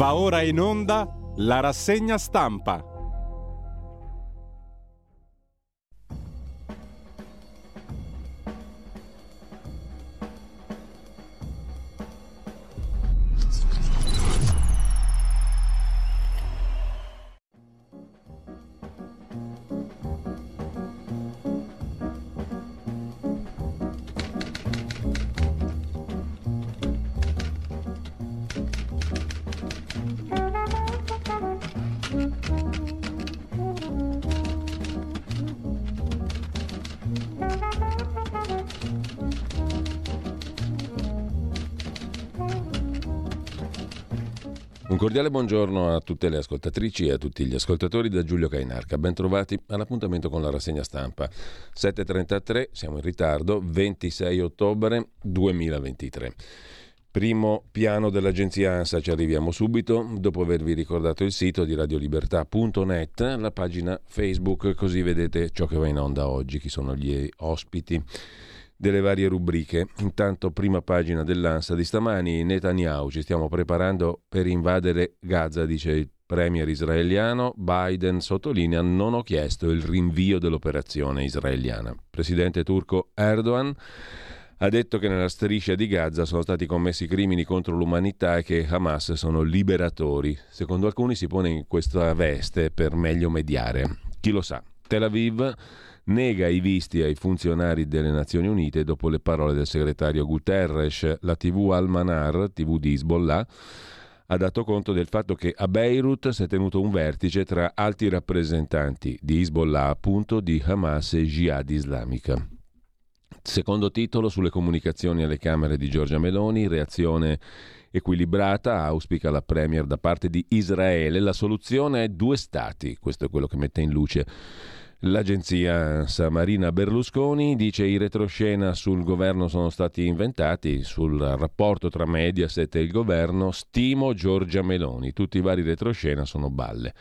Va ora in onda la rassegna stampa. Un cordiale buongiorno a tutte le ascoltatrici e a tutti gli ascoltatori da Giulio Cainarca. Ben trovati all'appuntamento con la rassegna stampa. 7.33, siamo in ritardo, 26 ottobre 2023. Primo piano dell'agenzia ANSA, ci arriviamo subito, dopo avervi ricordato il sito di radiolibertà.net, la pagina Facebook, così vedete ciò che va in onda oggi, chi sono gli ospiti delle varie rubriche. Intanto, prima pagina dell'ANSA di stamani, Netanyahu: ci stiamo preparando per invadere Gaza, dice il premier israeliano. Biden sottolinea: non ho chiesto il rinvio dell'operazione israeliana. Presidente turco Erdogan ha detto che nella striscia di Gaza sono stati commessi crimini contro l'umanità e che Hamas sono liberatori. Secondo alcuni si pone in questa veste per meglio mediare. Chi lo sa. Tel Aviv nega i visti ai funzionari delle Nazioni Unite dopo le parole del segretario Guterres. La TV Al-Manar, TV di Hezbollah, ha dato conto del fatto che a Beirut si è tenuto un vertice tra alti rappresentanti di Hezbollah, appunto, di Hamas e Jihad islamica. Secondo titolo sulle comunicazioni alle Camere di Giorgia Meloni: reazione equilibrata, auspica la premier da parte di Israele. La soluzione è 2 stati, questo è quello che mette in luce l'agenzia ANSA. Marina Berlusconi dice: i retroscena sul governo sono stati inventati, sul rapporto tra Mediaset e il governo stimo Giorgia Meloni, tutti i vari retroscena sono balle.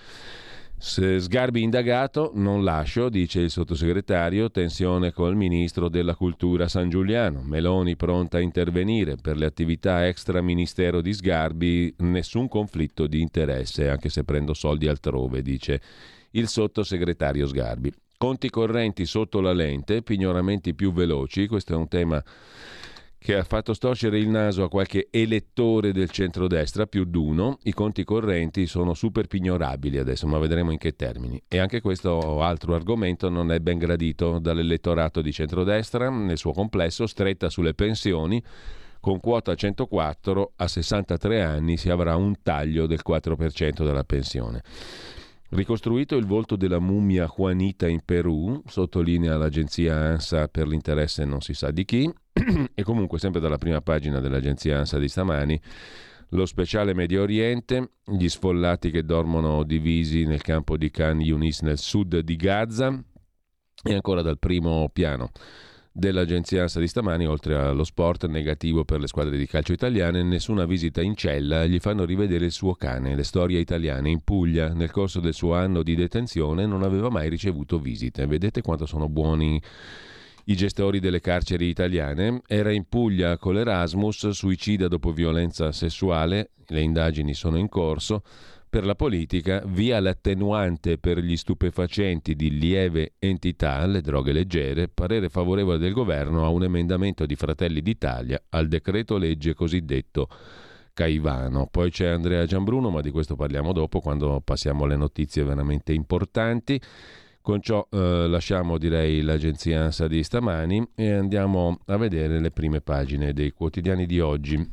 Sgarbi indagato, non lascio, dice il sottosegretario. Tensione col ministro della cultura Sangiuliano. Meloni pronta a intervenire per le attività extra ministero di Sgarbi, nessun conflitto di interesse anche se prendo soldi altrove, dice il sottosegretario Sgarbi. Conti correnti sotto la lente, pignoramenti più veloci, questo è un tema che ha fatto storcere il naso a qualche elettore del centrodestra, più d'uno. I conti correnti sono super pignorabili adesso, ma vedremo in che termini. E anche questo altro argomento non è ben gradito dall'elettorato di centrodestra nel suo complesso. Stretta sulle pensioni, con quota 104 a 63 anni si avrà un taglio del 4% della pensione. Ricostruito il volto della mummia Juanita in Perù, sottolinea l'agenzia ANSA per l'interesse non si sa di chi. E comunque, sempre dalla prima pagina dell'agenzia ANSA di stamani, lo speciale Medio Oriente, gli sfollati che dormono divisi nel campo di Khan Yunis nel sud di Gaza. E ancora dal primo piano dell'agenzia ANSA di stamani, oltre allo sport negativo per le squadre di calcio italiane, nessuna visita in cella, gli fanno rivedere il suo cane. Le storie italiane: in Puglia, nel corso del suo anno di detenzione, non aveva mai ricevuto visite. Vedete quanto sono buoni i gestori delle carceri italiane. Era in Puglia con l'Erasmus, suicida dopo violenza sessuale, le indagini sono in corso. Per la politica, via l'attenuante per gli stupefacenti di lieve entità, le droghe leggere, parere favorevole del governo a un emendamento di Fratelli d'Italia al decreto legge cosiddetto Caivano. Poi c'è Andrea Gianbruno, ma di questo parliamo dopo, quando passiamo alle notizie veramente importanti. Con ciò lasciamo, direi, l'agenzia ANSA di stamani e andiamo a vedere le prime pagine dei quotidiani di oggi.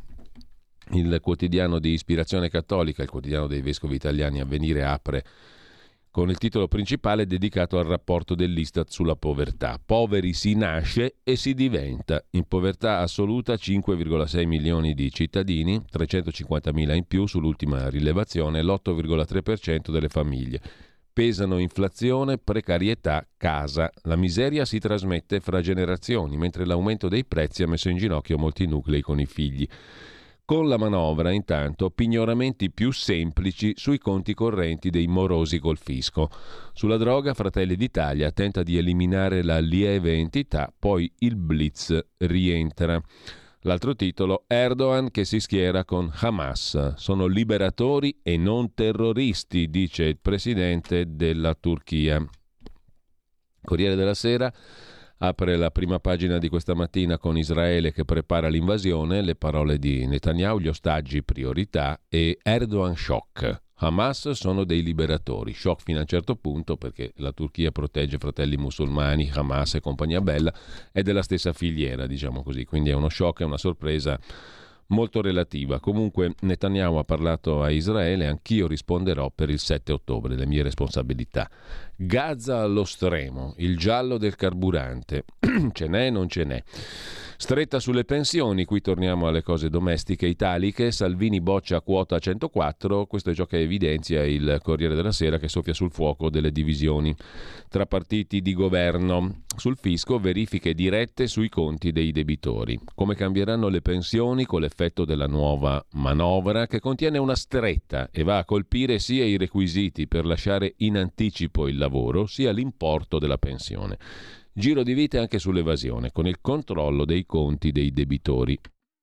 Il quotidiano di ispirazione cattolica, il quotidiano dei vescovi italiani, Avvenire, apre con il titolo principale dedicato al rapporto dell'Istat sulla povertà. Poveri si nasce e si diventa. In povertà assoluta 5,6 milioni di cittadini, 350.000 in più sull'ultima rilevazione, l'8,3% delle famiglie. Pesano inflazione, precarietà, casa. La miseria si trasmette fra generazioni, mentre l'aumento dei prezzi ha messo in ginocchio molti nuclei con i figli. Con la manovra, intanto, pignoramenti più semplici sui conti correnti dei morosi col fisco. Sulla droga, Fratelli d'Italia tenta di eliminare la lieve entità, poi il blitz rientra. L'altro titolo, Erdogan che si schiera con Hamas. Sono liberatori e non terroristi, dice il presidente della Turchia. Corriere della Sera apre la prima pagina di questa mattina con Israele che prepara l'invasione, le parole di Netanyahu, gli ostaggi priorità e Erdogan shock. Hamas sono dei liberatori, shock fino a un certo punto perché la Turchia protegge fratelli musulmani, Hamas e compagnia bella, è della stessa filiera, diciamo così, quindi è uno shock, è una sorpresa molto relativa. Comunque Netanyahu ha parlato a Israele, anch'io risponderò per il 7 ottobre, le mie responsabilità. Gaza allo stremo, il giallo del carburante, ce n'è, non ce n'è. Stretta sulle pensioni, qui torniamo alle cose domestiche italiche, Salvini boccia quota 104, questo è ciò che evidenzia il Corriere della Sera che soffia sul fuoco delle divisioni tra partiti di governo. Sul fisco, verifiche dirette sui conti dei debitori. Come cambieranno le pensioni con l'effetto della nuova manovra che contiene una stretta e va a colpire sia i requisiti per lasciare in anticipo il lavoro sia l'importo della pensione. Giro di vite anche sull'evasione, con il controllo dei conti dei debitori.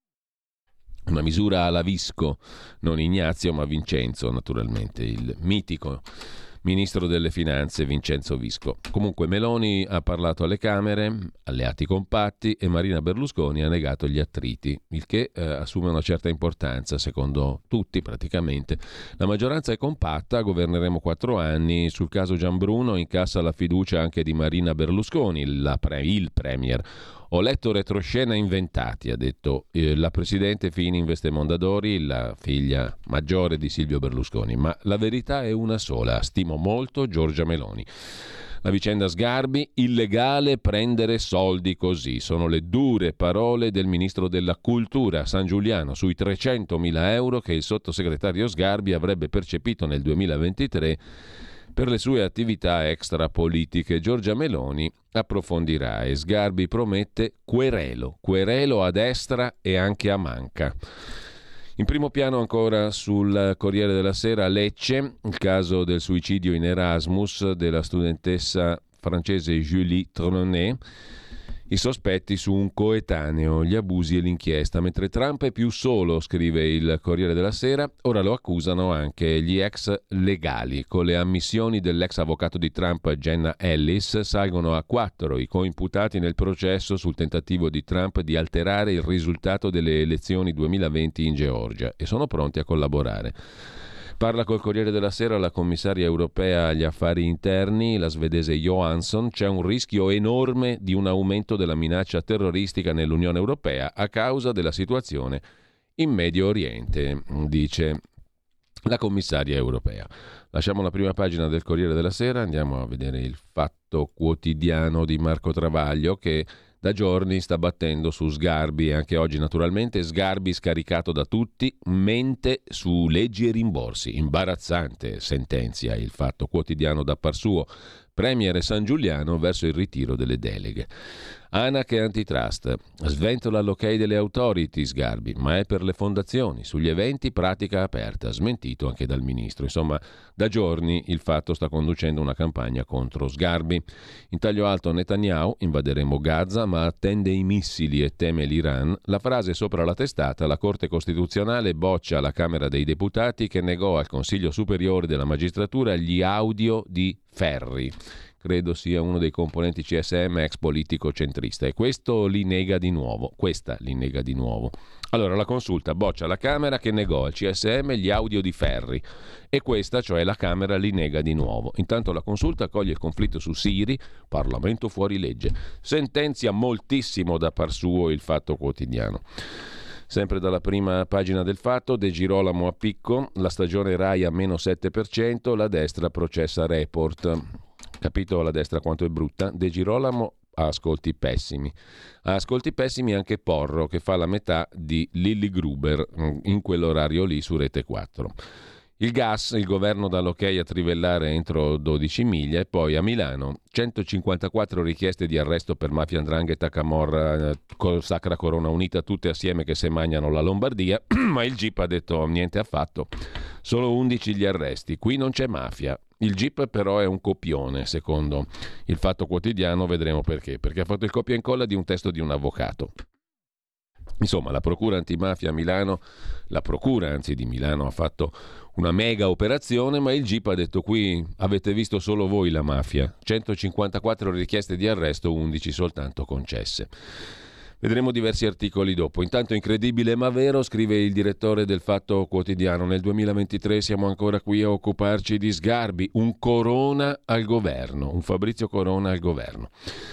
Una misura alla Visco, non Ignazio ma Vincenzo, naturalmente, il mitico ministro delle finanze Vincenzo Visco. Comunque Meloni ha parlato alle Camere, alleati compatti, e Marina Berlusconi ha negato gli attriti, il che assume una certa importanza secondo tutti praticamente. La maggioranza è compatta, governeremo 4 anni, sul caso Gianbruno incassa la fiducia anche di Marina Berlusconi, il premier. Ho letto retroscena inventati, ha detto la presidente Fini investe Mondadori, la figlia maggiore di Silvio Berlusconi, ma la verità è una sola, stimo molto Giorgia Meloni. La vicenda Sgarbi, illegale prendere soldi così, sono le dure parole del ministro della Cultura San Giuliano sui 300.000 euro che il sottosegretario Sgarbi avrebbe percepito nel 2023 per le sue attività extrapolitiche. Giorgia Meloni approfondirà e Sgarbi promette querelo a destra e anche a manca. In primo piano ancora sul Corriere della Sera Lecce, il caso del suicidio in Erasmus della studentessa francese Julie Tronet. I sospetti su un coetaneo, gli abusi e l'inchiesta. Mentre Trump è più solo, scrive il Corriere della Sera, ora lo accusano anche gli ex legali. Con le ammissioni dell'ex avvocato di Trump Jenna Ellis salgono a 4 i coimputati nel processo sul tentativo di Trump di alterare il risultato delle elezioni 2020 in Georgia e sono pronti a collaborare. Parla col Corriere della Sera la commissaria europea agli affari interni, la svedese Johansson. C'è un rischio enorme di un aumento della minaccia terroristica nell'Unione Europea a causa della situazione in Medio Oriente, dice la commissaria europea. Lasciamo la prima pagina del Corriere della Sera, andiamo a vedere il Fatto Quotidiano di Marco Travaglio che da giorni sta battendo su Sgarbi e anche oggi naturalmente. Sgarbi scaricato da tutti, mente su leggi e rimborsi. Imbarazzante, sentenzia il Fatto Quotidiano da par suo. Premier San Giuliano verso il ritiro delle deleghe. ANAC e antitrust. Sventola l'ok delle authority Sgarbi, ma è per le fondazioni. Sugli eventi pratica aperta, smentito anche dal ministro. Insomma, da giorni il Fatto sta conducendo una campagna contro Sgarbi. In taglio alto Netanyahu, invaderemo Gaza, ma attende i missili e teme l'Iran. La frase sopra la testata, la Corte Costituzionale boccia la Camera dei Deputati che negò al Consiglio Superiore della Magistratura gli audio di Ferri. Credo sia uno dei componenti CSM ex politico centrista e questa li nega di nuovo. Allora la consulta boccia la Camera che negò al CSM gli audio di Ferri e questa, cioè la Camera, li nega di nuovo. Intanto la consulta accoglie il conflitto su Siri, Parlamento fuori legge. Sentenzia moltissimo da par suo il Fatto Quotidiano. Sempre dalla prima pagina del Fatto, De Girolamo a picco, la stagione Rai a meno 7%, la destra processa Report. Capito la destra quanto è brutta? De Girolamo ha ascolti pessimi. Ha ascolti pessimi anche Porro, che fa la metà di Lilli Gruber in quell'orario lì su Rete 4. Il gas, il governo dà l'ok a trivellare entro 12 miglia e poi a Milano 154 richieste di arresto per mafia 'ndrangheta, camorra, Sacra Corona Unita, tutte assieme che se mangiano la Lombardia, ma il GIP ha detto niente affatto, solo 11 gli arresti, qui non c'è mafia. Il GIP però è un copione, secondo il Fatto Quotidiano, vedremo perché ha fatto il copia e incolla di un testo di un avvocato. Insomma, la procura antimafia a Milano, la procura anzi di Milano ha fatto una mega operazione, ma il GIP ha detto: qui avete visto solo voi la mafia, 154 richieste di arresto, 11 soltanto concesse. Vedremo diversi articoli dopo. Intanto, incredibile ma vero, scrive il direttore del Fatto Quotidiano, nel 2023 siamo ancora qui a occuparci di Sgarbi, un Corona al governo, un Fabrizio Corona al governo.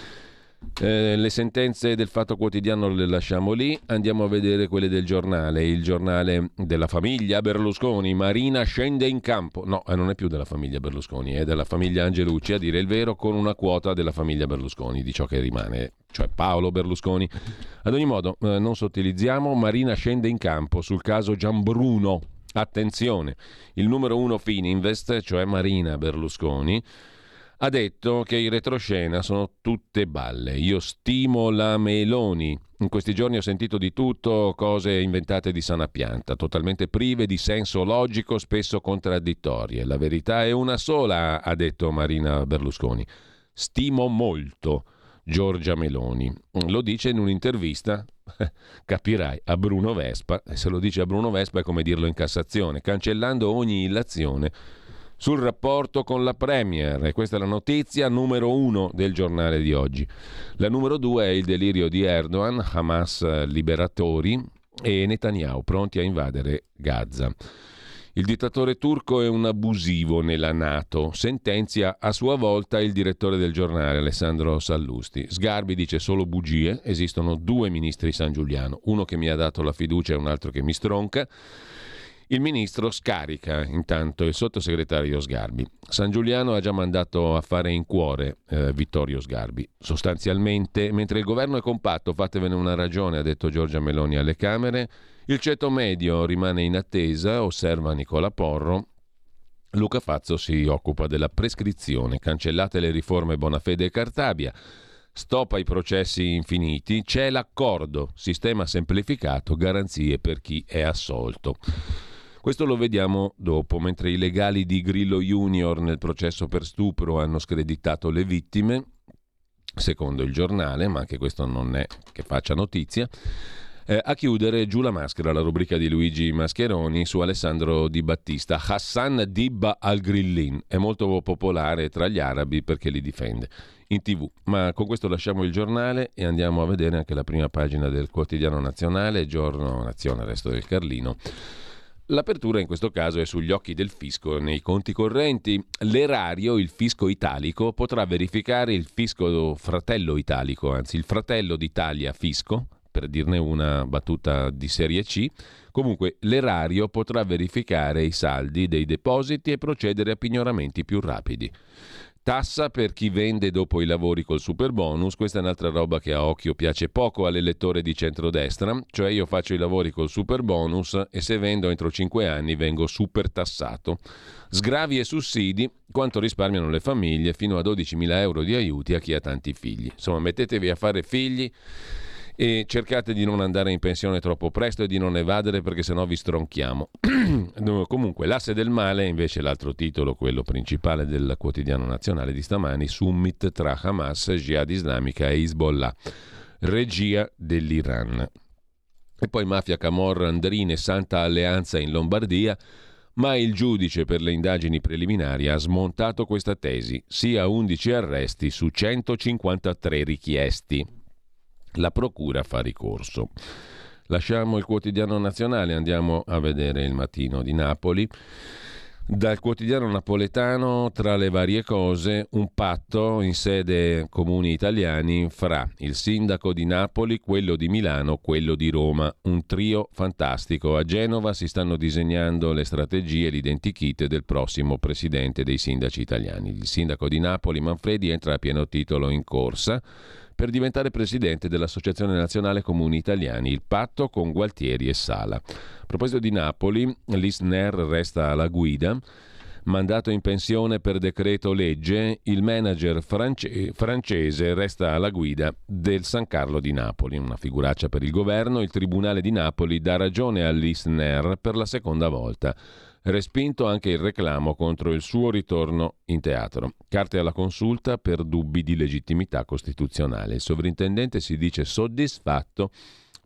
Le sentenze del Fatto Quotidiano le lasciamo lì, andiamo a vedere quelle del Giornale, il giornale della famiglia Berlusconi. Marina scende in campo, no, non è più della famiglia Berlusconi, è della famiglia Angelucci, a dire il vero, con una quota della famiglia Berlusconi, di ciò che rimane, cioè Paolo Berlusconi. Ad ogni modo, non sottilizziamo, Marina scende in campo sul caso Gianbruno. Attenzione, il numero 1 Fininvest, cioè Marina Berlusconi, ha detto che in retroscena sono tutte balle. Io stimo la Meloni. In questi giorni ho sentito di tutto, cose inventate di sana pianta, totalmente prive di senso logico, spesso contraddittorie. La verità è una sola, ha detto Marina Berlusconi. Stimo molto Giorgia Meloni. Lo dice in un'intervista, capirai, a Bruno Vespa. E se lo dice a Bruno Vespa è come dirlo in Cassazione, cancellando ogni illazione sul rapporto con la Premier. E questa è la notizia numero 1 del giornale di oggi. La numero 2 è il delirio di Erdogan, Hamas liberatori e Netanyahu pronti a invadere Gaza. Il dittatore turco è un abusivo nella NATO, sentenzia a sua volta il direttore del giornale Alessandro Sallusti. Sgarbi dice solo bugie, esistono 2 ministri San Giuliano, uno che mi ha dato la fiducia e un altro che mi stronca. Il ministro scarica intanto il sottosegretario Sgarbi. San Giuliano ha già mandato a fare in cuore Vittorio Sgarbi. Sostanzialmente, mentre il governo è compatto, fatevene una ragione, ha detto Giorgia Meloni alle Camere, il ceto medio rimane in attesa, osserva Nicola Porro. Luca Fazzo si occupa della prescrizione, cancellate le riforme Bonafede e Cartabia, stop ai processi infiniti, c'è l'accordo, sistema semplificato, garanzie per chi è assolto. Questo lo vediamo dopo, mentre i legali di Grillo Junior nel processo per stupro hanno screditato le vittime, secondo il giornale, ma anche questo non è che faccia notizia. A chiudere, giù la maschera, la rubrica di Luigi Mascheroni su Alessandro Di Battista. Hassan Dibba al-Grillin è molto popolare tra gli arabi perché li difende in TV. Ma con questo lasciamo il giornale e andiamo a vedere anche la prima pagina del Quotidiano Nazionale, Giorno Nazione, Resto del Carlino. L'apertura in questo caso è sugli occhi del fisco nei conti correnti. L'erario, il fisco italico, potrà verificare il fisco fratello italico, anzi il fratello d'Italia fisco, per dirne una battuta di serie C. Comunque l'erario potrà verificare i saldi dei depositi e procedere a pignoramenti più rapidi. Tassa per chi vende dopo i lavori col superbonus, questa è un'altra roba che a occhio piace poco all'elettore di centrodestra, cioè io faccio i lavori col superbonus e se vendo entro 5 anni vengo super tassato. Sgravi e sussidi, quanto risparmiano le famiglie, fino a 12.000 euro di aiuti a chi ha tanti figli. Insomma, mettetevi a fare figli e cercate di non andare in pensione troppo presto e di non evadere perché sennò vi stronchiamo. Comunque l'asse del male, invece l'altro titolo, quello principale del Quotidiano Nazionale di stamani, summit tra Hamas, Jihad Islamica e Hezbollah, regia dell'Iran. E poi mafia, camorra, Andrine, Santa Alleanza in Lombardia, ma il giudice per le indagini preliminari ha smontato questa tesi, sia 11 arresti su 153 richiesti. La procura fa ricorso. Lasciamo il Quotidiano Nazionale, andiamo a vedere il Mattino di Napoli. Dal quotidiano napoletano, tra le varie cose, un patto in sede comuni italiani fra il sindaco di Napoli, quello di Milano, quello di Roma. Un trio fantastico. A Genova si stanno disegnando le strategie e l'identikit del prossimo presidente dei sindaci italiani. Il sindaco di Napoli, Manfredi, entra a pieno titolo in corsa per diventare presidente dell'Associazione Nazionale Comuni Italiani, il patto con Gualtieri e Sala. A proposito di Napoli, l'Isner resta alla guida. Mandato in pensione per decreto legge, il manager francese resta alla guida del San Carlo di Napoli. Una figuraccia per il governo. Il Tribunale di Napoli dà ragione all'Isner per la seconda volta. Respinto anche il reclamo contro il suo ritorno in teatro. Carte alla consulta per dubbi di legittimità costituzionale. Il sovrintendente si dice soddisfatto,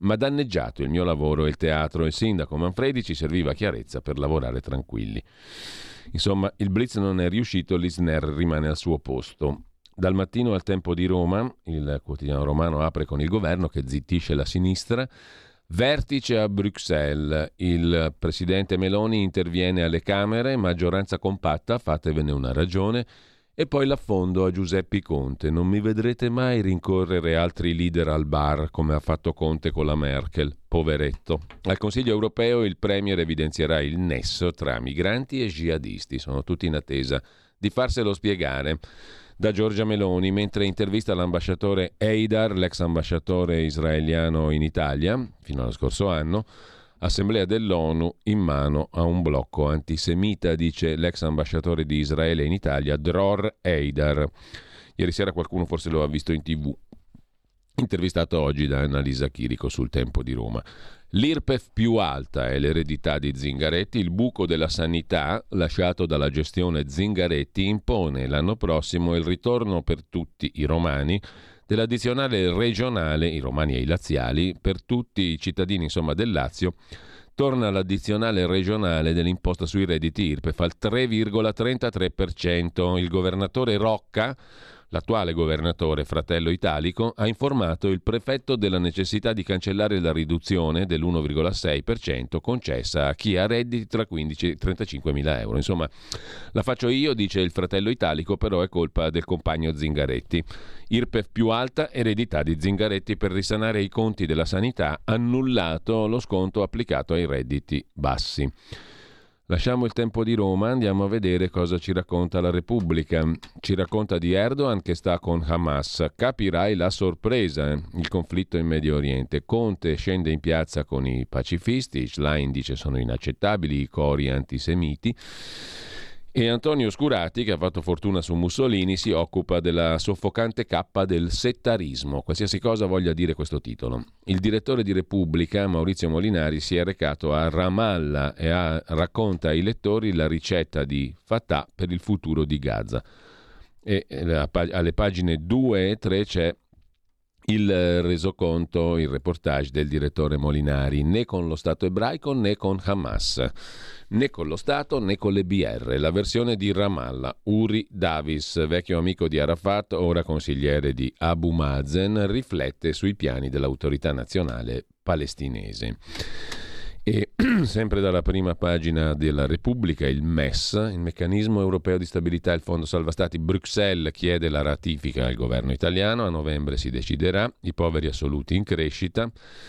ma danneggiato il mio lavoro e il teatro. Il sindaco Manfredi ci serviva chiarezza per lavorare tranquilli. Insomma, il blitz non è riuscito, l'Isner rimane al suo posto. Dal Mattino al Tempo di Roma, il quotidiano romano apre con il governo che zittisce la sinistra. Vertice a Bruxelles, il presidente Meloni interviene alle Camere, maggioranza compatta, fatevene una ragione, e poi l'affondo a Giuseppe Conte. Non mi vedrete mai rincorrere altri leader al bar come ha fatto Conte con la Merkel, poveretto. Al Consiglio europeo il premier evidenzierà il nesso tra migranti e jihadisti, sono tutti in attesa di farselo spiegare da Giorgia Meloni, mentre intervista l'ambasciatore Heydar, l'ex ambasciatore israeliano in Italia, fino allo scorso anno, Assemblea dell'ONU in mano a un blocco antisemita, dice l'ex ambasciatore di Israele in Italia, Dror Heydar. Ieri sera qualcuno forse lo ha visto in TV, intervistato oggi da Annalisa Chirico sul Tempo di Roma. L'IRPEF più alta è l'eredità di Zingaretti, il buco della sanità lasciato dalla gestione Zingaretti impone l'anno prossimo il ritorno per tutti i romani dell'addizionale regionale, i romani e i laziali, per tutti i cittadini del Lazio, torna l'addizionale regionale dell'imposta sui redditi IRPEF al 3,33%. Il governatore Rocca, l'attuale governatore Fratello Italico, ha informato il prefetto della necessità di cancellare la riduzione dell'1,6% concessa a chi ha redditi tra 15 e 35 mila euro. Insomma, la faccio io, dice il Fratello Italico, però è colpa del compagno Zingaretti. IRPEF più alta, eredità di Zingaretti per risanare i conti della sanità, annullato lo sconto applicato ai redditi bassi. Lasciamo il Tempo di Roma, andiamo a vedere cosa ci racconta la Repubblica. Ci racconta di Erdogan che sta con Hamas. Capirai la sorpresa, il conflitto in Medio Oriente. Conte scende in piazza con i pacifisti, Schlein dice sono inaccettabili i cori antisemiti. E Antonio Scurati, che ha fatto fortuna su Mussolini, si occupa della soffocante cappa del settarismo, qualsiasi cosa voglia dire questo titolo. Il direttore di Repubblica, Maurizio Molinari, si è recato a Ramallah e racconta ai lettori la ricetta di Fatah per il futuro di Gaza. E alle pagine 2 e 3 c'è il resoconto, il reportage del direttore Molinari, né con lo Stato ebraico né con Hamas, né con lo Stato né con le BR. La versione di Ramallah, Uri Davis, vecchio amico di Arafat, ora consigliere di Abu Mazen, riflette sui piani dell'autorità nazionale palestinese. E sempre dalla prima pagina della Repubblica, il MES, il Meccanismo Europeo di Stabilità e il Fondo Salva Stati, Bruxelles chiede la ratifica al governo italiano, a novembre si deciderà, i poveri assoluti in crescita.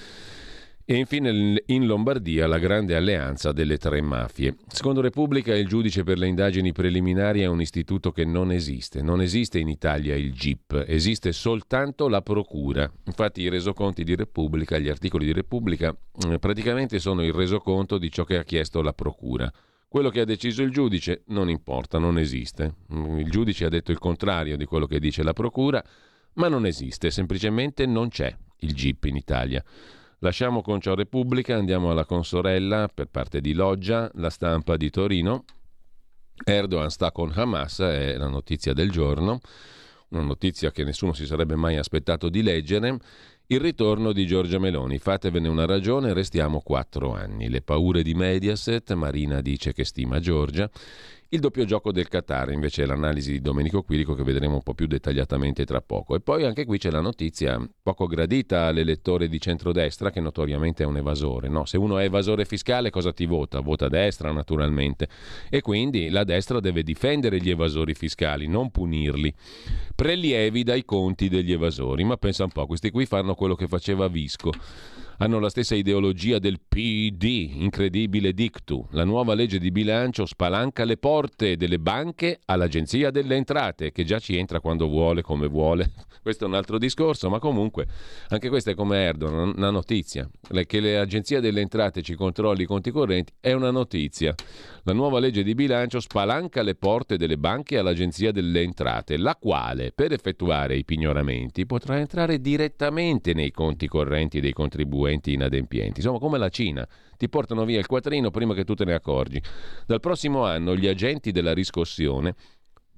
E infine in Lombardia la grande alleanza delle tre mafie. Secondo Repubblica il giudice per le indagini preliminari è un istituto che non esiste. Non esiste in Italia il GIP, esiste soltanto la procura. Infatti i resoconti di Repubblica, gli articoli di Repubblica praticamente sono il resoconto di ciò che ha chiesto la procura. Quello che ha deciso il giudice non importa, non esiste. Il giudice ha detto il contrario di quello che dice la procura, ma non esiste, semplicemente non c'è il GIP in Italia. Lasciamo con ciò Repubblica, andiamo alla consorella per parte di Loggia, La Stampa di Torino. Erdogan sta con Hamas, è la notizia del giorno, una notizia che nessuno si sarebbe mai aspettato di leggere. Il ritorno di Giorgia Meloni, fatevene una ragione, restiamo 4 anni. Le paure di Mediaset, Marina dice che stima Giorgia. Il doppio gioco del Qatar, invece, è l'analisi di Domenico Quirico che vedremo un po' più dettagliatamente tra poco. E poi anche qui c'è la notizia poco gradita all'elettore di centrodestra, che notoriamente è un evasore. No, se uno è evasore fiscale cosa ti vota? Vota destra naturalmente. E quindi la destra deve difendere gli evasori fiscali, non punirli. Prelievi dai conti degli evasori. Ma pensa un po', questi qui fanno quello che faceva Visco. Hanno la stessa ideologia del PD, incredibile dictu. La nuova legge di bilancio spalanca le porte delle banche all'Agenzia delle Entrate, che già ci entra quando vuole, come vuole. Questo è un altro discorso, ma comunque anche questa è come Erdogan, una notizia. Che l'Agenzia delle Entrate ci controlli i conti correnti è una notizia. La nuova legge di bilancio spalanca le porte delle banche all'Agenzia delle Entrate, la quale, per effettuare i pignoramenti, potrà entrare direttamente nei conti correnti dei contribuenti inadempienti. Insomma, come la Cina, ti portano via il quattrino prima che tu te ne accorgi. Dal prossimo anno gli agenti della riscossione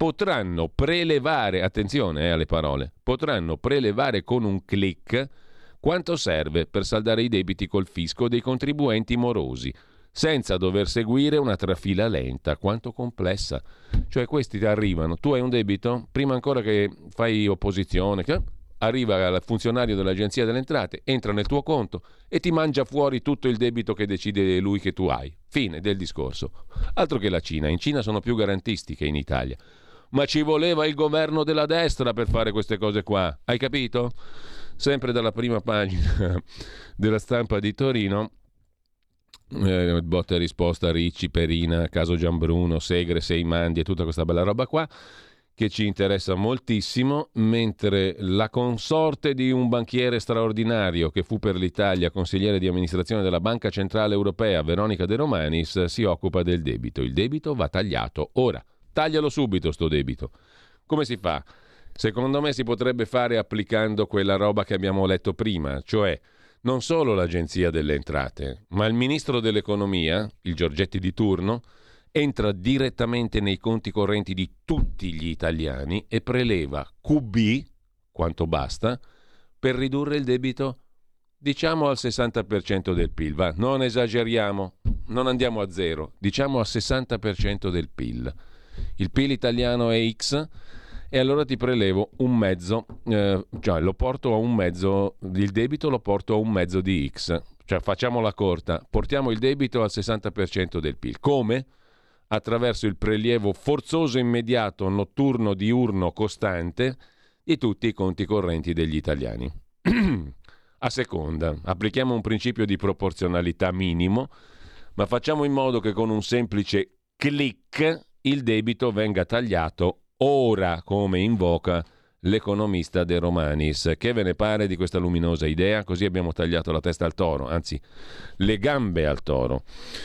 potranno prelevare, attenzione alle parole, potranno prelevare con un click Quanto serve per saldare i debiti col fisco dei contribuenti morosi, senza dover seguire una trafila lenta, quanto complessa. Cioè questi ti arrivano, tu hai un debito, prima ancora che fai opposizione, arriva il funzionario dell'Agenzia delle Entrate, entra nel tuo conto e ti mangia fuori tutto il debito che decide lui che tu hai. Fine del discorso. Altro che la Cina. In Cina sono più garantisti che in Italia. Ma ci voleva il governo della destra per fare queste cose qua. Hai capito? Sempre dalla prima pagina della Stampa di Torino. Botta e risposta, Ricci, Perina, caso Gianbruno, Segre, Seimandi e tutta questa bella roba qua che ci interessa moltissimo, mentre la consorte di un banchiere straordinario che fu per l'Italia consigliere di amministrazione della Banca Centrale Europea, Veronica De Romanis, si occupa del debito. Il debito va tagliato ora. Taglialo subito sto debito. Come si fa? Secondo me si potrebbe fare applicando quella roba che abbiamo letto prima, cioè non solo l'Agenzia delle Entrate, ma il Ministro dell'Economia, il Giorgetti di turno, entra direttamente nei conti correnti di tutti gli italiani e preleva QB, quanto basta, per ridurre il debito, diciamo al 60% del PIL. Va, non esageriamo, non andiamo a zero, diciamo al 60% del PIL. Il PIL italiano è X e allora ti prelevo un mezzo, cioè lo porto a un mezzo, il debito lo porto a un mezzo di X. Cioè facciamola corta, portiamo il debito al 60% del PIL. Come? Attraverso il prelievo forzoso, immediato, notturno, diurno, costante di tutti i conti correnti degli italiani. A seconda, applichiamo un principio di proporzionalità minimo, ma facciamo in modo che con un semplice click il debito venga tagliato ora, come invoca l'economista De Romanis. Che ve ne pare di questa luminosa idea? Così abbiamo tagliato la testa al toro, anzi le gambe al toro.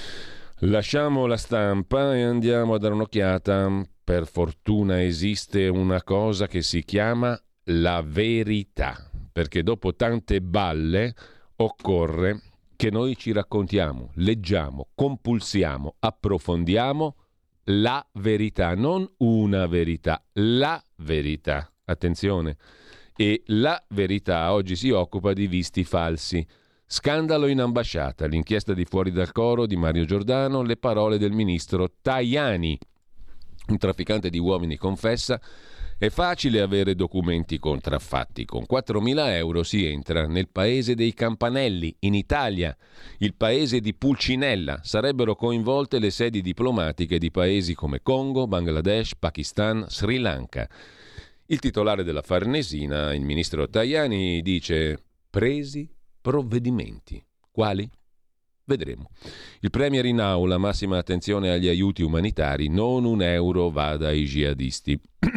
Lasciamo la Stampa e andiamo a dare un'occhiata. Per fortuna esiste una cosa che si chiama la verità, perché dopo tante balle occorre che noi ci raccontiamo, leggiamo, compulsiamo, approfondiamo la verità, non una verità, la verità. Attenzione. E la verità oggi si occupa di visti falsi. Scandalo in ambasciata, l'inchiesta di Fuori dal Coro di Mario Giordano, le parole del ministro Tajani. Un trafficante di uomini confessa: è facile avere documenti contraffatti. Con 4.000 euro si entra nel paese dei campanelli, in Italia, il paese di Pulcinella. Sarebbero coinvolte le sedi diplomatiche di paesi come Congo, Bangladesh, Pakistan, Sri Lanka. Il titolare della Farnesina, il ministro Tajani, dice: presi provvedimenti. Quali? Vedremo. Il premier in aula, massima attenzione agli aiuti umanitari, non un euro vada ai jihadisti.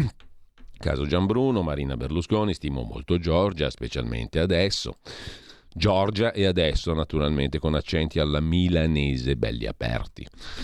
Caso Gianbruno, Marina Berlusconi, stimo molto Giorgia, specialmente adesso. Giorgia e adesso, naturalmente, con accenti alla milanese, belli aperti.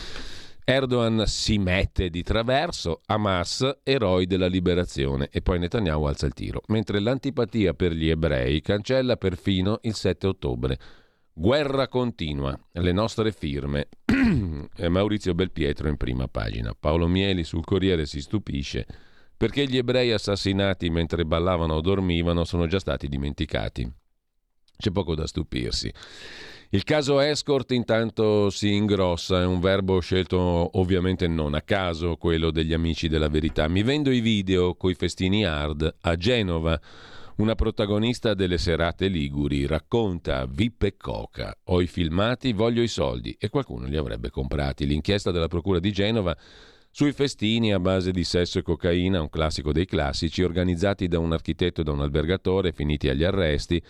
Erdogan si mette di traverso, Hamas, eroi della liberazione, e poi Netanyahu alza il tiro, mentre l'antipatia per gli ebrei cancella perfino il 7 ottobre. Guerra continua, le nostre firme. Maurizio Belpietro in prima pagina. Paolo Mieli sul Corriere si stupisce perché gli ebrei assassinati mentre ballavano o dormivano sono già stati dimenticati. C'è poco da stupirsi. Il caso escort intanto si ingrossa, è un verbo scelto ovviamente non a caso, quello degli amici della verità. Mi vendo i video coi festini hard a Genova. Una protagonista delle serate liguri racconta: VIP e coca, ho i filmati, voglio i soldi, e qualcuno li avrebbe comprati. L'inchiesta della procura di Genova sui festini a base di sesso e cocaina, un classico dei classici, organizzati da un architetto e da un albergatore, finiti agli arresti,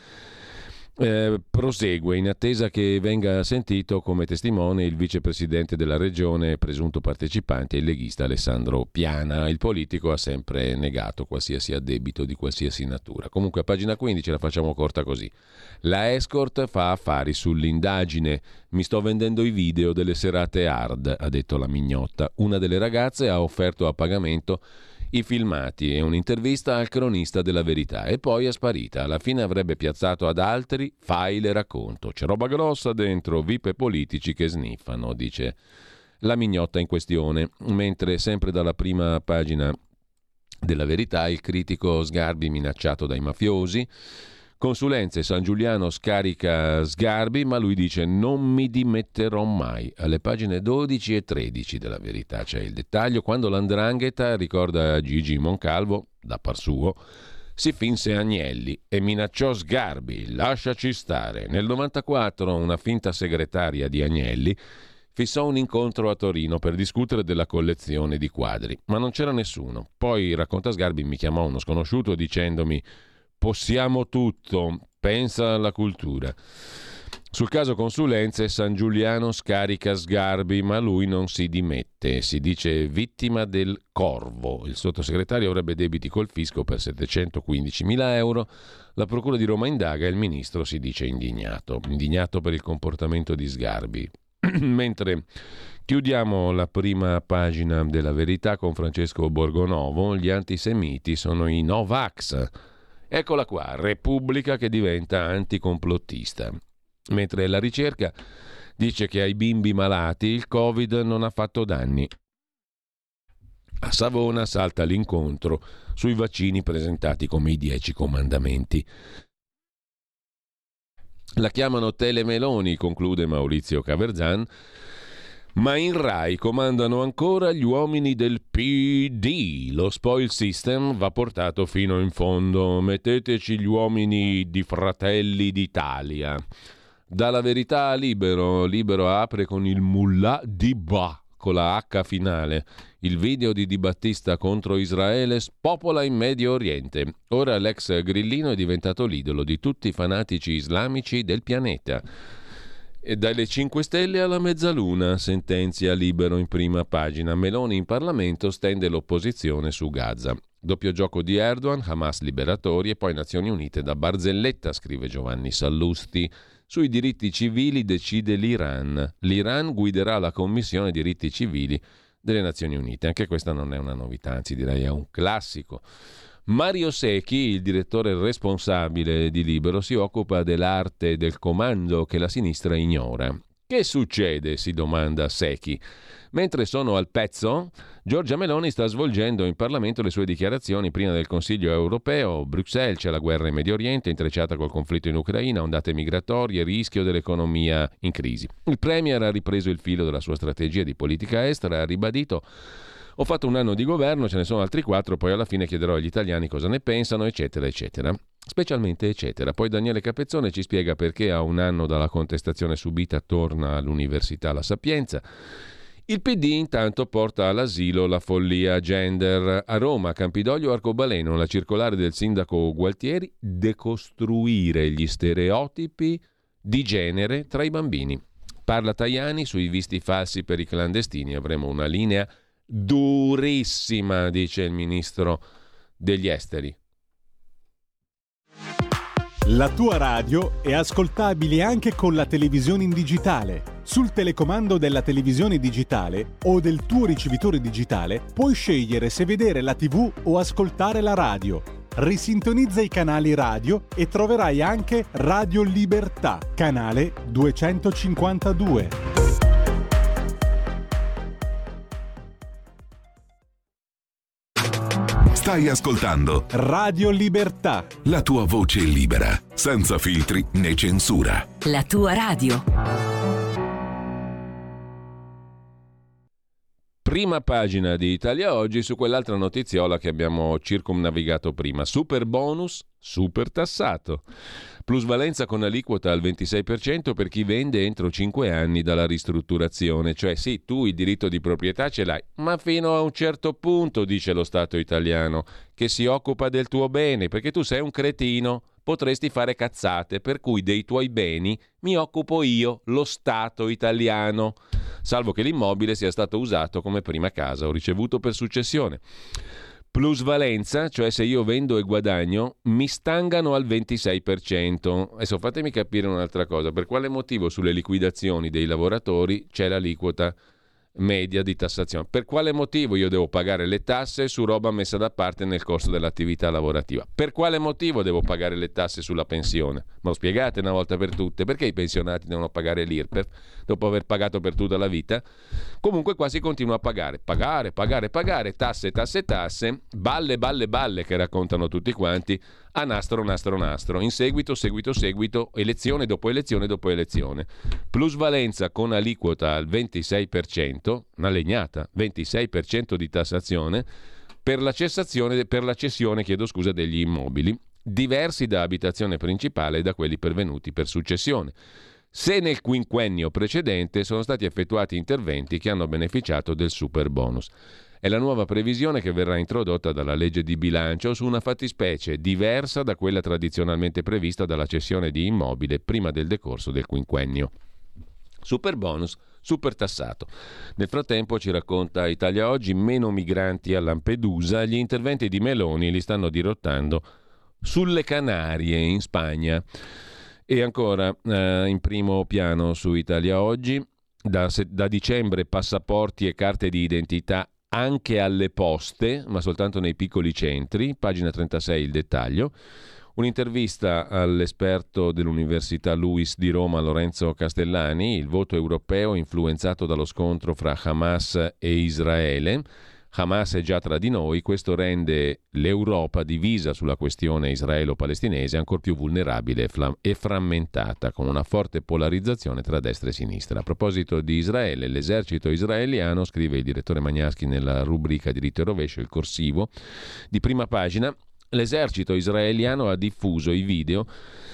prosegue in attesa che venga sentito come testimone il vicepresidente della regione, presunto partecipante, il leghista Alessandro Piana. Il politico ha sempre negato qualsiasi addebito di qualsiasi natura. Comunque a pagina 15 la facciamo corta così. La escort fa affari sull'indagine. Mi sto vendendo i video delle serate hard, ha detto la mignotta. Una delle ragazze ha offerto a pagamento i filmati e un'intervista al cronista della Verità, e poi è sparita. Alla fine avrebbe piazzato ad altri: fai le racconto. C'è roba grossa dentro, VIP e politici che sniffano, dice la mignotta in questione. Mentre sempre dalla prima pagina della Verità il critico Sgarbi minacciato dai mafiosi. Consulenze, San Giuliano scarica Sgarbi, ma lui dice non mi dimetterò mai. Alle pagine 12 e 13 della Verità c'è il dettaglio. Quando l''ndrangheta, ricorda Gigi Moncalvo, da par suo, si finse Agnelli e minacciò Sgarbi, lasciaci stare. Nel 94 una finta segretaria di Agnelli fissò un incontro a Torino per discutere della collezione di quadri, ma non c'era nessuno. Poi, racconta Sgarbi, mi chiamò uno sconosciuto dicendomi possiamo tutto, pensa alla cultura. Sul caso consulenze, San Giuliano scarica Sgarbi, ma lui non si dimette, si dice vittima del Corvo. Il sottosegretario avrebbe debiti col fisco per 715.000 euro, la procura di Roma indaga e il ministro si dice indignato per il comportamento di Sgarbi. Mentre chiudiamo la prima pagina della Verità con Francesco Borgonovo, gli antisemiti sono i Novax. Eccola qua, Repubblica che diventa anticomplottista. Mentre la ricerca dice che ai bimbi malati il Covid non ha fatto danni. A Savona salta l'incontro sui vaccini presentati come i 10 comandamenti. La chiamano Telemeloni, conclude Maurizio Caverzan, ma in Rai comandano ancora gli uomini del PD. Lo spoil system va portato fino in fondo. Metteteci gli uomini di Fratelli d'Italia. Dalla Verità a Libero. Libero apre con il Mullah Dibba, con la H finale. Il video di Di Battista contro Israele spopola in Medio Oriente. Ora l'ex grillino è diventato l'idolo di tutti i fanatici islamici del pianeta. E dalle 5 Stelle alla mezzaluna, sentenzia Libero in prima pagina. Meloni in Parlamento stende l'opposizione su Gaza. Doppio gioco di Erdogan, Hamas liberatori e poi Nazioni Unite da barzelletta, scrive Giovanni Sallusti. Sui diritti civili decide l'Iran. L'Iran guiderà la Commissione diritti civili delle Nazioni Unite. Anche questa non è una novità, anzi direi è un classico. Mario Secchi, il direttore responsabile di Libero, si occupa dell'arte del comando che la sinistra ignora. Che succede? Si domanda Secchi. Mentre sono al pezzo, Giorgia Meloni sta svolgendo in Parlamento le sue dichiarazioni prima del Consiglio europeo. Bruxelles, c'è la guerra in Medio Oriente, intrecciata col conflitto in Ucraina, ondate migratorie, rischio dell'economia in crisi. Il Premier ha ripreso il filo della sua strategia di politica estera, ha ribadito: ho fatto un anno di governo, ce ne sono altri 4, poi alla fine chiederò agli italiani cosa ne pensano, eccetera, eccetera. Specialmente eccetera. Poi Daniele Capezzone ci spiega perché a un anno dalla contestazione subita torna all'Università La Sapienza. Il PD intanto porta all'asilo la follia gender. A Roma, Campidoglio Arcobaleno, la circolare del sindaco Gualtieri: decostruire gli stereotipi di genere tra i bambini. Parla Tajani sui visti falsi per i clandestini. Avremo una linea durissima, dice il ministro degli esteri. La tua radio è ascoltabile anche con la televisione in digitale. Sul telecomando della televisione digitale o del tuo ricevitore digitale puoi scegliere se vedere la TV o ascoltare la radio. Risintonizza i canali radio e troverai anche Radio Libertà, canale 252. Stai ascoltando Radio Libertà, la tua voce libera, senza filtri né censura. La tua radio. Prima pagina di Italia Oggi su quell'altra notiziola che abbiamo circumnavigato prima. Super bonus, super tassato. Plusvalenza con aliquota al 26% per chi vende entro 5 anni dalla ristrutturazione. Cioè sì, tu il diritto di proprietà ce l'hai, ma fino a un certo punto, dice lo Stato italiano, che si occupa del tuo bene, perché tu sei un cretino, potresti fare cazzate, per cui dei tuoi beni mi occupo io, lo Stato italiano, salvo che l'immobile sia stato usato come prima casa o ricevuto per successione. Plusvalenza, cioè se io vendo e guadagno, mi stangano al 26%. Adesso fatemi capire un'altra cosa: per quale motivo sulle liquidazioni dei lavoratori c'è l'aliquota media di tassazione? Per quale motivo io devo pagare le tasse su roba messa da parte nel corso dell'attività lavorativa? Per quale motivo devo pagare le tasse sulla pensione? Ma lo spiegate una volta per tutte? Perché i pensionati devono pagare l'IRPEF dopo aver pagato per tutta la vita? Comunque qua si continua a pagare, tasse, balle che raccontano tutti quanti, a nastro, in seguito, elezione dopo elezione. Plusvalenza con aliquota al 26%, una legnata, 26% di tassazione per la cessione degli immobili, diversi da abitazione principale e da quelli pervenuti per successione. Se nel quinquennio precedente sono stati effettuati interventi che hanno beneficiato del super bonus. È la nuova previsione che verrà introdotta dalla legge di bilancio su una fattispecie diversa da quella tradizionalmente prevista dalla cessione di immobile prima del decorso del quinquennio. Super bonus, super tassato. Nel frattempo, ci racconta Italia Oggi, meno migranti a Lampedusa, gli interventi di Meloni li stanno dirottando sulle Canarie in Spagna. E ancora in primo piano su Italia Oggi, da dicembre passaporti e carte di identità anche alle poste, ma soltanto nei piccoli centri, pagina 36 il dettaglio. Un'intervista all'esperto dell'Università LUISS di Roma, Lorenzo Castellani, il voto europeo influenzato dallo scontro fra Hamas e Israele. Hamas è già tra di noi, questo rende l'Europa divisa sulla questione israelo-palestinese ancor più vulnerabile e frammentata, con una forte polarizzazione tra destra e sinistra. A proposito di Israele, l'esercito israeliano, scrive il direttore Magnaschi nella rubrica Diritto e Rovescio, il corsivo, di prima pagina, l'esercito israeliano ha diffuso i video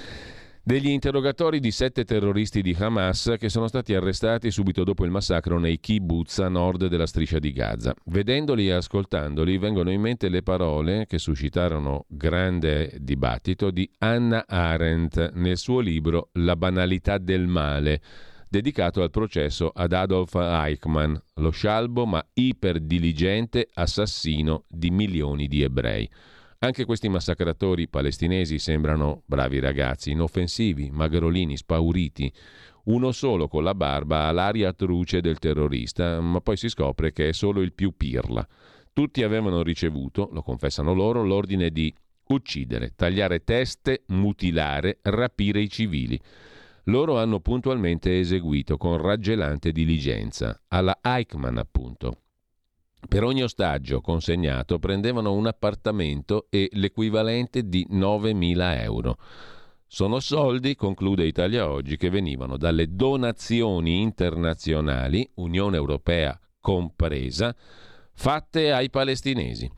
degli interrogatori di 7 terroristi di Hamas che sono stati arrestati subito dopo il massacro nei kibbutz a nord della striscia di Gaza. Vedendoli e ascoltandoli vengono in mente le parole che suscitarono grande dibattito di Hannah Arendt nel suo libro La banalità del male, dedicato al processo ad Adolf Eichmann, lo scialbo ma iperdiligente assassino di milioni di ebrei. Anche questi massacratori palestinesi sembrano bravi ragazzi, inoffensivi, magrolini, spauriti. Uno solo con la barba ha l'aria truce del terrorista, ma poi si scopre che è solo il più pirla. Tutti avevano ricevuto, lo confessano loro, l'ordine di uccidere, tagliare teste, mutilare, rapire i civili. Loro hanno puntualmente eseguito con raggelante diligenza, alla Eichmann appunto. Per ogni ostaggio consegnato prendevano un appartamento e l'equivalente di 9.000 euro. Sono soldi, conclude Italia Oggi, che venivano dalle donazioni internazionali, Unione Europea compresa, fatte ai palestinesi.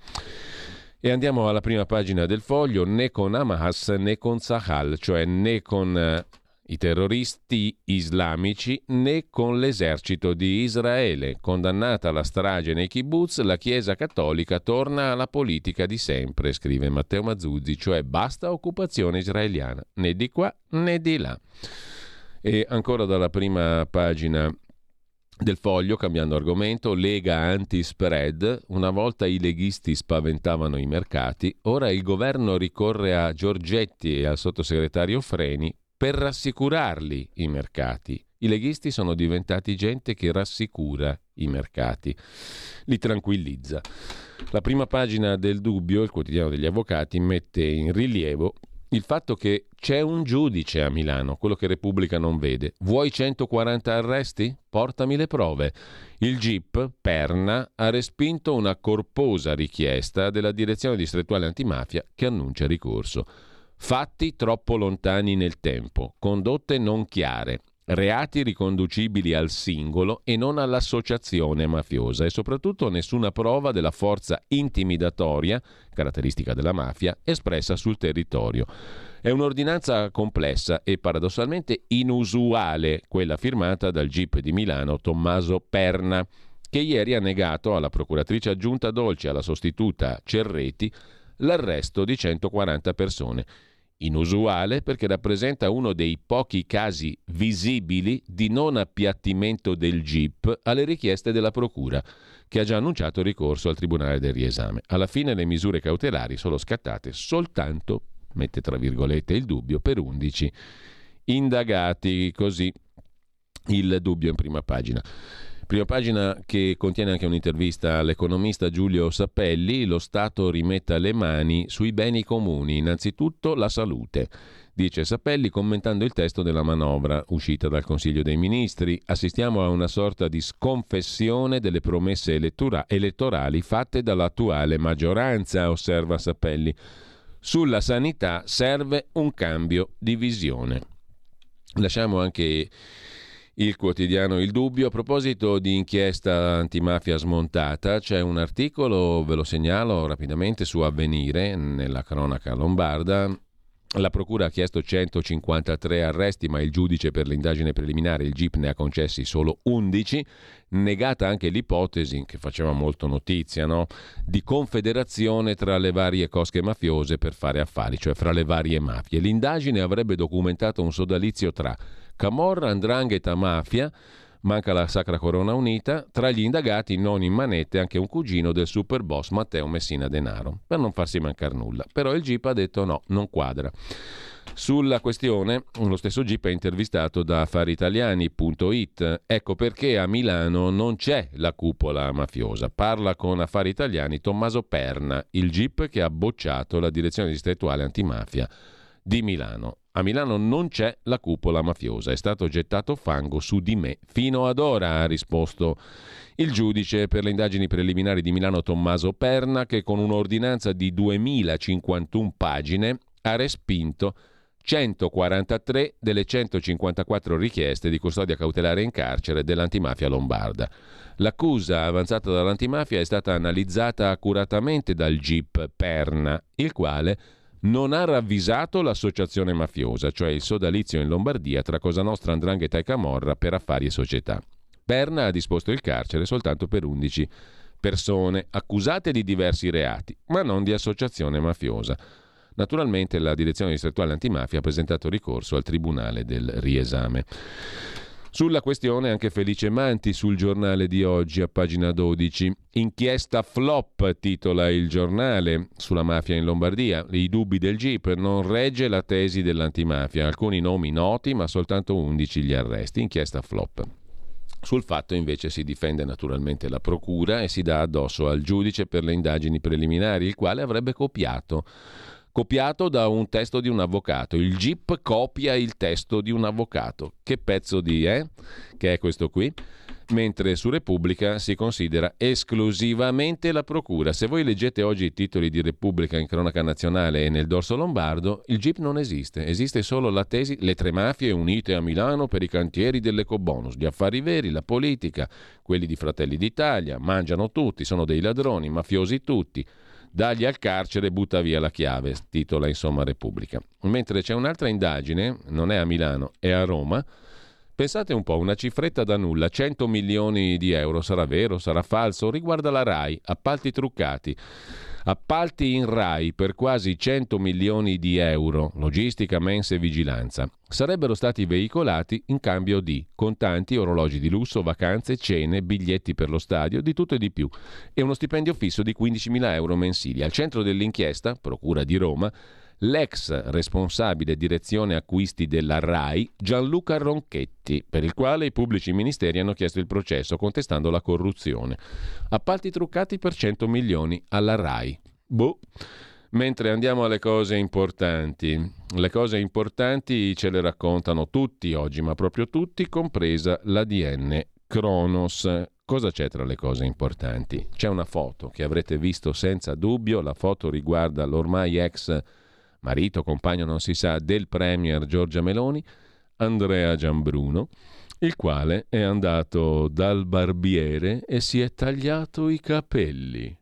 E andiamo alla prima pagina del Foglio, né con Hamas né con Tzahal, cioè né con i terroristi islamici né con l'esercito di Israele. Condannata la strage nei kibbutz, la Chiesa Cattolica torna alla politica di sempre, scrive Matteo Mazzuzzi, cioè basta occupazione israeliana, né di qua né di là. E ancora dalla prima pagina del Foglio, cambiando argomento, Lega anti-spread, una volta i leghisti spaventavano i mercati, ora il governo ricorre a Giorgetti e al sottosegretario Freni per rassicurarli i mercati. I leghisti sono diventati gente che rassicura i mercati, li tranquillizza. La prima pagina del Dubbio, il quotidiano degli avvocati, mette in rilievo il fatto che c'è un giudice a Milano, quello che Repubblica non vede. Vuoi 140 arresti? Portami le prove. Il GIP, Perna, ha respinto una corposa richiesta della Direzione Distrettuale Antimafia che annuncia ricorso. Fatti troppo lontani nel tempo, condotte non chiare, reati riconducibili al singolo e non all'associazione mafiosa e soprattutto nessuna prova della forza intimidatoria, caratteristica della mafia, espressa sul territorio. È un'ordinanza complessa e paradossalmente inusuale, quella firmata dal GIP di Milano Tommaso Perna, che ieri ha negato alla procuratrice aggiunta Dolci e alla sostituta Cerreti l'arresto di 140 persone. Inusuale perché rappresenta uno dei pochi casi visibili di non appiattimento del GIP alle richieste della Procura, che ha già annunciato ricorso al Tribunale del riesame. Alla fine le misure cautelari sono scattate soltanto, mette tra virgolette il Dubbio, per 11 indagati. Così il Dubbio in prima pagina. Prima pagina che contiene anche un'intervista all'economista Giulio Sapelli. Lo Stato rimetta le mani sui beni comuni, innanzitutto la salute. Dice Sapelli commentando il testo della manovra uscita dal Consiglio dei Ministri. Assistiamo a una sorta di sconfessione delle promesse elettorali fatte dall'attuale maggioranza, osserva Sapelli. Sulla sanità serve un cambio di visione. Lasciamo anche il quotidiano Il Dubbio. A proposito di inchiesta antimafia smontata, c'è un articolo, ve lo segnalo rapidamente, su Avvenire, nella cronaca lombarda. La procura ha chiesto 153 arresti, ma il giudice per l'indagine preliminare, il GIP, ne ha concessi solo 11. Negata anche l'ipotesi, che faceva molto notizia, no? Di confederazione tra le varie cosche mafiose per fare affari, cioè fra le varie mafie. L'indagine avrebbe documentato un sodalizio tra camorra, 'ndrangheta, mafia, manca la Sacra Corona Unita, tra gli indagati non in manette anche un cugino del super boss Matteo Messina Denaro, per non farsi mancare nulla. Però il GIP ha detto no, non quadra. Sulla questione, lo stesso GIP è intervistato da affaritaliani.it. Ecco perché a Milano non c'è la cupola mafiosa. Parla con Affari Italiani Tommaso Perna, il GIP che ha bocciato la direzione distrettuale antimafia di Milano. A Milano non c'è la cupola mafiosa, è stato gettato fango su di me fino ad ora, ha risposto il giudice per le indagini preliminari di Milano Tommaso Perna, che con un'ordinanza di 2051 pagine ha respinto 143 delle 154 richieste di custodia cautelare in carcere dell'antimafia lombarda. L'accusa avanzata dall'antimafia è stata analizzata accuratamente dal GIP Perna, il quale non ha ravvisato l'associazione mafiosa, cioè il sodalizio in Lombardia tra Cosa Nostra, 'ndrangheta e camorra per affari e società. Perna ha disposto il carcere soltanto per 11 persone accusate di diversi reati, ma non di associazione mafiosa. Naturalmente la direzione distrettuale antimafia ha presentato ricorso al Tribunale del Riesame. Sulla questione anche Felice Manti sul Giornale di oggi a pagina 12. Inchiesta flop, titola il giornale, sulla mafia in Lombardia. I dubbi del GIP, non regge la tesi dell'antimafia. Alcuni nomi noti, ma soltanto 11 gli arresti. Inchiesta flop. Sul fatto invece si difende naturalmente la procura e si dà addosso al giudice per le indagini preliminari, il quale avrebbe copiato da un testo di un avvocato. Il GIP copia il testo di un avvocato. Che pezzo di che è questo qui? Mentre su Repubblica si considera esclusivamente la procura. Se voi leggete oggi i titoli di Repubblica in cronaca nazionale e nel dorso lombardo, il GIP non esiste. Esiste solo la tesi: le tre mafie unite a Milano per i cantieri dell'ecobonus. Gli affari veri, la politica, quelli di Fratelli d'Italia, mangiano tutti, sono dei ladroni, mafiosi tutti. Dagli al carcere, butta via la chiave, titola insomma Repubblica. Mentre c'è un'altra indagine, non è a Milano, è a Roma. Pensate un po', una cifretta da nulla, 100 milioni di euro, sarà vero, sarà falso? Riguarda la RAI, appalti truccati. Appalti in RAI per quasi 100 milioni di euro, logistica, mense e vigilanza. Sarebbero stati veicolati in cambio di contanti, orologi di lusso, vacanze, cene, biglietti per lo stadio, di tutto e di più, e uno stipendio fisso di 15.000 euro mensili. Al centro dell'inchiesta, Procura di Roma, l'ex responsabile direzione acquisti della RAI, Gianluca Ronchetti, per il quale i pubblici ministeri hanno chiesto il processo contestando la corruzione. Appalti truccati per 100 milioni alla RAI. Mentre andiamo alle cose importanti. Le cose importanti ce le raccontano tutti oggi, ma proprio tutti, compresa l'ADN Cronos. Cosa c'è tra le cose importanti? C'è una foto che avrete visto senza dubbio. La foto riguarda l'ormai ex marito, compagno non si sa, del premier Giorgia Meloni, Andrea Giambruno, il quale è andato dal barbiere e si è tagliato i capelli.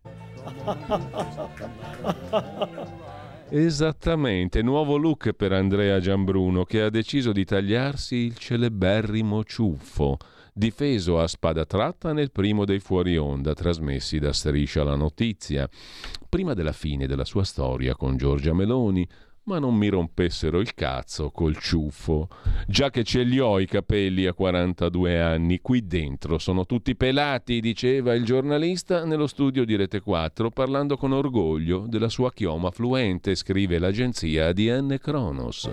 Esattamente, nuovo look per Andrea Giambruno, che ha deciso di tagliarsi il celeberrimo ciuffo, difeso a spada tratta nel primo dei fuori onda trasmessi da Striscia la Notizia, prima della fine della sua storia con Giorgia Meloni. Ma non mi rompessero il cazzo col ciuffo, già che ce li ho i capelli a 42 anni, qui dentro sono tutti pelati, diceva il giornalista nello studio di Rete 4, parlando con orgoglio della sua chioma fluente, scrive l'agenzia ADN Cronos.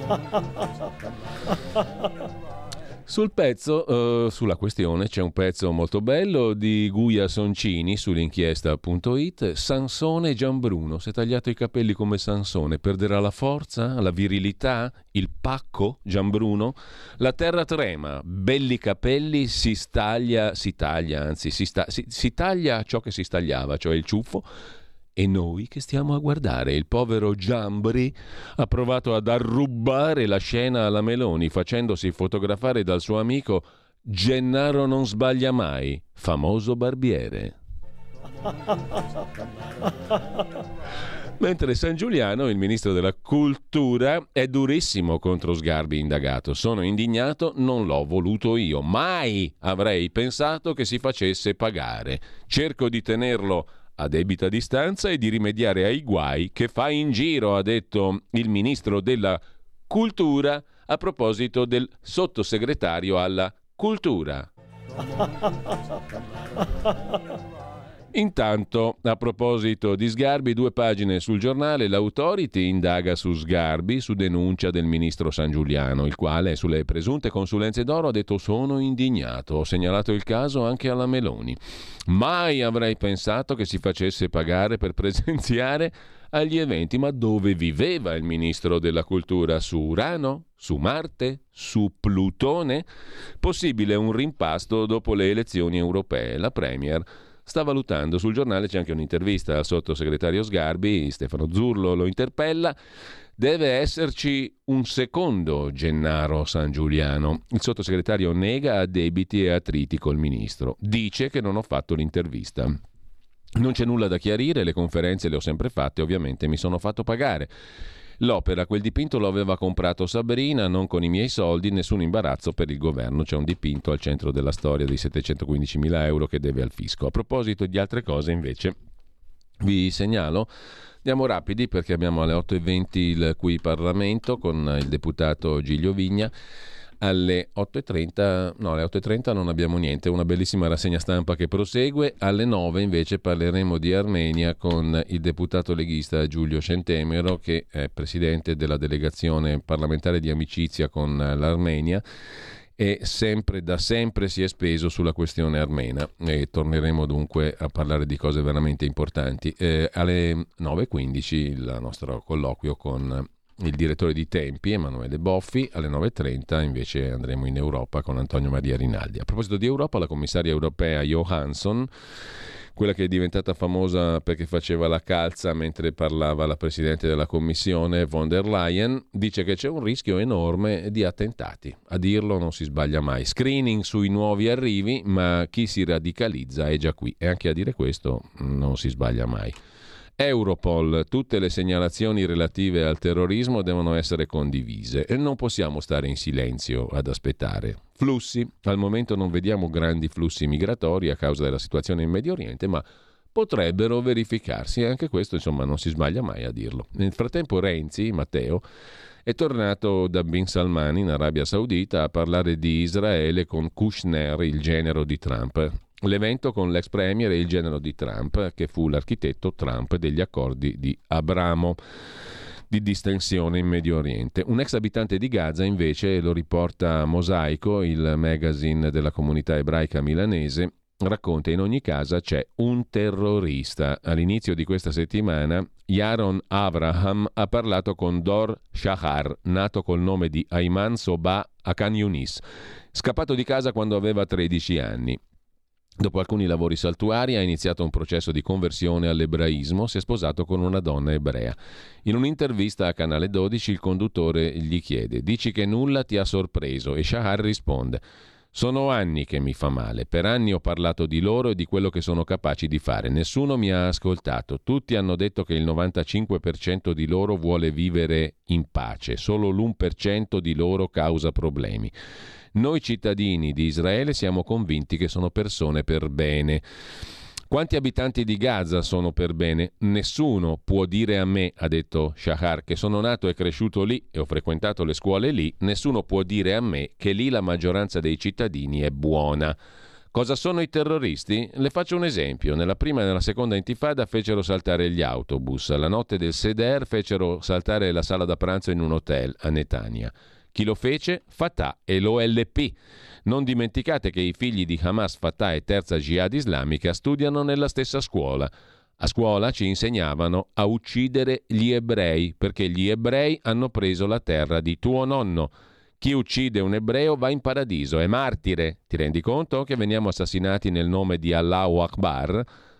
Sul pezzo, sulla questione, c'è un pezzo molto bello di Guia Soncini sull'inchiesta.it. Sansone Giambruno si è tagliato i capelli come Sansone, perderà la forza, la virilità, il pacco Giambruno? La terra trema, belli capelli, si taglia ciò che si stagliava, cioè il ciuffo, E noi che stiamo a guardare? Il povero Giambri ha provato ad arrubare la scena alla Meloni facendosi fotografare dal suo amico Gennaro non sbaglia mai, famoso barbiere. Mentre San Giuliano, il ministro della cultura, è durissimo contro Sgarbi indagato. Sono indignato, non l'ho voluto io. Mai avrei pensato che si facesse pagare. Cerco di tenerlo a debita distanza e di rimediare ai guai che fa in giro, ha detto il ministro della cultura a proposito del sottosegretario alla cultura. Intanto, a proposito di Sgarbi, 2 pagine sul giornale. L'Authority indaga su Sgarbi su denuncia del ministro San Giuliano, il quale sulle presunte consulenze d'oro ha detto: sono indignato, ho segnalato il caso anche alla Meloni. Mai avrei pensato che si facesse pagare per presenziare agli eventi. Ma dove viveva il ministro della cultura? Su Urano? Su Marte? Su Plutone? Possibile un rimpasto dopo le elezioni europee. La Premier sta valutando. Sul giornale c'è anche un'intervista al sottosegretario Sgarbi. Stefano Zurlo lo interpella. Deve esserci un secondo Gennaro San Giuliano. Il sottosegretario nega addebiti e attriti col ministro. Dice che non ho fatto l'intervista. Non c'è nulla da chiarire, le conferenze le ho sempre fatte, ovviamente mi sono fatto pagare. L'opera, quel dipinto lo aveva comprato Sabrina, non con i miei soldi, nessun imbarazzo per il governo. C'è un dipinto al centro della storia di 715.000 euro che deve al fisco. A proposito di altre cose, invece, vi segnalo, andiamo rapidi perché abbiamo alle 8.20 il Qui Parlamento con il deputato Giglio Vigna. Alle 8.30 non abbiamo niente, una bellissima rassegna stampa che prosegue. Alle 9 invece parleremo di Armenia con il deputato leghista Giulio Centemero, che è presidente della delegazione parlamentare di amicizia con l'Armenia e da sempre si è speso sulla questione armena, e torneremo dunque a parlare di cose veramente importanti. Alle 9.15 il nostro colloquio con il direttore di Tempi, Emanuele Boffi. Alle 9.30 invece andremo in Europa con Antonio Maria Rinaldi. A proposito di Europa, la commissaria europea Johansson, quella che è diventata famosa perché faceva la calza mentre parlava la presidente della commissione von der Leyen, dice che c'è un rischio enorme di attentati. A dirlo non si sbaglia mai. Screening sui nuovi arrivi, ma chi si radicalizza è già qui, e anche a dire questo non si sbaglia mai. Europol, tutte le segnalazioni relative al terrorismo devono essere condivise e non possiamo stare in silenzio ad aspettare. Flussi, al momento non vediamo grandi flussi migratori a causa della situazione in Medio Oriente, ma potrebbero verificarsi, e anche questo insomma non si sbaglia mai a dirlo. Nel frattempo Renzi, Matteo, è tornato da Bin Salman in Arabia Saudita a parlare di Israele con Kushner, il genero di Trump. L'evento con l'ex premier e il genero di Trump, che fu l'architetto Trump degli accordi di Abramo di distensione in Medio Oriente. Un ex abitante di Gaza invece, lo riporta Mosaico, il magazine della comunità ebraica milanese, racconta: in ogni casa c'è un terrorista. All'inizio di questa settimana Yaron Avraham ha parlato con Dor Shahar, nato col nome di Ayman Sobah a Khan Yunis, scappato di casa quando aveva 13 anni. Dopo alcuni lavori saltuari ha iniziato un processo di conversione all'ebraismo, si è sposato con una donna ebrea. In un'intervista a Canale 12 il conduttore gli chiede: dici che nulla ti ha sorpreso? E Shahar risponde: sono anni che mi fa male, per anni ho parlato di loro e di quello che sono capaci di fare, nessuno mi ha ascoltato, tutti hanno detto che il 95% di loro vuole vivere in pace, solo l'1% di loro causa problemi. Noi cittadini di Israele siamo convinti che sono persone per bene. Quanti abitanti di Gaza sono per bene? Nessuno può dire a me, ha detto Shahar, che sono nato e cresciuto lì e ho frequentato le scuole lì, nessuno può dire a me che lì la maggioranza dei cittadini è buona. Cosa sono i terroristi? Le faccio un esempio. Nella prima e nella seconda intifada fecero saltare gli autobus. La notte del Seder fecero saltare la sala da pranzo in un hotel a Netanya. Chi lo fece? Fatah e l'OLP. Non dimenticate che i figli di Hamas, Fatah e Terza Jihad Islamica studiano nella stessa scuola. A scuola ci insegnavano a uccidere gli ebrei, perché gli ebrei hanno preso la terra di tuo nonno. Chi uccide un ebreo va in paradiso, è martire. Ti rendi conto che veniamo assassinati nel nome di Allahu Akbar?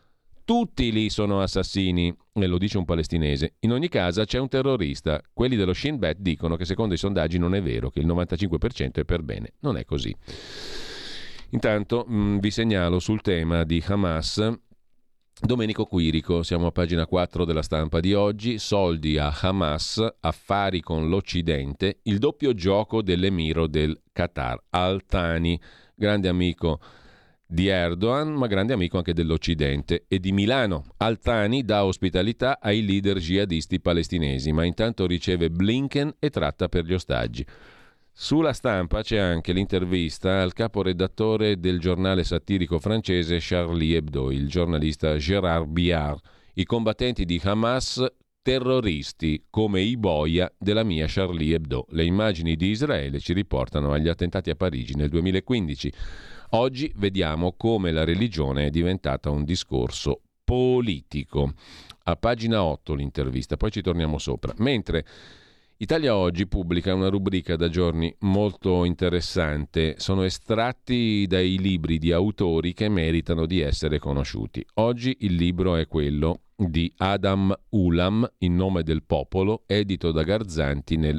tutti lì sono assassini, e lo dice un palestinese. In ogni casa c'è un terrorista. Quelli dello Shin Bet dicono che secondo i sondaggi non è vero, che il 95% è per bene. Non è così. Intanto vi segnalo sul tema di Hamas Domenico Quirico, siamo a pagina 4 della Stampa di oggi. Soldi a Hamas, affari con l'Occidente, il doppio gioco dell'emiro del Qatar, Al Thani, grande amico di Erdogan, ma grande amico anche dell'Occidente e di Milano. Al Thani dà ospitalità ai leader jihadisti palestinesi, ma intanto riceve Blinken e tratta per gli ostaggi. Sulla Stampa c'è anche l'intervista al caporedattore del giornale satirico francese Charlie Hebdo, il giornalista Gérard Biard. I combattenti di Hamas terroristi come i boia della mia Charlie Hebdo. Le immagini di Israele ci riportano agli attentati a Parigi nel 2015. Oggi vediamo come la religione è diventata un discorso politico. A pagina 8 l'intervista, poi ci torniamo sopra. Mentre Italia Oggi pubblica una rubrica da giorni molto interessante. Sono estratti dai libri di autori che meritano di essere conosciuti. Oggi il libro è quello di Adam Ulam, In nome del popolo, edito da Garzanti nel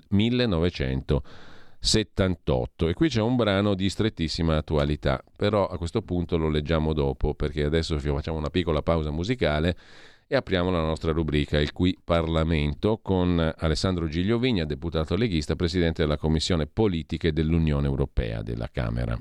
1978. E qui c'è un brano di strettissima attualità, però a questo punto lo leggiamo dopo, perché adesso facciamo una piccola pausa musicale e apriamo la nostra rubrica, il Qui Parlamento, con Alessandro Giglio Vigna, deputato leghista, presidente della Commissione Politiche dell'Unione Europea della Camera.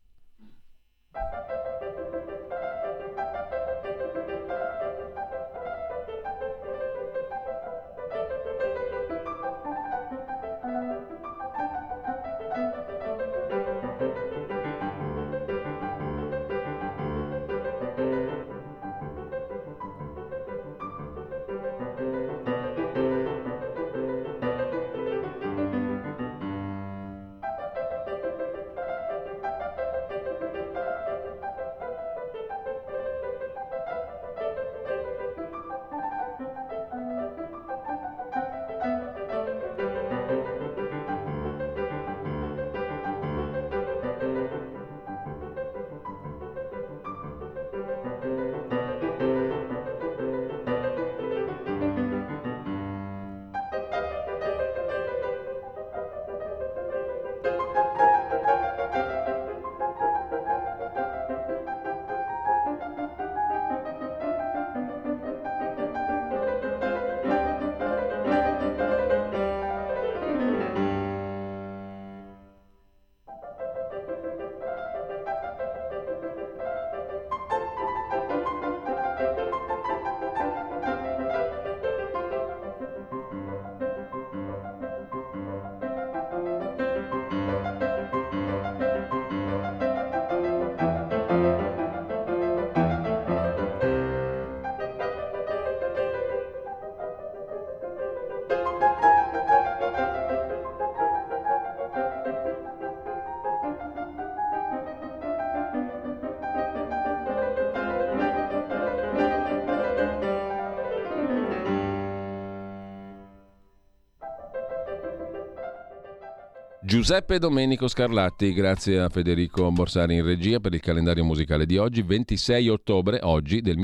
Giuseppe Domenico Scarlatti, grazie a Federico Borsari in regia per il calendario musicale di oggi, 26 ottobre, oggi del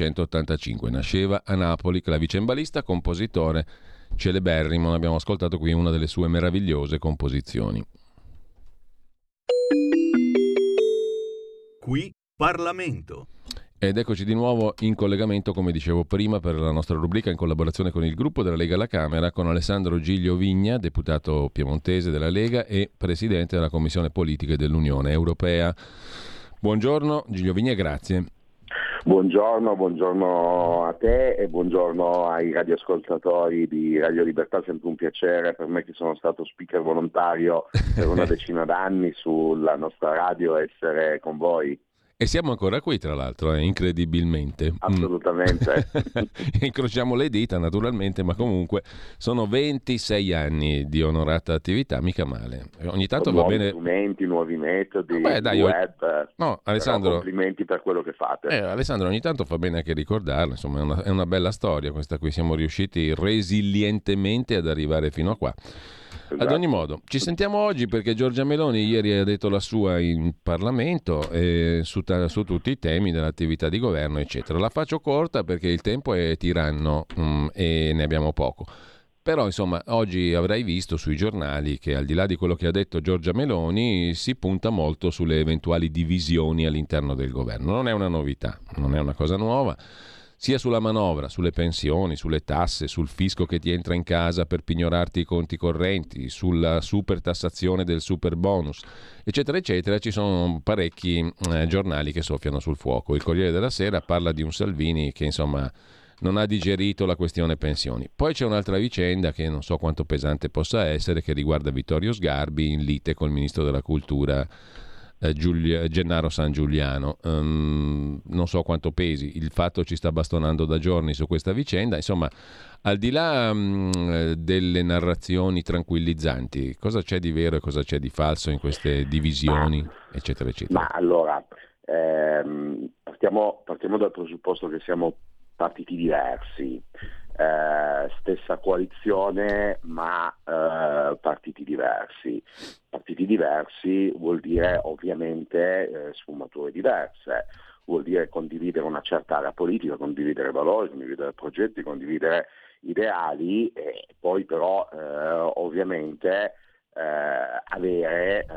1685. Nasceva a Napoli, clavicembalista, compositore celeberrimo. Abbiamo ascoltato qui una delle sue meravigliose composizioni. Qui Parlamento. Ed eccoci di nuovo in collegamento, come dicevo prima, per la nostra rubrica in collaborazione con il gruppo della Lega alla Camera, con Alessandro Giglio Vigna, deputato piemontese della Lega e presidente della Commissione Politiche dell'Unione Europea. Buongiorno Giglio Vigna e grazie. Buongiorno a te e buongiorno ai radioascoltatori di Radio Libertà, sempre un piacere per me che sono stato speaker volontario per una decina d'anni sulla nostra radio essere con voi. E siamo ancora qui, tra l'altro, incredibilmente. Assolutamente. Incrociamo le dita, naturalmente, ma comunque sono 26 anni di onorata attività, mica male. Ogni tanto va bene. Nuovi strumenti, nuovi metodi, web. No, Alessandro, complimenti per quello che fate. Alessandro, ogni tanto fa bene anche ricordarlo, insomma, è una bella storia questa qui. Siamo riusciti resilientemente ad arrivare fino a qua. Ad ogni modo, ci sentiamo oggi perché Giorgia Meloni ieri ha detto la sua in Parlamento su tutti i temi dell'attività di governo, eccetera. La faccio corta perché il tempo è tiranno e ne abbiamo poco. Però, insomma, oggi avrai visto sui giornali che al di là di quello che ha detto Giorgia Meloni si punta molto sulle eventuali divisioni all'interno del governo. Non è una novità, non è una cosa nuova. Sia sulla manovra, sulle pensioni, sulle tasse, sul fisco che ti entra in casa per pignorarti i conti correnti, sulla super tassazione del super bonus, eccetera, eccetera, ci sono parecchi giornali che soffiano sul fuoco. Il Corriere della Sera parla di un Salvini che, insomma, non ha digerito la questione pensioni. Poi c'è un'altra vicenda che non so quanto pesante possa essere, che riguarda Vittorio Sgarbi in lite col ministro della cultura Gennaro San Giuliano. Non so quanto pesi, il fatto ci sta bastonando da giorni su questa vicenda. Insomma, al di là delle narrazioni tranquillizzanti, cosa c'è di vero e cosa c'è di falso in queste divisioni, eccetera, eccetera? Ma allora, partiamo dal presupposto che siamo partiti diversi, stessa coalizione ma partiti diversi. Partiti diversi vuol dire ovviamente sfumature diverse, vuol dire condividere una certa area politica, condividere valori, condividere progetti, condividere ideali e poi però ovviamente avere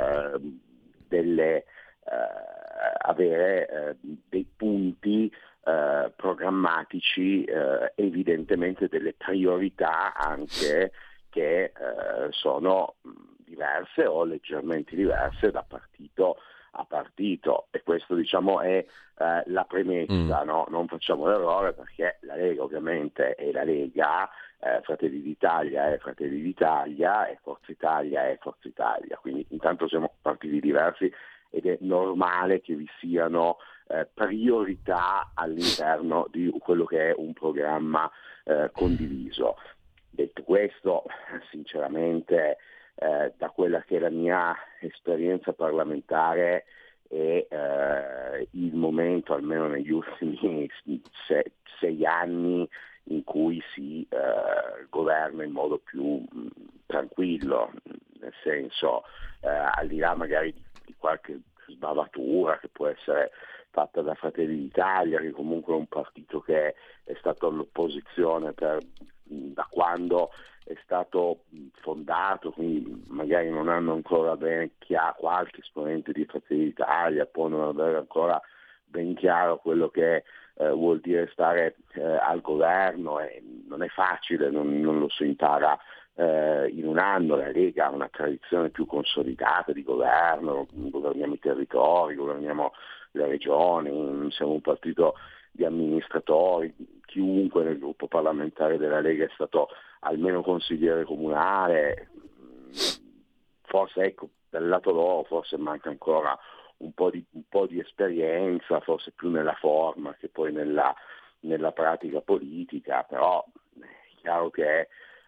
dei punti programmatici, evidentemente delle priorità anche che sono diverse o leggermente diverse da partito a partito, e questo diciamo è la premessa, no? Non facciamo l'errore perché la Lega ovviamente è la Lega, Fratelli d'Italia è Fratelli d'Italia e Forza Italia è Forza Italia, quindi intanto siamo partiti diversi ed è normale che vi siano priorità all'interno di quello che è un programma condiviso. Detto questo, sinceramente, da quella che è la mia esperienza parlamentare è il momento, almeno negli ultimi 6 anni, in cui si governa in modo più tranquillo, nel senso al di là magari di qualche sbavatura che può essere fatta da Fratelli d'Italia, che comunque è un partito che è stato all'opposizione da quando è stato fondato, quindi magari non hanno ancora ben chiaro, qualche esponente di Fratelli d'Italia può non avere ancora ben chiaro quello che vuol dire stare al governo, e non è facile, non lo si impara in un anno. La Lega ha una tradizione più consolidata di governo, governiamo i territori, governiamo le regioni, siamo un partito di amministratori, chiunque nel gruppo parlamentare della Lega è stato almeno consigliere comunale, forse ecco, dal lato loro forse manca ancora un po' di esperienza, forse più nella forma che poi nella pratica politica, però è chiaro che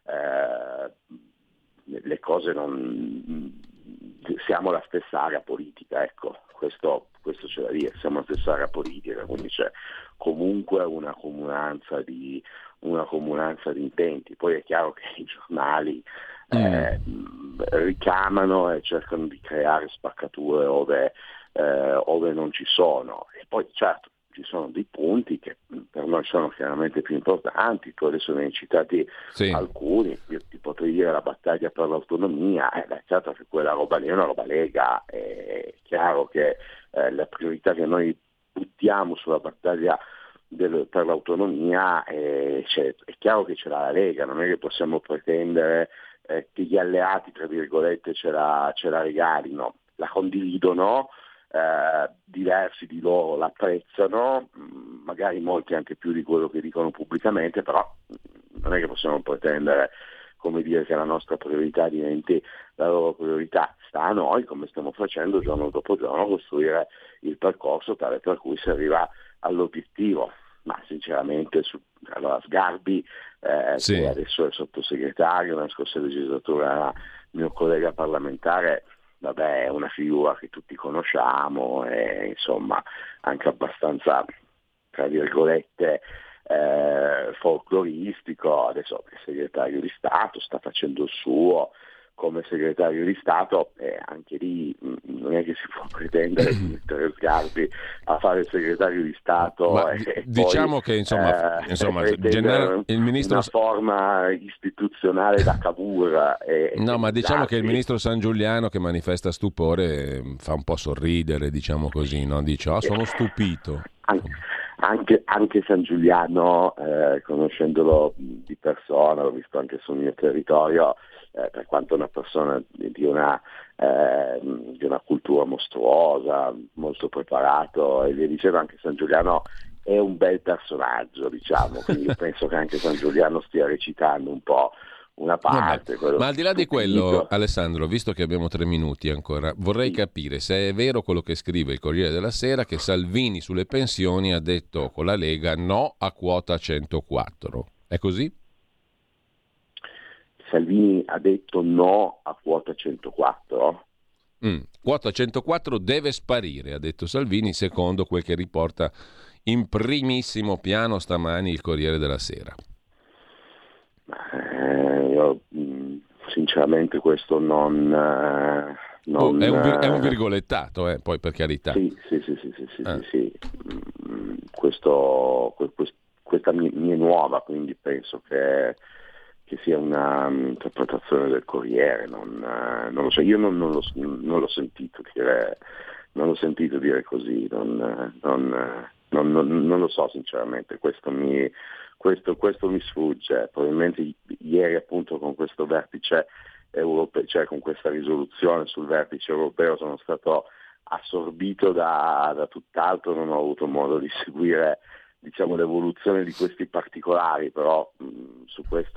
le cose non siamo la stessa area politica, ecco, questo c'è da dire, siamo la stessa area politica, quindi c'è comunque una comunanza di intenti. Poi è chiaro che i giornali ricamano e cercano di creare spaccature ove non ci sono, e poi certo ci sono dei punti che per noi sono chiaramente più importanti. Tu adesso ne hai citati alcuni, io ti potrei dire la battaglia per l'autonomia, certo che quella roba lì è una roba Lega, è chiaro che la priorità che noi buttiamo sulla battaglia per l'autonomia è chiaro che ce l'ha la Lega, non è che possiamo pretendere che gli alleati tra virgolette ce la regalino, la condividono, diversi di loro l'apprezzano, magari molti anche più di quello che dicono pubblicamente, però non è che possiamo pretendere, come dire, che la nostra priorità diventi la loro priorità. Sta a noi, come stiamo facendo giorno dopo giorno, costruire il percorso tale per cui si arriva all'obiettivo. Ma sinceramente allora Sgarbi che adesso è sottosegretario, nella scorsa legislatura era mio collega parlamentare, vabbè, è una figura che tutti conosciamo e insomma anche abbastanza, tra virgolette, folcloristico. Adesso è segretario di Stato, sta facendo il suo, come segretario di Stato, e anche lì non è che si può pretendere di mettere Sgarbi a fare il segretario di Stato. Ma diciamo poi, che insomma il ministro, una forma istituzionale da Cavour. No, ma diciamo che il ministro San Giuliano, che manifesta stupore, fa un po' sorridere, diciamo così, no? Dice sono stupito. Anche San Giuliano, conoscendolo di persona, l'ho visto anche sul mio territorio, per quanto una persona di una cultura mostruosa, molto preparato, e via dicendo, anche San Giuliano è un bel personaggio, diciamo, quindi io penso che anche San Giuliano stia recitando un po' una parte. Ma al di là di quello, Alessandro, visto che abbiamo 3 minuti ancora, vorrei capire se è vero quello che scrive il Corriere della Sera, che Salvini sulle pensioni ha detto con la Lega no a quota 104. È così? Salvini ha detto no a quota 104? Quota 104 deve sparire, ha detto Salvini, secondo quel che riporta in primissimo piano stamani il Corriere della Sera. Io sinceramente questo non è un virgolettato, poi per carità. Sì. Questa mi è nuova, quindi penso che sia una interpretazione del Corriere, non lo so, io non l'ho sentito dire così, non lo so sinceramente, questo mi sfugge. Probabilmente ieri appunto con questo vertice europeo, cioè con questa risoluzione sul vertice europeo, sono stato assorbito da tutt'altro, non ho avuto modo di seguire, diciamo, l'evoluzione di questi particolari, però su questo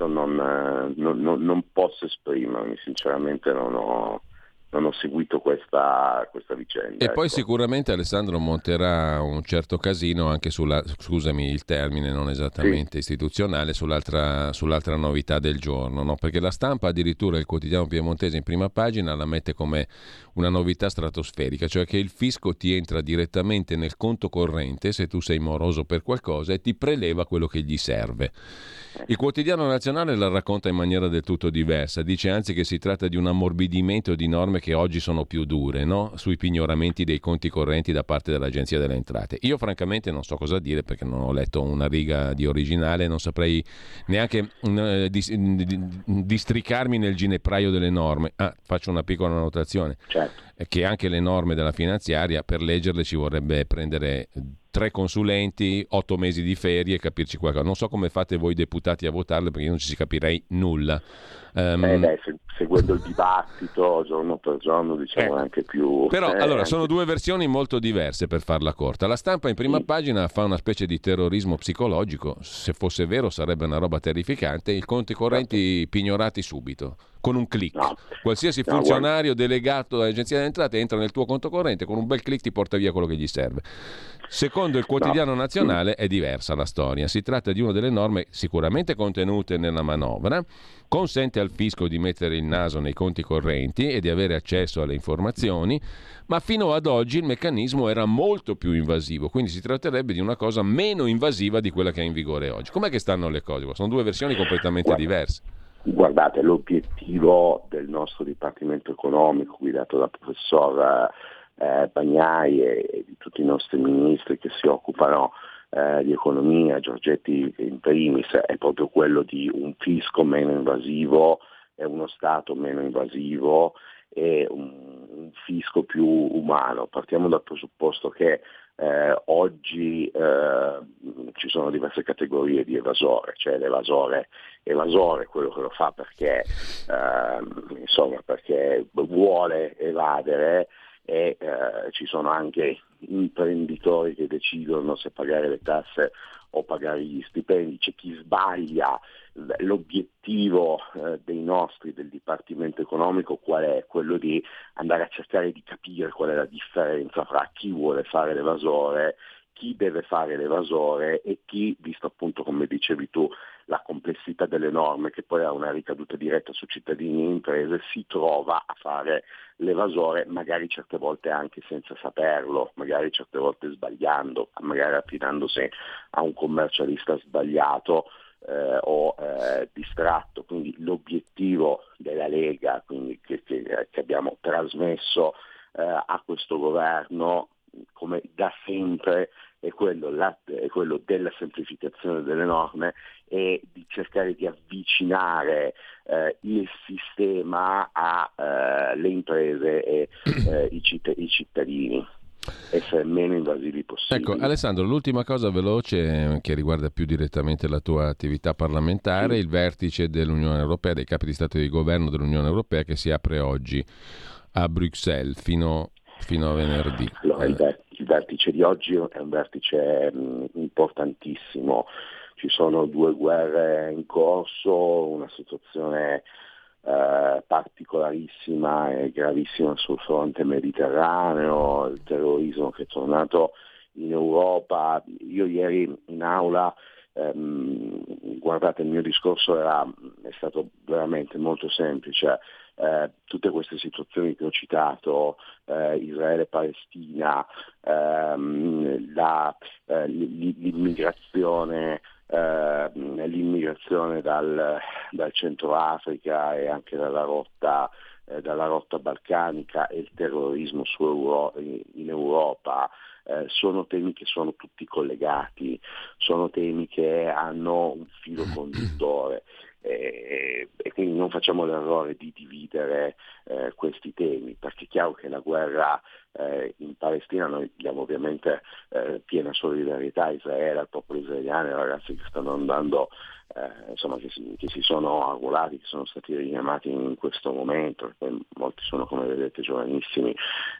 non posso esprimermi, sinceramente non ho seguito questa vicenda. E poi sicuramente Alessandro monterà un certo casino anche scusami il termine non esattamente istituzionale, sull'altra novità del giorno, no? Perché La Stampa, addirittura il quotidiano piemontese, in prima pagina la mette come una novità stratosferica, cioè che il fisco ti entra direttamente nel conto corrente se tu sei moroso per qualcosa e ti preleva quello che gli serve. Il quotidiano nazionale la racconta in maniera del tutto diversa, dice anzi che si tratta di un ammorbidimento di norme che oggi sono più dure, no? Sui pignoramenti dei conti correnti da parte dell'Agenzia delle Entrate. Io francamente non so cosa dire perché non ho letto una riga di originale, non saprei neanche districarmi nel ginepraio delle norme. Faccio una piccola annotazione, certo, che anche le norme della finanziaria, per leggerle ci vorrebbe prendere 3 consulenti, 8 mesi di ferie e capirci qualcosa. Non so come fate voi deputati a votarle perché io non ci capirei nulla. Seguendo il dibattito giorno per giorno, diciamo, anche più. Però allora sono 2 versioni molto diverse, per farla corta. La Stampa in prima pagina fa una specie di terrorismo psicologico, se fosse vero sarebbe una roba terrificante, i conti correnti pignorati subito, con un click. Qualsiasi funzionario delegato dall'Agenzia delle Entrate entra nel tuo conto corrente, con un bel click ti porta via quello che gli serve. Secondo il quotidiano nazionale è diversa la storia, si tratta di una delle norme sicuramente contenute nella manovra, consente al fisco di mettere il naso nei conti correnti e di avere accesso alle informazioni, ma fino ad oggi il meccanismo era molto più invasivo, quindi si tratterebbe di una cosa meno invasiva di quella che è in vigore oggi. Com'è che stanno le cose? Sono 2 versioni completamente diverse. Guardate, l'obiettivo del nostro Dipartimento Economico, guidato dal professor Bagnai e di tutti i nostri ministri che si occupano di economia, Giorgetti in primis, è proprio quello di un fisco meno invasivo e uno Stato meno invasivo e un fisco più umano. Partiamo dal presupposto che oggi ci sono diverse categorie di evasore, cioè l'evasore quello che lo fa perché vuole evadere, e ci sono anche imprenditori che decidono se pagare le tasse o pagare gli stipendi. C'è chi sbaglia. L'obiettivo del Dipartimento Economico qual è? Quello di andare a cercare di capire qual è la differenza fra chi vuole fare l'evasore, chi deve fare l'evasore e chi, visto appunto come dicevi tu la complessità delle norme che poi ha una ricaduta diretta su cittadini e imprese, si trova a fare l'evasore, magari certe volte anche senza saperlo, magari certe volte sbagliando, magari affidandosi a un commercialista sbagliato, o distratto. Quindi l'obiettivo della Lega, quindi che abbiamo trasmesso a questo governo, come da sempre, è quello della semplificazione delle norme e di cercare di avvicinare il sistema alle imprese e i cittadini, essere meno invasivi possibile. Ecco, Alessandro, l'ultima cosa veloce che riguarda più direttamente la tua attività parlamentare, il vertice dell'Unione Europea, dei capi di Stato e di Governo dell'Unione Europea, che si apre oggi a Bruxelles fino a venerdì. Allora, il vertice di oggi è un vertice importantissimo. Ci sono 2 guerre in corso, una situazione particolarissima e gravissima sul fronte mediterraneo, il terrorismo che è tornato in Europa. Io ieri in aula, guardate, il mio discorso è stato veramente molto semplice. Tutte queste situazioni che ho citato, Israele-Palestina, l'immigrazione dal Centro Africa e anche dalla rotta balcanica e il terrorismo in Europa, sono temi che sono tutti collegati, sono temi che hanno un filo conduttore. E quindi non facciamo l'errore di dividere questi temi, perché è chiaro che la guerra in Palestina, noi diamo ovviamente piena solidarietà a Israele, al popolo israeliano, ai ragazzi che stanno andando, che si sono arruolati, che sono stati richiamati in questo momento, perché molti sono, come vedete, giovanissimi.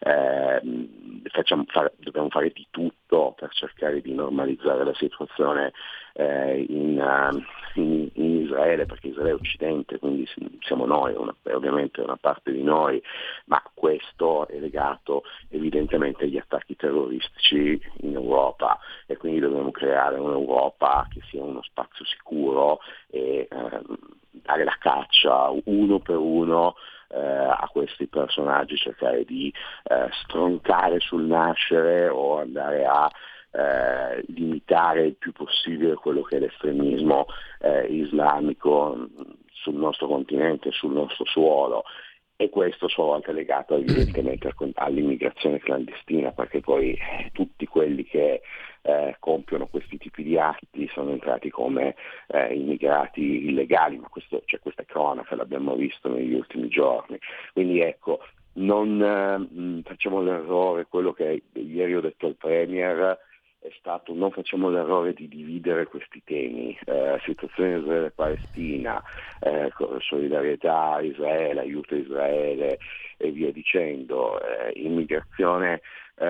Dobbiamo fare di tutto per cercare di normalizzare la situazione in Israele, perché Israele è Occidente, quindi siamo noi, è ovviamente una parte di noi, ma questo è legato evidentemente agli attacchi terroristici in Europa, e quindi dobbiamo creare un'Europa che sia uno spazio sicuro e dare la caccia uno per uno a questi personaggi, cercare di stroncare sul nascere o andare a limitare il più possibile quello che è l'estremismo islamico sul nostro continente, sul nostro suolo. E questo a sua volta è legato evidentemente all'immigrazione clandestina, perché poi tutti quelli che compiono questi tipi di atti sono entrati come immigrati illegali, ma questa è cronaca, l'abbiamo visto negli ultimi giorni. Quindi ecco, non facciamo l'errore, quello che ieri ho detto al Premier è stato: non facciamo l'errore di dividere questi temi, situazione Israele-Palestina, solidarietà a Israele, aiuto a Israele e via dicendo, immigrazione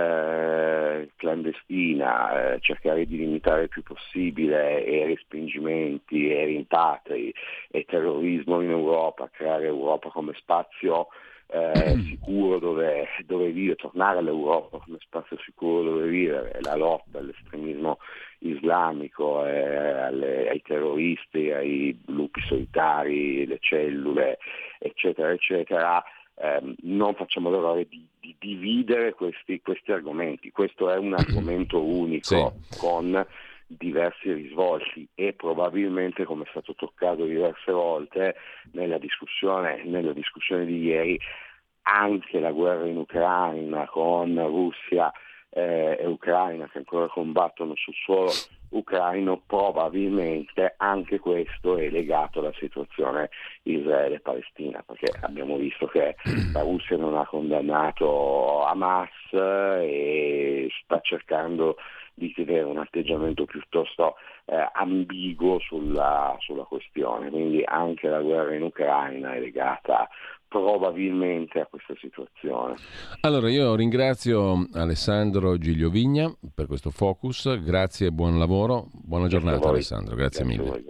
clandestina, cercare di limitare il più possibile e respingimenti e rimpatri e terrorismo in Europa, creare Europa come spazio sicuro dove vivere, tornare all'Europa come spazio sicuro dove vivere, la lotta all'estremismo islamico, ai terroristi, ai lupi solitari, le cellule, eccetera, eccetera. Non facciamo l'errore di dividere questi argomenti. Questo è un argomento unico, sì, con diversi risvolti, e probabilmente, come è stato toccato diverse volte nella discussione di ieri, anche la guerra in Ucraina, con Russia e Ucraina che ancora combattono sul suolo ucraino, probabilmente anche questo è legato alla situazione Israele-Palestina, perché abbiamo visto che la Russia non ha condannato Hamas e sta cercando di tenere un atteggiamento piuttosto ambiguo sulla questione. Quindi anche la guerra in Ucraina è legata probabilmente a questa situazione. Allora, io ringrazio Alessandro Gigliovigna per questo focus, grazie e buon lavoro, buona giornata Alessandro, grazie mille.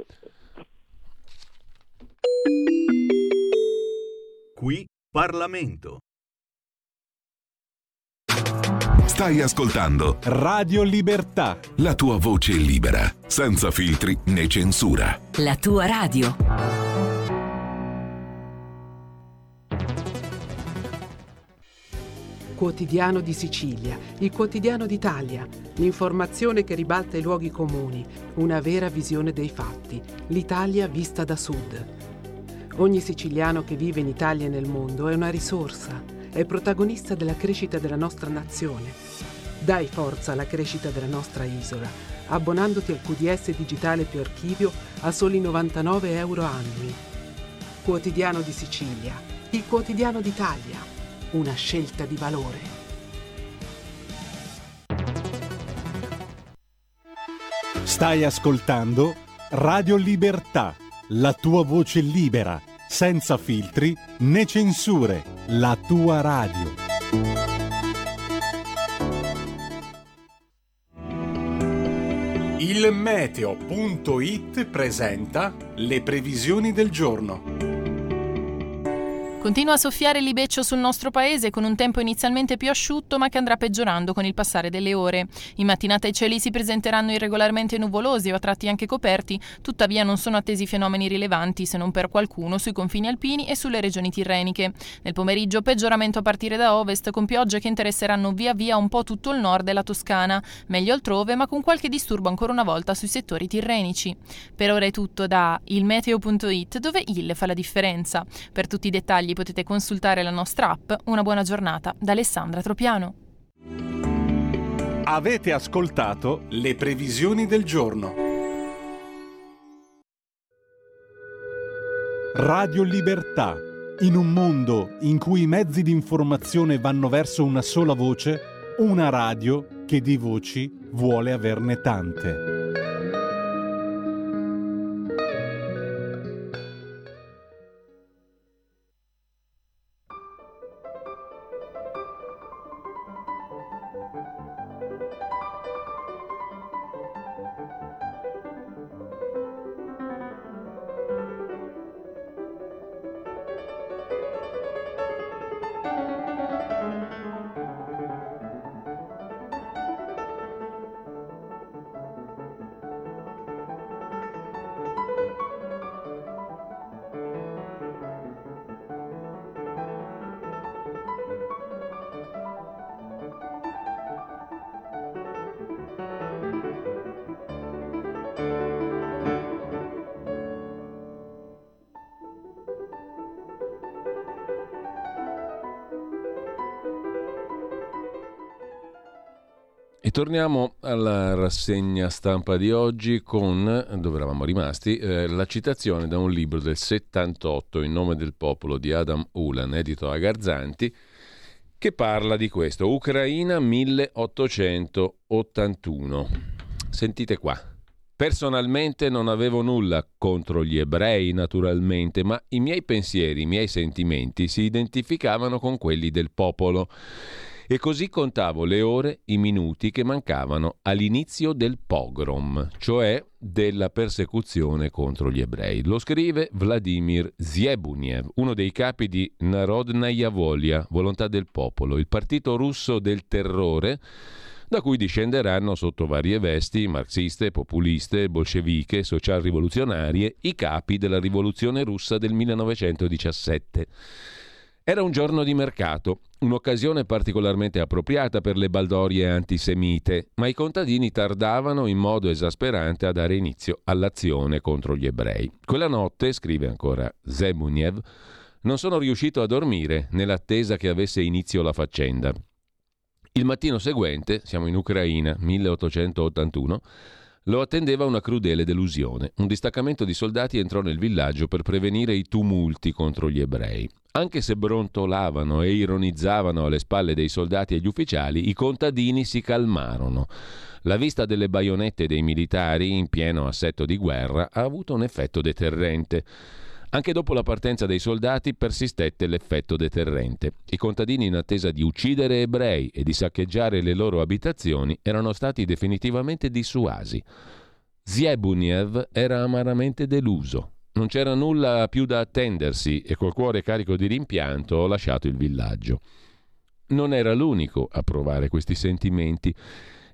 Qui Parlamento. Stai ascoltando Radio Libertà, la tua voce libera, senza filtri né censura. La tua radio. Quotidiano di Sicilia, il quotidiano d'Italia, l'informazione che ribalta i luoghi comuni, una vera visione dei fatti, l'Italia vista da sud. Ogni siciliano che vive in Italia e nel mondo è una risorsa, è protagonista della crescita della nostra nazione. Dai forza alla crescita della nostra isola, abbonandoti al QDS digitale più archivio a soli 99 euro annui. Quotidiano di Sicilia, il quotidiano d'Italia. Una scelta di valore. Stai ascoltando Radio Libertà, la tua voce libera, senza filtri né censure, la tua radio. Il meteo.it presenta le previsioni del giorno. Continua a soffiare libeccio sul nostro paese con un tempo inizialmente più asciutto ma che andrà peggiorando con il passare delle ore. In mattinata i cieli si presenteranno irregolarmente nuvolosi o a tratti anche coperti, tuttavia non sono attesi fenomeni rilevanti se non per qualcuno sui confini alpini e sulle regioni tirreniche. Nel pomeriggio peggioramento a partire da ovest con piogge che interesseranno via via un po' tutto il nord e la Toscana, meglio altrove ma con qualche disturbo ancora una volta sui settori tirrenici. Per ora è tutto da ilmeteo.it dove il fa la differenza. Per tutti i dettagli potete consultare la nostra app. Una buona giornata da Alessandra Tropiano. Avete ascoltato le previsioni del giorno. Radio Libertà. In un mondo in cui i mezzi di informazione vanno verso una sola voce, una radio che di voci vuole averne tante. E torniamo alla rassegna stampa di oggi con, dove eravamo rimasti, la citazione da un libro del 78, In nome del popolo, di Adam Ulan, edito a Garzanti, che parla di questo, Ucraina 1881. Sentite qua. Personalmente non avevo nulla contro gli ebrei, naturalmente, ma i miei pensieri, i miei sentimenti si identificavano con quelli del popolo. E così contavo le ore, i minuti che mancavano all'inizio del pogrom, cioè della persecuzione contro gli ebrei. Lo scrive Vladimir Zyebuniev, uno dei capi di Narodnaya Volia, Volontà del Popolo, il partito russo del terrore, da cui discenderanno sotto varie vesti marxiste, populiste, bolsceviche, social-rivoluzionarie, i capi della rivoluzione russa del 1917. Era un giorno di mercato, un'occasione particolarmente appropriata per le baldorie antisemite, ma i contadini tardavano in modo esasperante a dare inizio all'azione contro gli ebrei. Quella notte, scrive ancora Zyebuniev, non sono riuscito a dormire nell'attesa che avesse inizio la faccenda. Il mattino seguente, siamo in Ucraina, 1881, lo attendeva una crudele delusione. Un distaccamento di soldati entrò nel villaggio per prevenire i tumulti contro gli ebrei. Anche se brontolavano e ironizzavano alle spalle dei soldati e gli ufficiali, i contadini si calmarono. La vista delle baionette dei militari in pieno assetto di guerra ha avuto un effetto deterrente. Anche dopo la partenza dei soldati persistette l'effetto deterrente. I contadini, in attesa di uccidere ebrei e di saccheggiare le loro abitazioni, erano stati definitivamente dissuasi. Zyebuniev era amaramente deluso. Non c'era nulla più da attendersi e col cuore carico di rimpianto ho lasciato il villaggio. Non era l'unico a provare questi sentimenti.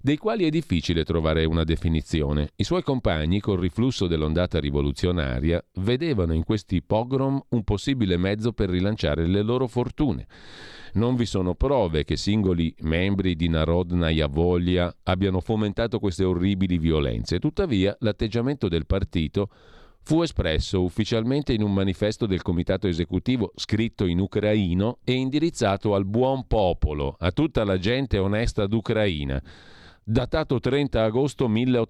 dei quali è difficile trovare una definizione. I suoi compagni, col riflusso dell'ondata rivoluzionaria, vedevano in questi pogrom un possibile mezzo per rilanciare le loro fortune. Non vi sono prove che singoli membri di Narodnaya Volya abbiano fomentato queste orribili violenze. Tuttavia, l'atteggiamento del partito fu espresso ufficialmente in un manifesto del comitato esecutivo scritto in ucraino e indirizzato al buon popolo, a tutta la gente onesta d'Ucraina, datato 30 agosto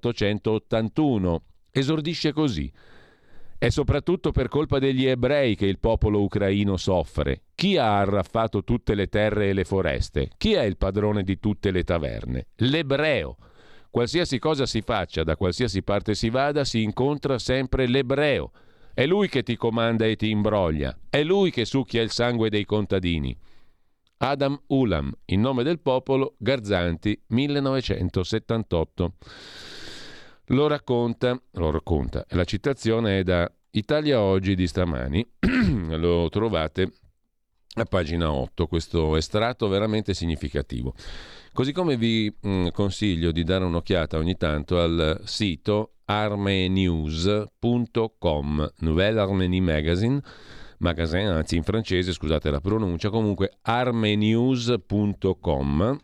1881. Esordisce così: è soprattutto per colpa degli ebrei che il popolo ucraino soffre. Chi ha arraffato tutte le terre e le foreste? Chi è il padrone di tutte le taverne? L'ebreo. Qualsiasi cosa si faccia, da qualsiasi parte si vada, si incontra sempre l'ebreo. È lui che ti comanda e ti imbroglia. È lui che succhia il sangue dei contadini. Adam Ulam, In nome del popolo, Garzanti, 1978. Lo racconta, e la citazione è da Italia Oggi di stamani, lo trovate a pagina 8, questo estratto veramente significativo. Così come vi consiglio di dare un'occhiata ogni tanto al sito armenews.com, Nouvelle Arménie Magazine, anzi in francese, scusate la pronuncia, comunque armenews.com,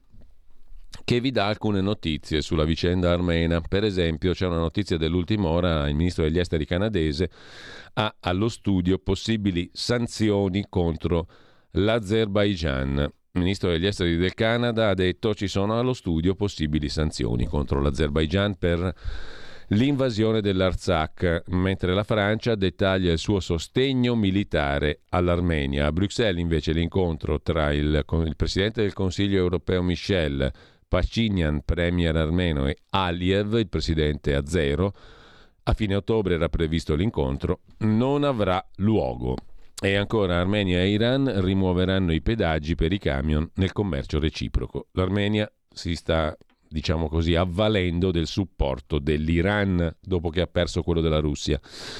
che vi dà alcune notizie sulla vicenda armena. Per esempio c'è una notizia dell'ultima ora: il ministro degli esteri canadese ha allo studio possibili sanzioni contro l'Azerbaigian. Il ministro degli esteri del Canada ha detto: ci sono allo studio possibili sanzioni contro l'Azerbaigian per l'invasione dell'Artsakh, mentre la Francia dettaglia il suo sostegno militare all'Armenia. A Bruxelles invece l'incontro tra il presidente del Consiglio europeo Michel, Pashinyan, premier armeno, e Aliyev, il presidente azero. A fine ottobre era previsto l'incontro, non avrà luogo. E ancora, Armenia e Iran rimuoveranno i pedaggi per i camion nel commercio reciproco. L'Armenia si sta, diciamo così, avvalendo del supporto dell'Iran dopo che ha perso quello della Russia.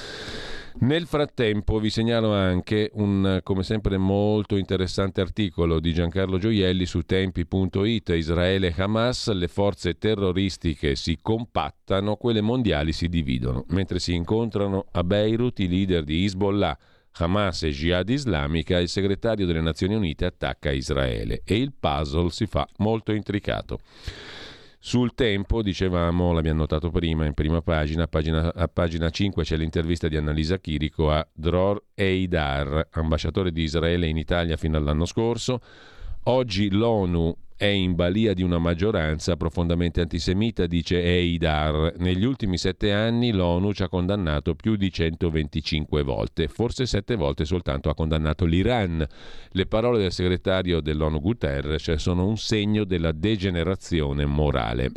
Nel frattempo vi segnalo anche un, come sempre, molto interessante articolo di Giancarlo Gioielli su tempi.it. Israele e Hamas, le forze terroristiche si compattano, quelle mondiali si dividono. Mentre si incontrano a Beirut i leader di Hezbollah, Hamas e Jihad islamica, il segretario delle Nazioni Unite attacca Israele e il puzzle si fa molto intricato. Sul Tempo, dicevamo, l'abbiamo notato prima, in prima pagina, a pagina 5 c'è l'intervista di Annalisa Chirico a Dror Eidar, ambasciatore di Israele in Italia fino all'anno scorso. Oggi l'ONU è in balia di una maggioranza profondamente antisemita, dice Eidar. Negli ultimi 7 anni l'ONU ci ha condannato più di 125 volte, forse 7 volte soltanto ha condannato l'Iran. Le parole del segretario dell'ONU Guterres sono un segno della degenerazione morale.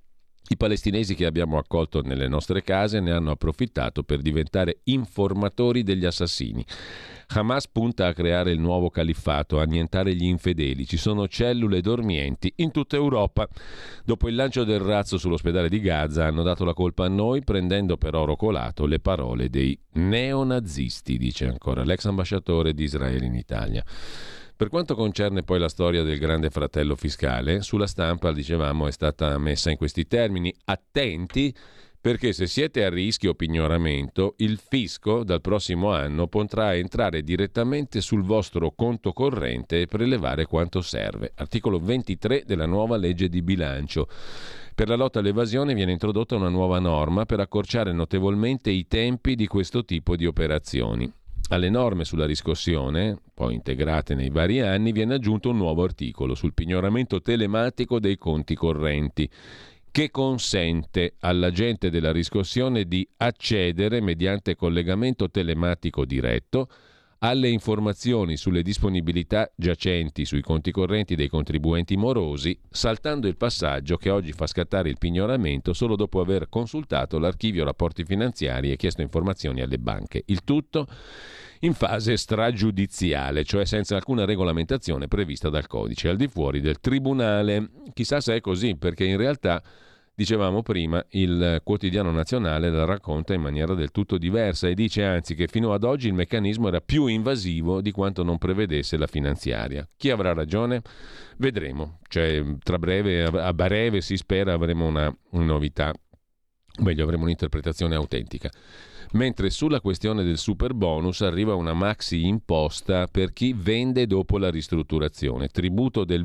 I palestinesi che abbiamo accolto nelle nostre case ne hanno approfittato per diventare informatori degli assassini. Hamas punta a creare il nuovo califfato, a annientare gli infedeli. Ci sono cellule dormienti in tutta Europa. Dopo il lancio del razzo sull'ospedale di Gaza hanno dato la colpa a noi, prendendo per oro colato le parole dei neonazisti, dice ancora l'ex ambasciatore di Israele in Italia. Per quanto concerne poi la storia del grande fratello fiscale, sulla stampa, dicevamo, è stata messa in questi termini: attenti, perché se siete a rischio pignoramento, il fisco dal prossimo anno potrà entrare direttamente sul vostro conto corrente e prelevare quanto serve. Articolo 23 della nuova legge di bilancio. Per la lotta all'evasione viene introdotta una nuova norma per accorciare notevolmente i tempi di questo tipo di operazioni. Alle norme sulla riscossione, poi integrate nei vari anni, viene aggiunto un nuovo articolo sul pignoramento telematico dei conti correnti, che consente all'agente della riscossione di accedere mediante collegamento telematico diretto alle informazioni sulle disponibilità giacenti sui conti correnti dei contribuenti morosi, saltando il passaggio che oggi fa scattare il pignoramento solo dopo aver consultato l'archivio rapporti finanziari e chiesto informazioni alle banche. Il tutto in fase stragiudiziale, cioè senza alcuna regolamentazione prevista dal codice, al di fuori del tribunale. Chissà se è così, perché in realtà Dicevamo prima, il Quotidiano Nazionale la racconta in maniera del tutto diversa e dice anzi che fino ad oggi il meccanismo era più invasivo di quanto non prevedesse la finanziaria. Chi avrà ragione? Vedremo. Cioè, a breve si spera avremo una novità, meglio avremo un'interpretazione autentica. Mentre sulla questione del super bonus arriva una maxi imposta per chi vende dopo la ristrutturazione, tributo del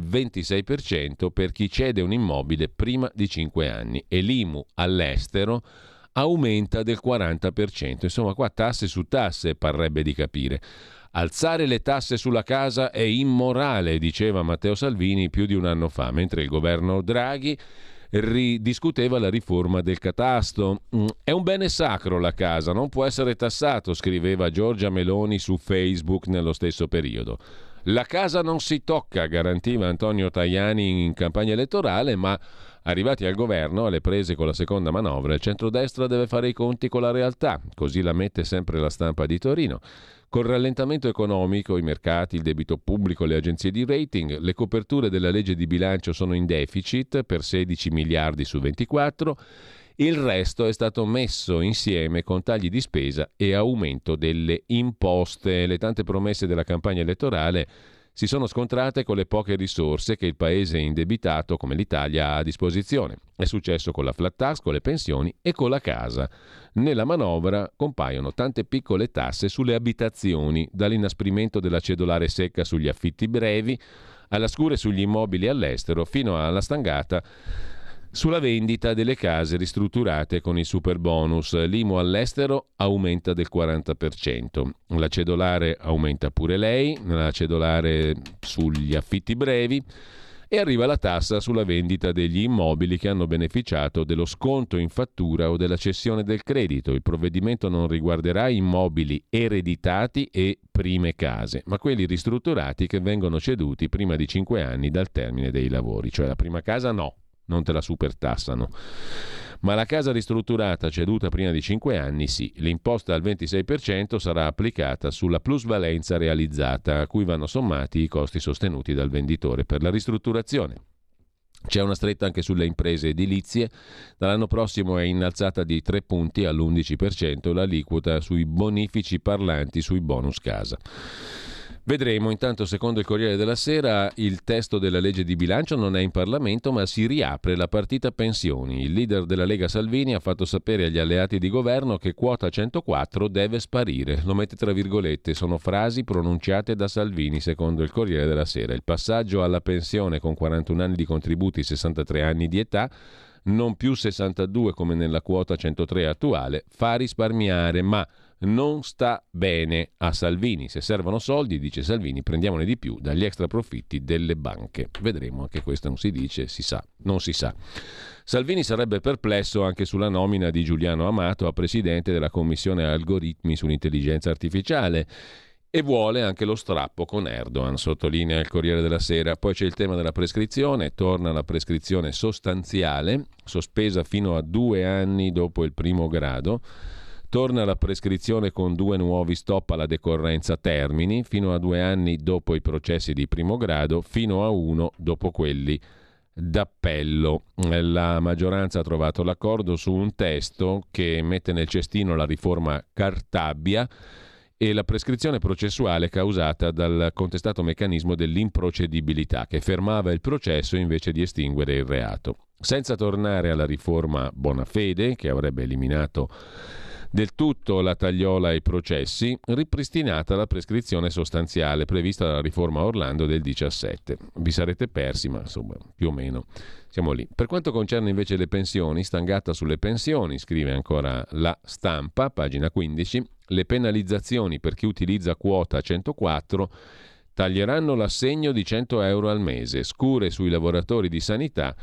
26% per chi cede un immobile prima di 5 anni e l'IMU all'estero aumenta del 40%. Insomma, qua tasse su tasse, parrebbe di capire. Alzare le tasse sulla casa è immorale, diceva Matteo Salvini più di un anno fa, mentre il governo Draghi ridiscuteva la riforma del catasto. È un bene sacro la casa, non può essere tassato, scriveva Giorgia Meloni su Facebook nello stesso periodo. La casa non si tocca, garantiva Antonio Tajani in campagna elettorale, ma arrivati al governo, alle prese con la seconda manovra, il centrodestra deve fare i conti con la realtà, così la mette sempre la Stampa di Torino. Col rallentamento economico, i mercati, il debito pubblico, le agenzie di rating, le coperture della legge di bilancio sono in deficit per 16 miliardi su 24, il resto è stato messo insieme con tagli di spesa e aumento delle imposte. Le tante promesse della campagna elettorale si sono scontrate con le poche risorse che il paese indebitato come l'Italia ha a disposizione. È successo con la flat tax, con le pensioni e con la casa. Nella manovra compaiono tante piccole tasse sulle abitazioni, dall'inasprimento della cedolare secca sugli affitti brevi, alla scure sugli immobili all'estero, fino alla stangata sulla vendita delle case ristrutturate con il super bonus. L'IMU all'estero aumenta del 40%, la cedolare aumenta pure lei, la cedolare sugli affitti brevi, e arriva la tassa sulla vendita degli immobili che hanno beneficiato dello sconto in fattura o della cessione del credito. Il provvedimento non riguarderà immobili ereditati e prime case, ma quelli ristrutturati che vengono ceduti prima di 5 anni dal termine dei lavori. Cioè la prima casa no, non te la supertassano, ma la casa ristrutturata ceduta prima di 5 anni sì. L'imposta al 26% sarà applicata sulla plusvalenza realizzata, a cui vanno sommati i costi sostenuti dal venditore per la ristrutturazione. C'è una stretta anche sulle imprese edilizie. Dall'anno prossimo è innalzata di 3 punti all'11% l'aliquota sui bonifici parlanti sui bonus casa. Vedremo. Intanto, secondo il Corriere della Sera, il testo della legge di bilancio non è in Parlamento, ma si riapre la partita pensioni. Il leader della Lega Salvini ha fatto sapere agli alleati di governo che quota 104 deve sparire. Lo mette tra virgolette, sono frasi pronunciate da Salvini, secondo il Corriere della Sera. Il passaggio alla pensione con 41 anni di contributi, 63 anni di età, non più 62 come nella quota 103 attuale, fa risparmiare, ma non sta bene a Salvini. Se servono soldi, dice Salvini, prendiamone di più dagli extra profitti delle banche. Vedremo, anche questo non si dice, si sa, non si sa. Salvini sarebbe perplesso anche sulla nomina di Giuliano Amato a presidente della commissione algoritmi sull'intelligenza artificiale e vuole anche lo strappo con Erdogan, sottolinea il Corriere della Sera. Poi c'è il tema della prescrizione, torna la prescrizione sostanziale, sospesa fino a 2 anni dopo il primo grado. Torna la prescrizione con 2 nuovi stop alla decorrenza termini, fino a 2 anni dopo i processi di primo grado, fino a 1 dopo quelli d'appello. La maggioranza ha trovato l'accordo su un testo che mette nel cestino la riforma Cartabia e la prescrizione processuale causata dal contestato meccanismo dell'improcedibilità, che fermava il processo invece di estinguere il reato. Senza tornare alla riforma Bonafede, che avrebbe eliminato del tutto la tagliola ai processi, ripristinata la prescrizione sostanziale prevista dalla riforma Orlando del 17. Vi sarete persi, ma insomma più o meno siamo lì. Per quanto concerne invece le pensioni, stangata sulle pensioni, scrive ancora La Stampa, pagina 15, le penalizzazioni per chi utilizza quota 104 taglieranno l'assegno di 100 euro al mese, scure sui lavoratori di sanità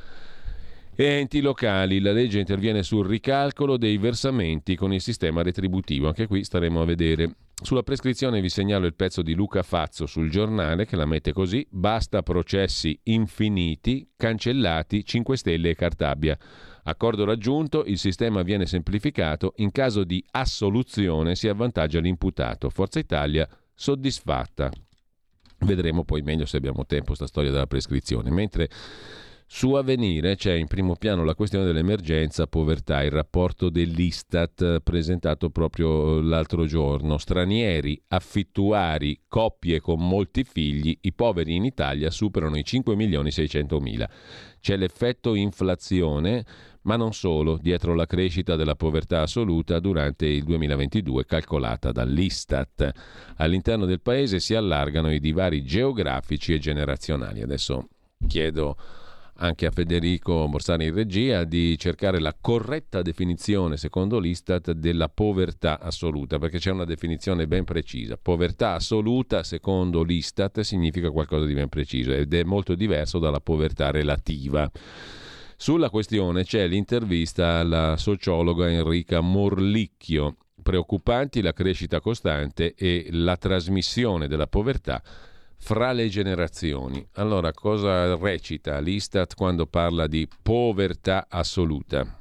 e enti locali. La legge interviene sul ricalcolo dei versamenti con il sistema retributivo. Anche qui staremo a vedere. Sulla prescrizione vi segnalo il pezzo di Luca Fazzo sul Giornale che la mette così: basta processi infiniti, cancellati 5 Stelle e Cartabia. Accordo raggiunto, il sistema viene semplificato, in caso di assoluzione si avvantaggia l'imputato. Forza Italia soddisfatta. Vedremo poi meglio se abbiamo tempo sta storia della prescrizione. Mentre Su Avvenire c'è in primo piano la questione dell'emergenza povertà, il rapporto dell'Istat presentato proprio l'altro giorno. Stranieri, affittuari, coppie con molti figli, i poveri in Italia superano i 5.600.000. C'è l'effetto inflazione, ma non solo, dietro la crescita della povertà assoluta durante il 2022 calcolata dall'Istat. All'interno del paese si allargano i divari geografici e generazionali. Adesso chiedo anche a Federico Borsari in regia di cercare la corretta definizione secondo l'Istat della povertà assoluta, perché c'è una definizione ben precisa. Povertà assoluta secondo l'Istat significa qualcosa di ben preciso ed è molto diverso dalla povertà relativa. Sulla questione c'è l'intervista alla sociologa Enrica Morlicchio. Preoccupanti la crescita costante e la trasmissione della povertà fra le generazioni. Allora, cosa recita l'Istat quando parla di povertà assoluta?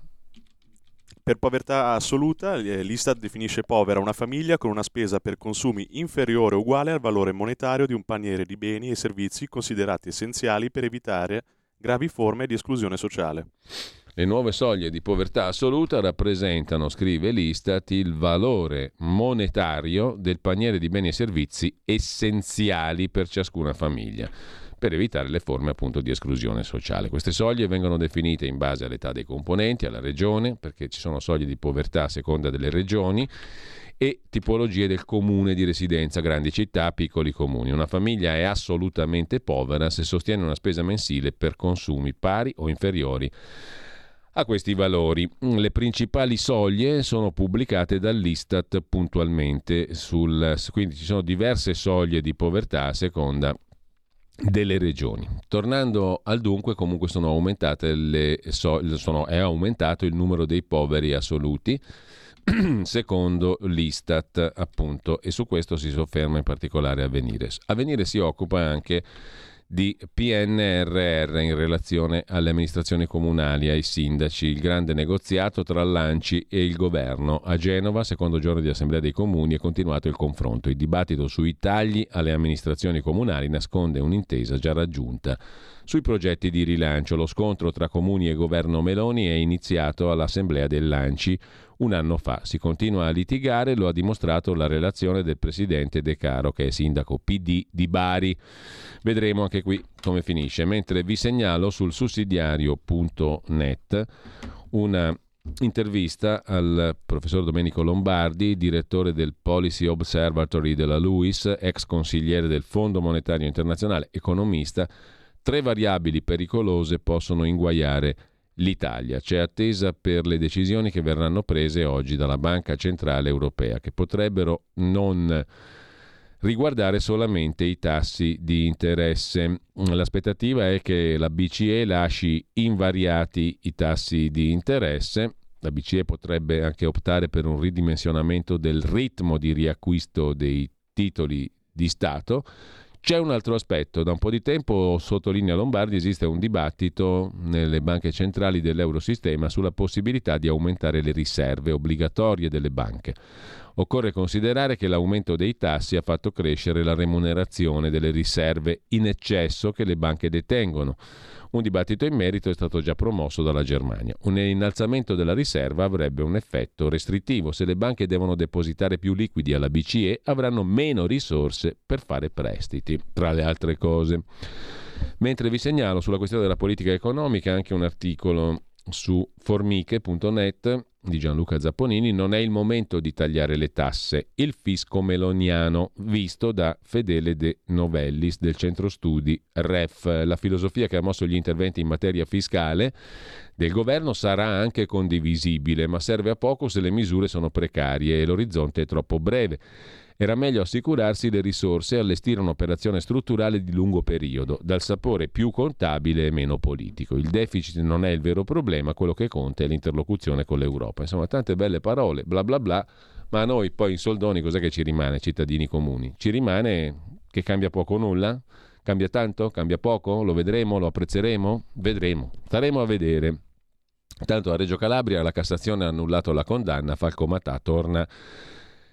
Per povertà assoluta, l'Istat definisce povera una famiglia con una spesa per consumi inferiore o uguale al valore monetario di un paniere di beni e servizi considerati essenziali per evitare gravi forme di esclusione sociale. Le nuove soglie di povertà assoluta rappresentano, scrive l'Istat, il valore monetario del paniere di beni e servizi essenziali per ciascuna famiglia, per evitare le forme appunto di esclusione sociale. Queste soglie vengono definite in base all'età dei componenti, alla regione, perché ci sono soglie di povertà a seconda delle regioni, e tipologie del comune di residenza, grandi città, piccoli comuni. Una famiglia è assolutamente povera se sostiene una spesa mensile per consumi pari o inferiori a questi valori. Le principali soglie sono pubblicate dall'Istat puntualmente, quindi ci sono diverse soglie di povertà a seconda delle regioni. Tornando al dunque, comunque sono aumentate è aumentato il numero dei poveri assoluti secondo l'Istat, appunto, e su questo si sofferma in particolare Avvenire. Avvenire si occupa anche di PNRR in relazione alle amministrazioni comunali, ai sindaci, il grande negoziato tra l'ANCI e il governo. A Genova, secondo giorno di Assemblea dei Comuni, è continuato il confronto. Il dibattito sui tagli alle amministrazioni comunali nasconde un'intesa già raggiunta sui progetti di rilancio. Lo scontro tra comuni e governo Meloni è iniziato all'Assemblea dell'ANCI un anno fa. Si continua a litigare, lo ha dimostrato la relazione del presidente De Caro, che è sindaco PD di Bari. Vedremo anche qui come finisce. Mentre vi segnalo sul sussidiario.net una intervista al professor Domenico Lombardi, direttore del Policy Observatory della LUIS, ex consigliere del Fondo Monetario Internazionale, economista. 3 variabili pericolose possono inguaiare l'Italia. C'è attesa per le decisioni che verranno prese oggi dalla Banca Centrale Europea, che potrebbero non riguardare solamente i tassi di interesse. L'aspettativa è che la BCE lasci invariati i tassi di interesse. La BCE potrebbe anche optare per un ridimensionamento del ritmo di riacquisto dei titoli di Stato. C'è un altro aspetto. Da un po' di tempo, sottolinea Lombardi, esiste un dibattito nelle banche centrali dell'Eurosistema sulla possibilità di aumentare le riserve obbligatorie delle banche. Occorre considerare che l'aumento dei tassi ha fatto crescere la remunerazione delle riserve in eccesso che le banche detengono. Un dibattito in merito è stato già promosso dalla Germania. Un innalzamento della riserva avrebbe un effetto restrittivo. Se le banche devono depositare più liquidi alla BCE, avranno meno risorse per fare prestiti, tra le altre cose. Mentre vi segnalo sulla questione della politica economica anche un articolo su formiche.net di Gianluca Zapponini. Non è il momento di tagliare le tasse, il fisco meloniano, visto da Fedele De Novellis del centro studi REF. La filosofia che ha mosso gli interventi in materia fiscale del governo sarà anche condivisibile, ma serve a poco se le misure sono precarie e l'orizzonte è troppo breve. Era meglio assicurarsi le risorse e allestire un'operazione strutturale di lungo periodo, dal sapore più contabile e meno politico. Il deficit non è il vero problema, quello che conta è l'interlocuzione con l'Europa. Insomma, tante belle parole, bla bla bla, ma a noi poi in soldoni cos'è che ci rimane, cittadini comuni? Ci rimane che cambia poco o nulla? Cambia tanto? Cambia poco? Lo vedremo? Lo apprezzeremo? Vedremo. Staremo a vedere. Tanto a Reggio Calabria la Cassazione ha annullato la condanna, Falco Matà torna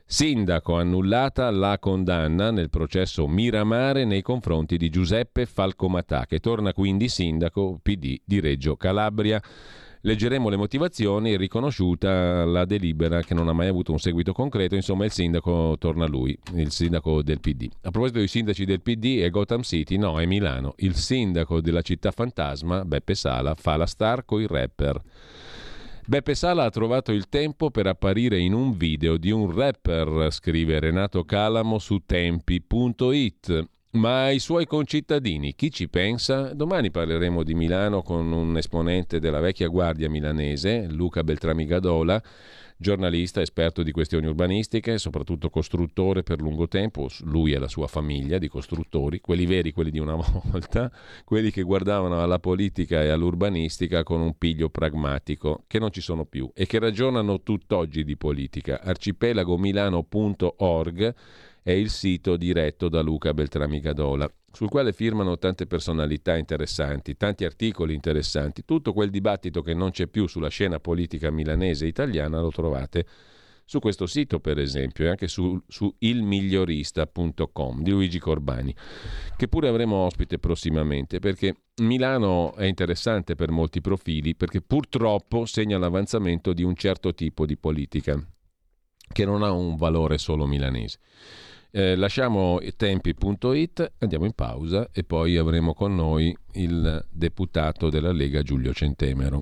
Sindaco, annullata la condanna nel processo Miramare nei confronti di Giuseppe Falcomatà, che torna quindi sindaco PD di Reggio Calabria. Leggeremo le motivazioni, riconosciuta la delibera che non ha mai avuto un seguito concreto, insomma il sindaco torna lui, il sindaco del PD. A proposito dei sindaci del PD, è Gotham City? No, è Milano. Il sindaco della città fantasma, Beppe Sala, fa la star coi rapper. Beppe Sala ha trovato il tempo per apparire in un video di un rapper, scrive Renato Calamo su tempi.it. Ma ai suoi concittadini chi ci pensa? Domani parleremo di Milano con un esponente della vecchia guardia milanese, Luca Beltrami Gadola, giornalista, esperto di questioni urbanistiche, soprattutto costruttore per lungo tempo, lui e la sua famiglia di costruttori, quelli veri, quelli di una volta, quelli che guardavano alla politica e all'urbanistica con un piglio pragmatico, che non ci sono più e che ragionano tutt'oggi di politica. Arcipelagomilano.org è il sito diretto da Luca Beltrami Gadola, sul quale firmano tante personalità interessanti, tanti articoli interessanti. Tutto quel dibattito che non c'è più sulla scena politica milanese e italiana lo trovate su questo sito, per esempio, e anche su ilmigliorista.com di Luigi Corbani, che pure avremo ospite prossimamente, perché Milano è interessante per molti profili, perché purtroppo segna l'avanzamento di un certo tipo di politica che non ha un valore solo milanese. Lasciamo tempi.it, andiamo in pausa e poi avremo con noi il deputato della Lega Giulio Centemero.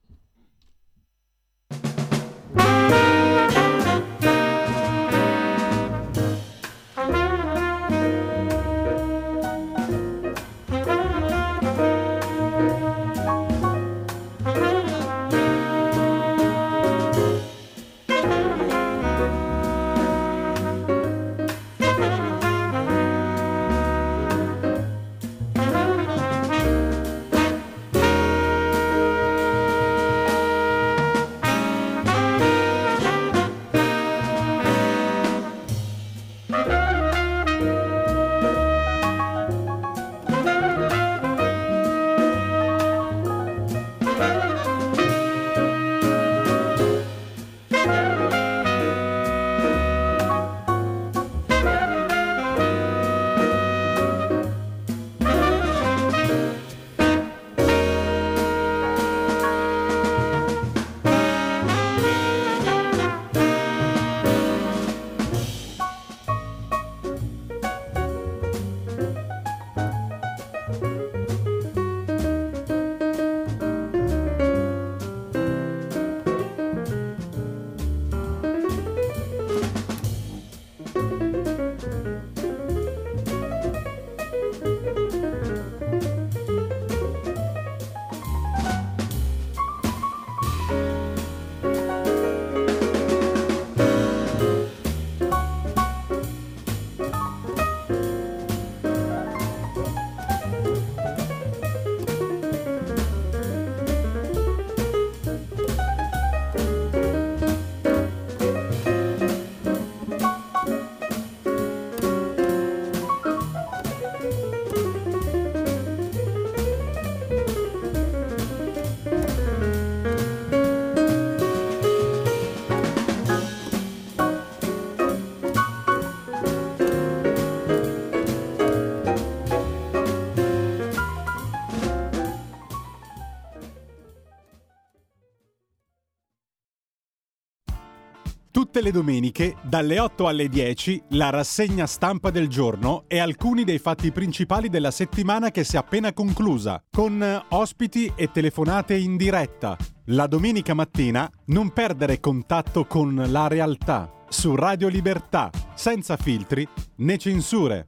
Tutte le domeniche, dalle 8 alle 10, la rassegna stampa del giorno e alcuni dei fatti principali della settimana che si è appena conclusa, con ospiti e telefonate in diretta. La domenica mattina non perdere contatto con la realtà, su Radio Libertà, senza filtri né censure.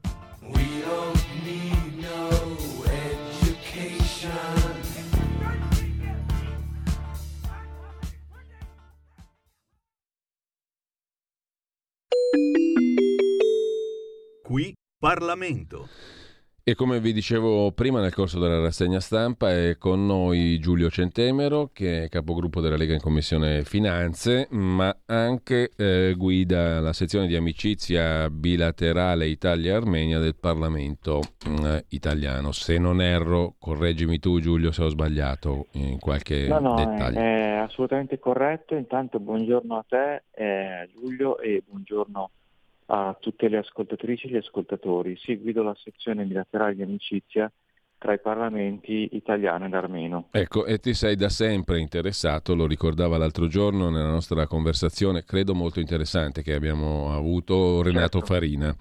Qui Parlamento. E come vi dicevo prima nel corso della rassegna stampa è con noi Giulio Centemero, che è capogruppo della Lega in Commissione Finanze, ma anche guida la sezione di amicizia bilaterale Italia-Armenia del Parlamento italiano. Se non erro, correggimi tu Giulio se ho sbagliato in qualche dettaglio. È assolutamente corretto. Intanto buongiorno a te Giulio e buongiorno a tutte le ascoltatrici e gli ascoltatori. Sì, guido la sezione bilaterale di amicizia tra i parlamenti italiano ed armeno. Ecco, e ti sei da sempre interessato, lo ricordava l'altro giorno nella nostra conversazione, credo molto interessante, che abbiamo avuto Renato Farina,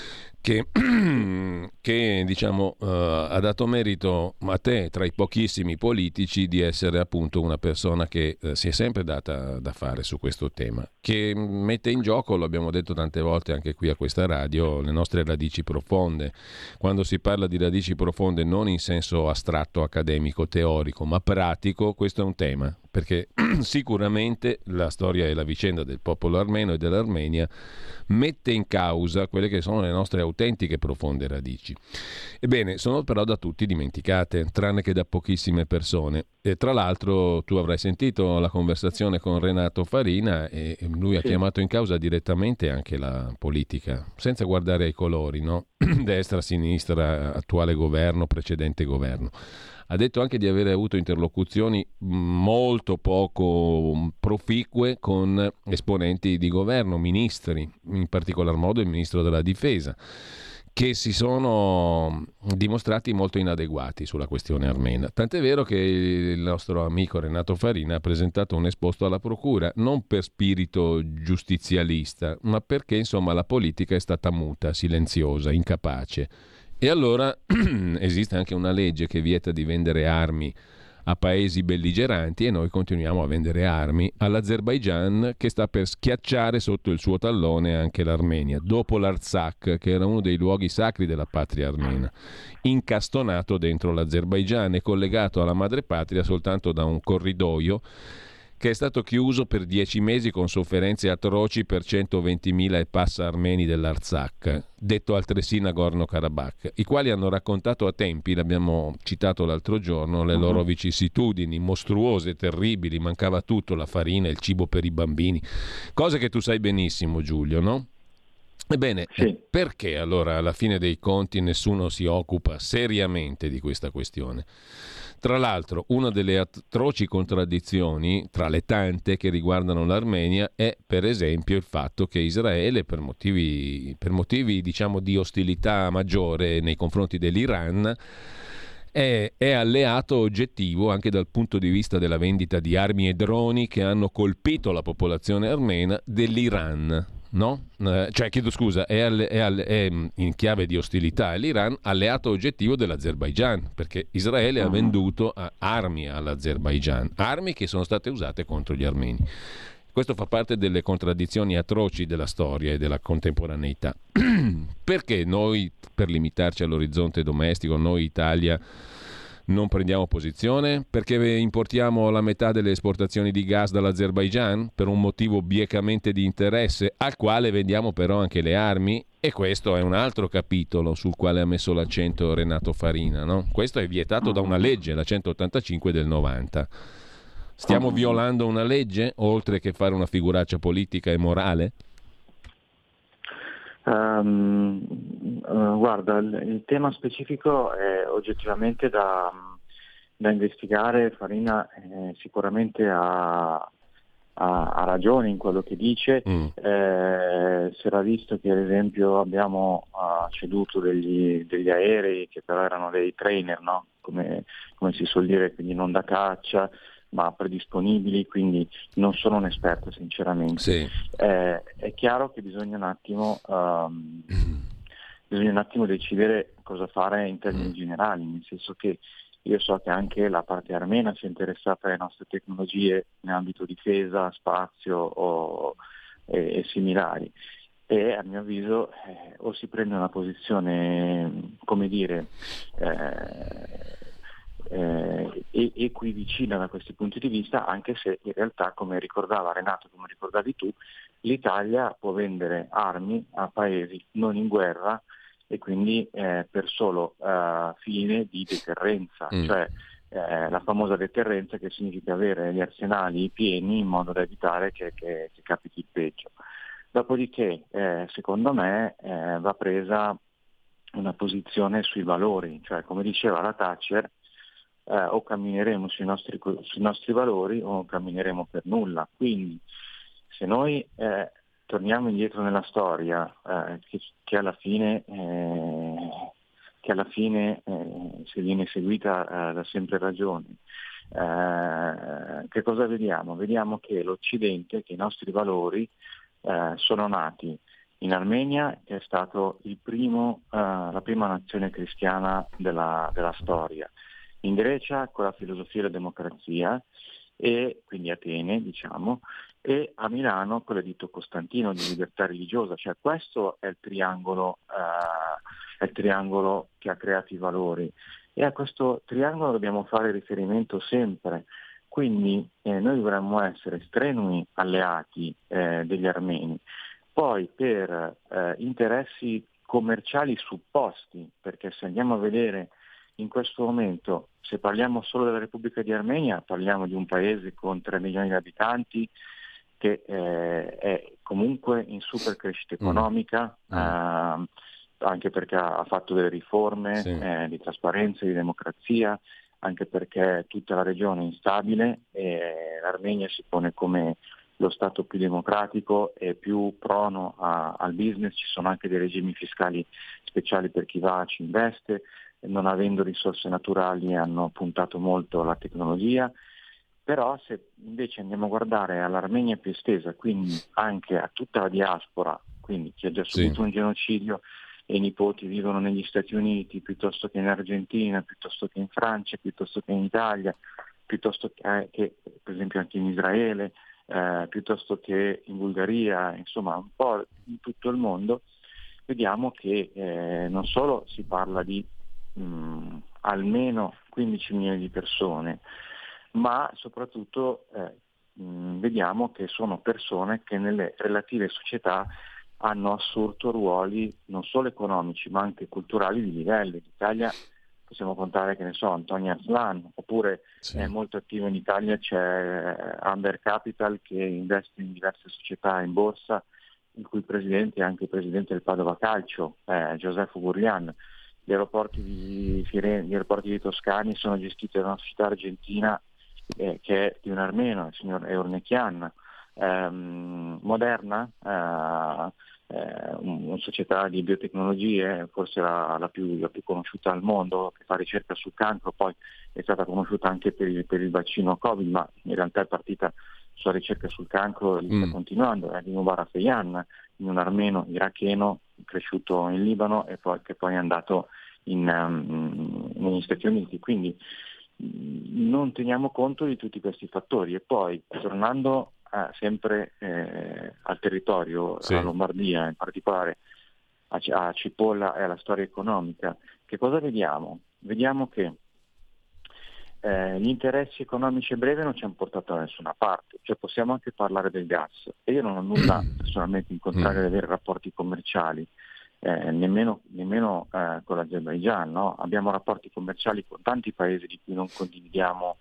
che diciamo ha dato merito a te, tra i pochissimi politici, di essere appunto una persona che si è sempre data da fare su questo tema, che mette in gioco, lo abbiamo detto tante volte anche qui a questa radio, le nostre radici profonde. Quando si parla di radici profonde non in senso astratto, accademico, teorico, ma pratico, questo è un tema, perché sicuramente la storia e la vicenda del popolo armeno e dell'Armenia mette in causa quelle che sono le nostre autentiche profonde radici. Ebbene, sono però da tutti dimenticate, tranne che da pochissime persone. E tra l'altro tu avrai sentito la conversazione con Renato Farina e lui ha chiamato in causa direttamente anche la politica, senza guardare ai colori, no? Destra, sinistra, attuale governo, precedente governo. Ha detto anche di avere avuto interlocuzioni molto poco proficue con esponenti di governo, ministri, in particolar modo il ministro della difesa, che si sono dimostrati molto inadeguati sulla questione armena. Tant'è vero che il nostro amico Renato Farina ha presentato un esposto alla procura, non per spirito giustizialista, ma perché insomma la politica è stata muta, silenziosa, incapace. E allora esiste anche una legge che vieta di vendere armi a paesi belligeranti e noi continuiamo a vendere armi all'Azerbaigian, che sta per schiacciare sotto il suo tallone anche l'Armenia, dopo l'Artsakh, che era uno dei luoghi sacri della patria armena, incastonato dentro l'Azerbaigian e collegato alla madrepatria soltanto da un corridoio che è stato chiuso per 10 mesi con sofferenze atroci per 120.000 e passa armeni dell'Artsakh, detto altresì Nagorno-Karabakh, i quali hanno raccontato a tempi, l'abbiamo citato l'altro giorno, le loro vicissitudini mostruose, terribili, mancava tutto, la farina, il cibo per i bambini, cose che tu sai benissimo Giulio, no? Ebbene, perché allora alla fine dei conti nessuno si occupa seriamente di questa questione? Tra l'altro, una delle atroci contraddizioni, tra le tante che riguardano l'Armenia, è per esempio il fatto che Israele, per motivi diciamo di ostilità maggiore nei confronti dell'Iran, è alleato oggettivo anche dal punto di vista della vendita di armi e droni che hanno colpito la popolazione armena dell'Iran. No? Chiedo scusa, è in chiave di ostilità l'Iran alleato oggettivo dell'Azerbaigian, perché Israele ha venduto armi all'Azerbaigian, armi che sono state usate contro gli armeni. Questo fa parte delle contraddizioni atroci della storia e della contemporaneità. Perché noi, per limitarci all'orizzonte domestico, noi Italia, non prendiamo posizione? Perché importiamo la metà delle esportazioni di gas dall'Azerbaigian per un motivo biecamente di interesse, al quale vendiamo però anche le armi? E questo è un altro capitolo sul quale ha messo l'accento Renato Farina, no? Questo è vietato da una legge, la 185 del 90. Stiamo violando una legge, oltre che fare una figuraccia politica e morale? Guarda, il tema specifico è oggettivamente da investigare. Farina sicuramente ha ragione in quello che dice. Si era visto che ad esempio abbiamo ceduto degli aerei che però erano dei trainer, no? Come si suol dire, quindi non da caccia ma predisponibili, quindi non sono un esperto sinceramente. Sì. È chiaro che bisogna un attimo decidere cosa fare in termini generali, nel senso che io so che anche la parte armena si è interessata alle nostre tecnologie in ambito difesa, spazio e similari, e a mio avviso o si prende una posizione, come dire, equivicina da questi punti di vista, anche se in realtà, come ricordava Renato, come ricordavi tu, l'Italia può vendere armi a paesi non in guerra e quindi per solo fine di deterrenza, cioè la famosa deterrenza, che significa avere gli arsenali pieni in modo da evitare che capiti il peggio. Dopodiché, secondo me, va presa una posizione sui valori, cioè come diceva la Thatcher, o cammineremo sui nostri valori o non cammineremo per nulla. Quindi se noi torniamo indietro nella storia, che alla fine se viene seguita da sempre ragioni, che cosa vediamo? Vediamo che l'Occidente, che i nostri valori sono nati in Armenia, che è stato la prima nazione cristiana della storia, in Grecia con la filosofia della democrazia, e quindi Atene, diciamo, e a Milano con l'editto Costantino di libertà religiosa. Cioè questo è il triangolo che ha creato i valori, e a questo triangolo dobbiamo fare riferimento sempre. Quindi noi dovremmo essere strenui alleati degli armeni. Poi per interessi commerciali supposti, perché se andiamo a vedere in questo momento, se parliamo solo della Repubblica di Armenia, parliamo di un paese con 3 milioni di abitanti che è comunque in super crescita economica, anche perché ha fatto delle riforme di trasparenza e di democrazia, anche perché tutta la regione è instabile e l'Armenia si pone come lo Stato più democratico e più prono al business. Ci sono anche dei regimi fiscali speciali per chi va ci investe, non avendo risorse naturali hanno puntato molto alla tecnologia. Però se invece andiamo a guardare all'Armenia più estesa, quindi anche a tutta la diaspora, quindi chi ha già subito un genocidio e i nipoti vivono negli Stati Uniti, piuttosto che in Argentina, piuttosto che in Francia, piuttosto che in Italia, piuttosto che per esempio anche in Israele, piuttosto che in Bulgaria, insomma un po' in tutto il mondo, vediamo che non solo si parla di almeno 15 milioni di persone, ma soprattutto vediamo che sono persone che nelle relative società hanno assurto ruoli non solo economici ma anche culturali di livello. In Italia possiamo contare, che ne so, Antonio Aslan, oppure è molto attivo in Italia c'è Amber Capital, che investe in diverse società in borsa, il cui presidente è anche il presidente del Padova Calcio, Giuseppe Burlian. Gli aeroporti di Toscani sono gestiti da una società argentina che è di un armeno, il signor Eurnechian. Moderna, una società di biotecnologie, forse la più conosciuta al mondo, che fa ricerca sul cancro, poi è stata conosciuta anche per il vaccino Covid, ma in realtà è partita sulla ricerca sul cancro e sta continuando. È di Mubarak Feyan, in un armeno iracheno cresciuto in Libano e che poi è andato negli Stati Uniti. Quindi non teniamo conto di tutti questi fattori. E poi, tornando sempre al territorio, alla Lombardia, in particolare a Cipolla e alla storia economica, che cosa vediamo? Vediamo che gli interessi economici a breve non ci hanno portato da nessuna parte. Cioè possiamo anche parlare del gas, e io non ho nulla personalmente in contrario di avere rapporti commerciali, nemmeno con l'Azerbaigian, no? Abbiamo rapporti commerciali con tanti paesi di cui non condividiamo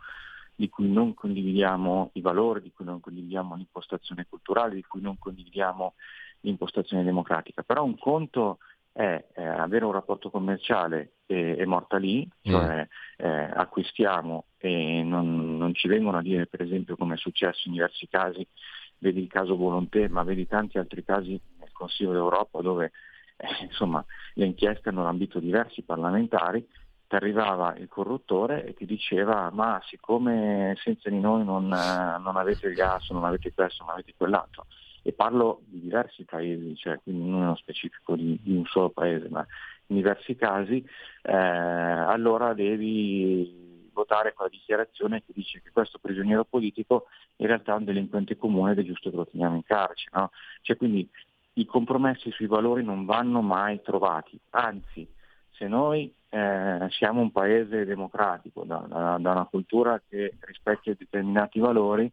i valori, di cui non condividiamo l'impostazione culturale, di cui non condividiamo l'impostazione democratica. Però un conto è avere un rapporto commerciale e morta lì, cioè acquistiamo e non ci vengono a dire, per esempio, come è successo in diversi casi, vedi il caso Volonté, ma vedi tanti altri casi nel Consiglio d'Europa dove insomma le inchieste hanno lambito diversi parlamentari. Ti arrivava il corruttore e ti diceva: ma siccome senza di noi non avete il gas, non avete questo, non avete quell'altro, e parlo di diversi paesi, cioè quindi non nello specifico di un solo paese, ma in diversi casi, allora devi votare quella dichiarazione che dice che questo prigioniero politico in realtà è un delinquente comune ed è giusto che lo teniamo in carcere, no? Cioè, quindi i compromessi sui valori non vanno mai trovati, anzi, se noi siamo un paese democratico, da una cultura che rispecchia determinati valori,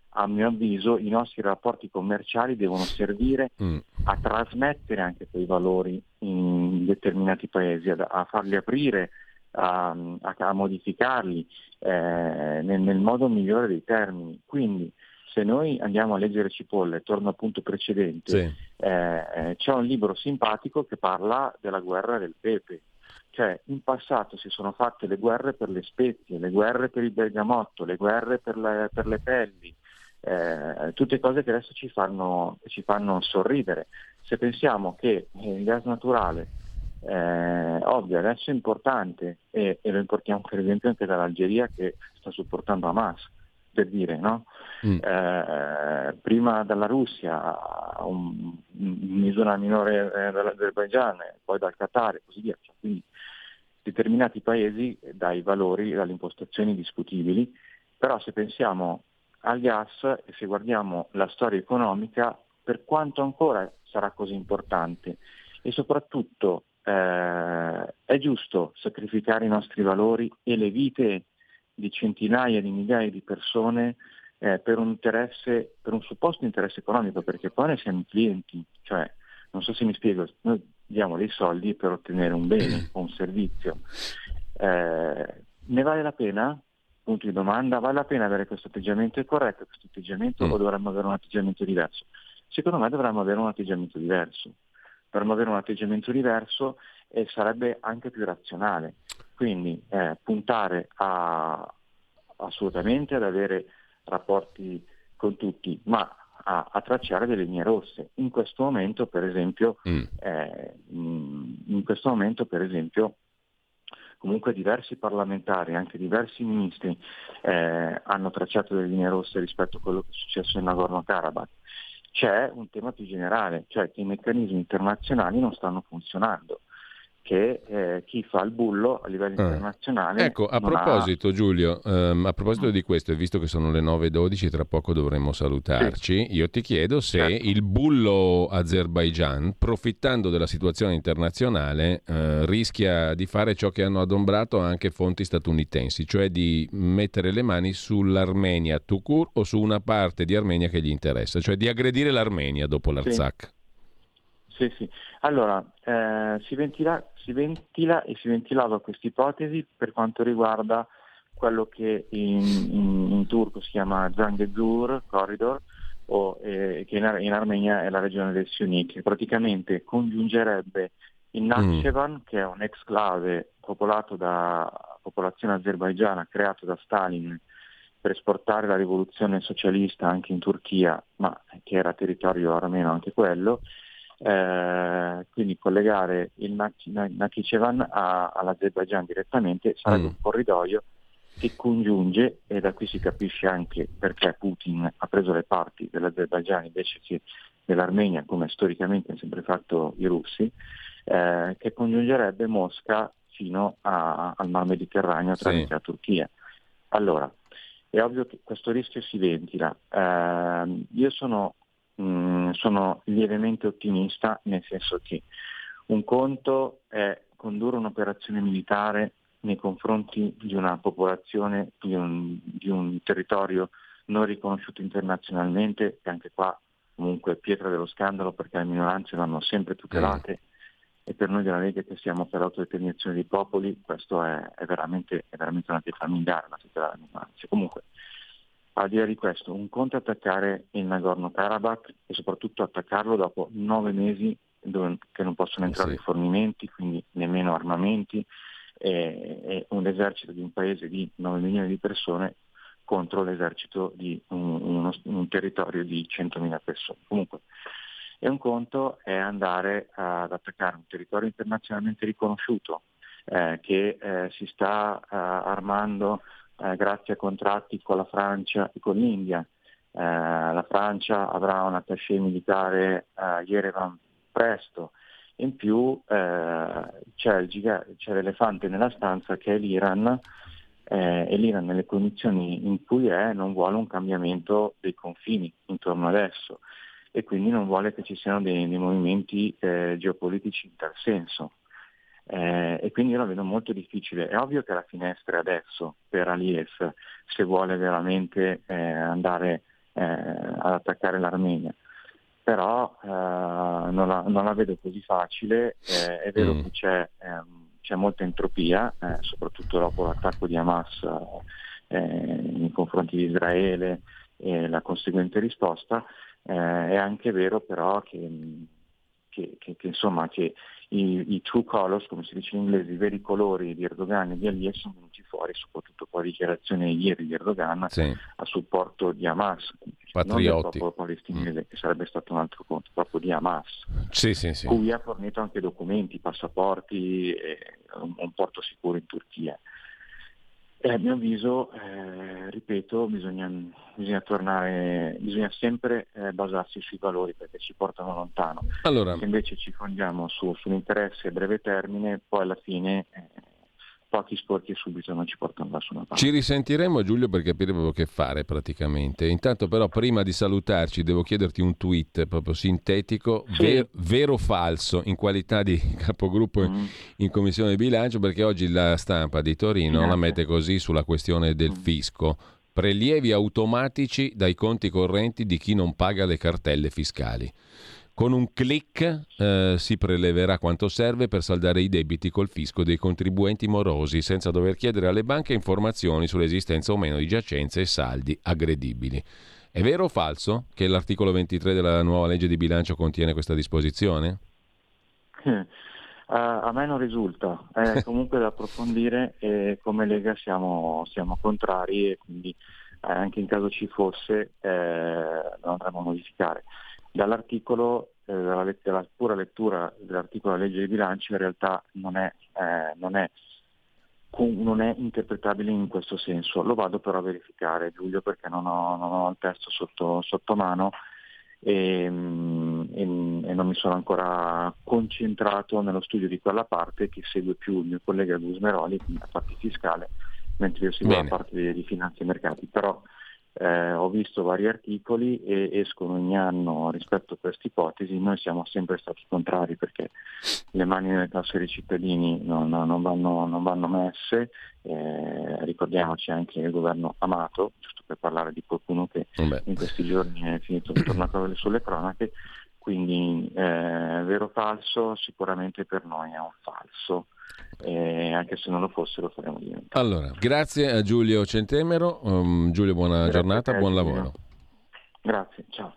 a mio avviso i nostri rapporti commerciali devono servire a trasmettere anche quei valori in determinati paesi, a farli aprire, a modificarli nel modo migliore dei termini. Quindi se noi andiamo a leggere Cipolle, torno al punto precedente, c'è un libro simpatico che parla della guerra del pepe. Cioè, in passato si sono fatte le guerre per le spezie, le guerre per il bergamotto, le guerre per le pelli, tutte cose che adesso ci fanno sorridere. Se pensiamo che il gas naturale, ovvio, adesso è importante e lo importiamo per esempio anche dall'Algeria, che sta supportando Hamas, per dire, no? Prima dalla Russia, in misura minore dall'Azerbaigian, poi dal Qatar e così via. Cioè, quindi determinati paesi dai valori, dalle impostazioni discutibili, però se pensiamo al gas e se guardiamo la storia economica, per quanto ancora sarà così importante e soprattutto è giusto sacrificare i nostri valori e le vite di centinaia di migliaia di persone per un supposto interesse economico, perché poi ne siamo clienti, cioè non so se mi spiego, noi diamo dei soldi per ottenere un bene o un servizio, ne vale la pena? Punto di domanda. Vale la pena avere questo atteggiamento? È corretto questo atteggiamento o dovremmo avere un atteggiamento diverso? Secondo me dovremmo avere un atteggiamento diverso. Dovremmo avere un atteggiamento diverso e sarebbe anche più razionale. Quindi puntare assolutamente ad avere rapporti con tutti, ma a tracciare delle linee rosse. In questo momento, per esempio, comunque diversi parlamentari, anche diversi ministri hanno tracciato delle linee rosse rispetto a quello che è successo in Nagorno-Karabakh. C'è un tema più generale, cioè che i meccanismi internazionali non stanno funzionando, che chi fa il bullo a livello internazionale. Ecco, a proposito Giulio, a proposito di questo, e visto che sono le 9:12, tra poco dovremo salutarci, io ti chiedo se il bullo Azerbaigian, profittando della situazione internazionale, rischia di fare ciò che hanno adombrato anche fonti statunitensi, cioè di mettere le mani sull'Armenia tout court o su una parte di Armenia che gli interessa, cioè di aggredire l'Armenia dopo l'Artsakh. Sì. Allora, si ventilava questa ipotesi per quanto riguarda quello che in turco si chiama Zangezur Corridor, che in Armenia è la regione del Syunik, che praticamente congiungerebbe il Nakhchivan, che è un exclave popolato da popolazione azerbaigiana creato da Stalin per esportare la rivoluzione socialista anche in Turchia, ma che era territorio armeno anche quello. Quindi collegare il Nakhchivan all'Azerbaigian direttamente sarebbe un corridoio che congiunge, e da qui si capisce anche perché Putin ha preso le parti dell'Azerbaigian invece che dell'Armenia, come storicamente hanno sempre fatto i russi, che congiungerebbe Mosca fino al Mar Mediterraneo tramite la Turchia. Allora, è ovvio che questo rischio si ventila. Io sono lievemente ottimista, nel senso che un conto è condurre un'operazione militare nei confronti di una popolazione, di un territorio non riconosciuto internazionalmente, e anche qua comunque pietra dello scandalo, perché le minoranze vanno sempre tutelate e per noi della Lega, che siamo per l'autodeterminazione dei popoli, questo è veramente una pietra miliare, la tutela delle minoranze. Comunque, al di là di questo, un conto è attaccare il Nagorno-Karabakh e soprattutto attaccarlo dopo 9 mesi che non possono entrare rifornimenti, quindi nemmeno armamenti, e un esercito di un paese di 9 milioni di persone contro l'esercito di un territorio di 100.000 persone. Comunque, e un conto è andare ad attaccare un territorio internazionalmente riconosciuto che si sta armando grazie a contratti con la Francia e con l'India. La Francia avrà un attaché militare a Yerevan presto. In più c'è l'elefante nella stanza, che è l'Iran, e l'Iran nelle condizioni in cui non vuole un cambiamento dei confini intorno adesso, e quindi non vuole che ci siano dei movimenti geopolitici in tal senso. E quindi io la vedo molto difficile. È ovvio che la finestra è adesso per Aliyev, se vuole veramente andare ad attaccare l'Armenia. Però non la vedo così facile. È vero che c'è molta entropia, soprattutto dopo l'attacco di Hamas nei confronti di Israele e la conseguente risposta. È anche vero però che insomma che i true colors, come si dice in inglese, i veri colori di Erdogan e di Aliyev sono venuti fuori, soprattutto con la dichiarazione ieri di Erdogan a supporto di Hamas, patrioti, non del popolo palestinese, che sarebbe stato un altro conto, proprio di Hamas, cui ha fornito anche documenti, passaporti e un porto sicuro in Turchia. A mio avviso, ripeto, bisogna tornare, bisogna sempre basarsi sui valori, perché ci portano lontano. Allora, se invece ci fondiamo sull'interesse a breve termine, poi alla fine pochi sporchi subito non ci portano da nessuna parte. Ci risentiremo, Giulio, per capire proprio che fare praticamente. Intanto però, prima di salutarci, devo chiederti un tweet proprio sintetico, vero o falso, in qualità di capogruppo in Commissione Bilancio, perché oggi la Stampa di Torino la mette così sulla questione del fisco: prelievi automatici dai conti correnti di chi non paga le cartelle fiscali. Con un click si preleverà quanto serve per saldare i debiti col fisco dei contribuenti morosi, senza dover chiedere alle banche informazioni sull'esistenza o meno di giacenze e saldi aggredibili. È vero o falso che l'articolo 23 della nuova legge di bilancio contiene questa disposizione? A me non risulta, è comunque da approfondire, e come Lega siamo contrari, e quindi anche in caso ci fosse lo andremo a modificare. Dall'articolo, dalla pura lettura dell'articolo della legge di bilancio, in realtà non è interpretabile in questo senso. Lo vado però a verificare, Giulio, perché non ho il testo sotto mano e non mi sono ancora concentrato nello studio di quella parte che segue più il mio collega Gusmeroli, quindi la parte fiscale, mentre io seguo la parte di finanza e mercati. Però ho visto vari articoli e escono ogni anno rispetto a questa ipotesi. Noi siamo sempre stati contrari, perché le mani nelle tasse dei cittadini non vanno messe. Ricordiamoci anche il governo Amato, giusto per parlare di qualcuno che in questi giorni è tornato sulle cronache. Quindi vero o falso? Sicuramente per noi è un falso. Anche se non lo fosse, lo faremo diventare. Allora, grazie a Giulio Centemero. Giulio, buona giornata, buon lavoro. Grazie, ciao.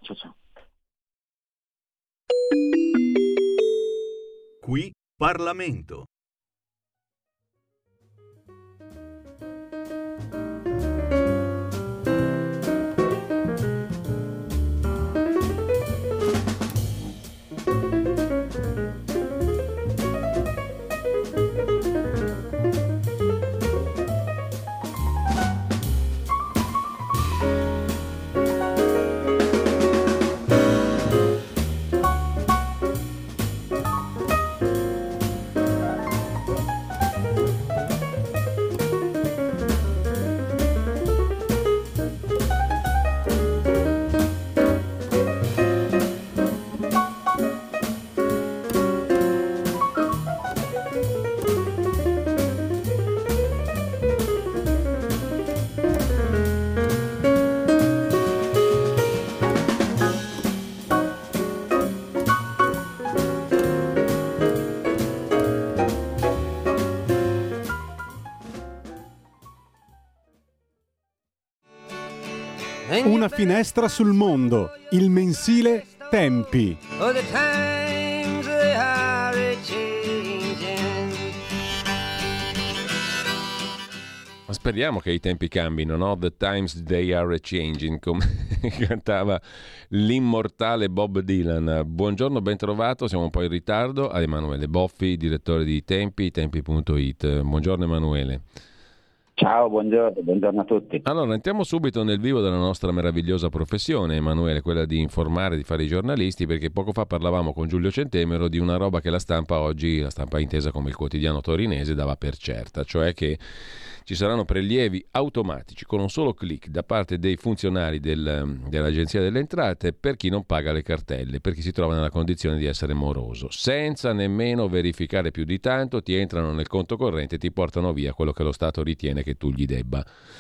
Qui Parlamento. Una finestra sul mondo, il mensile Tempi. Speriamo che i tempi cambino, no? The times they are changing, come cantava l'immortale Bob Dylan. Buongiorno, ben trovato, siamo un po' in ritardo, a Emanuele Boffi, direttore di tempi.it. Buongiorno Emanuele. Ciao, buongiorno a tutti. Allora, entriamo subito nel vivo della nostra meravigliosa professione, Emanuele, quella di informare, di fare i giornalisti, perché poco fa parlavamo con Giulio Centemero di una roba che la stampa oggi, la stampa intesa come il quotidiano torinese, dava per certa, cioè che ci saranno prelievi automatici con un solo click da parte dei funzionari dell'Agenzia delle Entrate per chi non paga le cartelle, per chi si trova nella condizione di essere moroso, senza nemmeno verificare più di tanto. Ti entrano nel conto corrente e ti portano via quello che lo Stato ritiene che tu gli debba.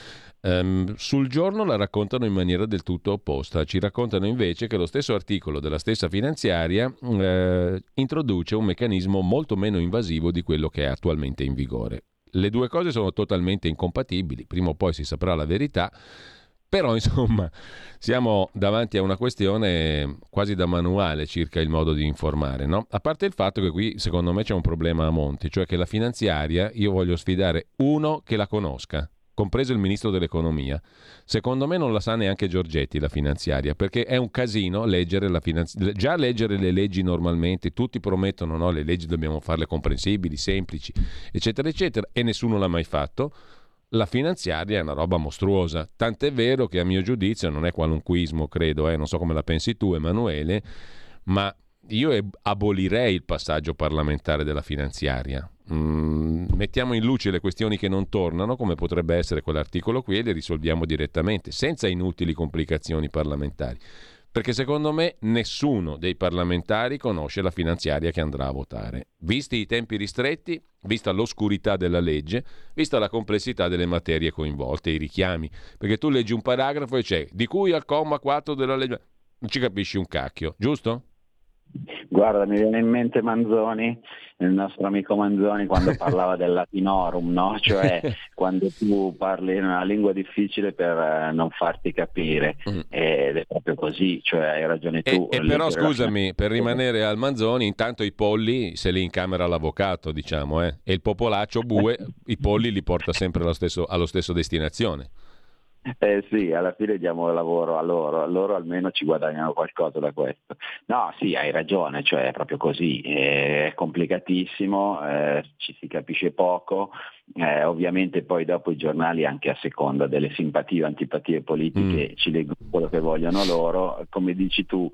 Sul Giorno la raccontano in maniera del tutto opposta. Ci raccontano invece che lo stesso articolo della stessa finanziaria introduce un meccanismo molto meno invasivo di quello che è attualmente in vigore. Le due cose sono totalmente incompatibili, prima o poi si saprà la verità, però insomma siamo davanti a una questione quasi da manuale circa il modo di informare, no? A parte il fatto che qui secondo me c'è un problema a monti, cioè che la finanziaria, io voglio sfidare uno che la conosca, compreso il ministro dell'economia. Secondo me non la sa neanche Giorgetti la finanziaria, perché è un casino leggere la già leggere le leggi normalmente, tutti promettono no, le leggi dobbiamo farle comprensibili, semplici, eccetera eccetera, e nessuno l'ha mai fatto. La finanziaria è una roba mostruosa, tant'è vero che a mio giudizio non è qualunquismo, credo, non so come la pensi tu Emanuele, ma io abolirei il passaggio parlamentare della finanziaria. Mettiamo in luce le questioni che non tornano, come potrebbe essere quell'articolo qui, e le risolviamo direttamente, senza inutili complicazioni parlamentari. Perché secondo me nessuno dei parlamentari conosce la finanziaria che andrà a votare. Visti i tempi ristretti, vista l'oscurità della legge, vista la complessità delle materie coinvolte, i richiami. Perché tu leggi un paragrafo e c'è di cui al comma 4 della legge. Non ci capisci un cacchio, giusto? Guarda, mi viene in mente Manzoni, il nostro amico Manzoni, quando parlava del latinorum, no? Cioè quando tu parli in una lingua difficile per non farti capire, ed è proprio così, cioè hai ragione tu. E però scusami, per rimanere al Manzoni, intanto i polli se li incamera l'avvocato, diciamo, e il popolaccio bue i polli li porta sempre allo stesso destinazione. Sì, alla fine diamo lavoro a loro almeno ci guadagnano qualcosa da questo. No, sì, hai ragione, cioè è proprio così, è complicatissimo, ci si capisce poco, ovviamente poi dopo i giornali anche a seconda delle simpatie o antipatie politiche ci leggono quello che vogliono loro, come dici tu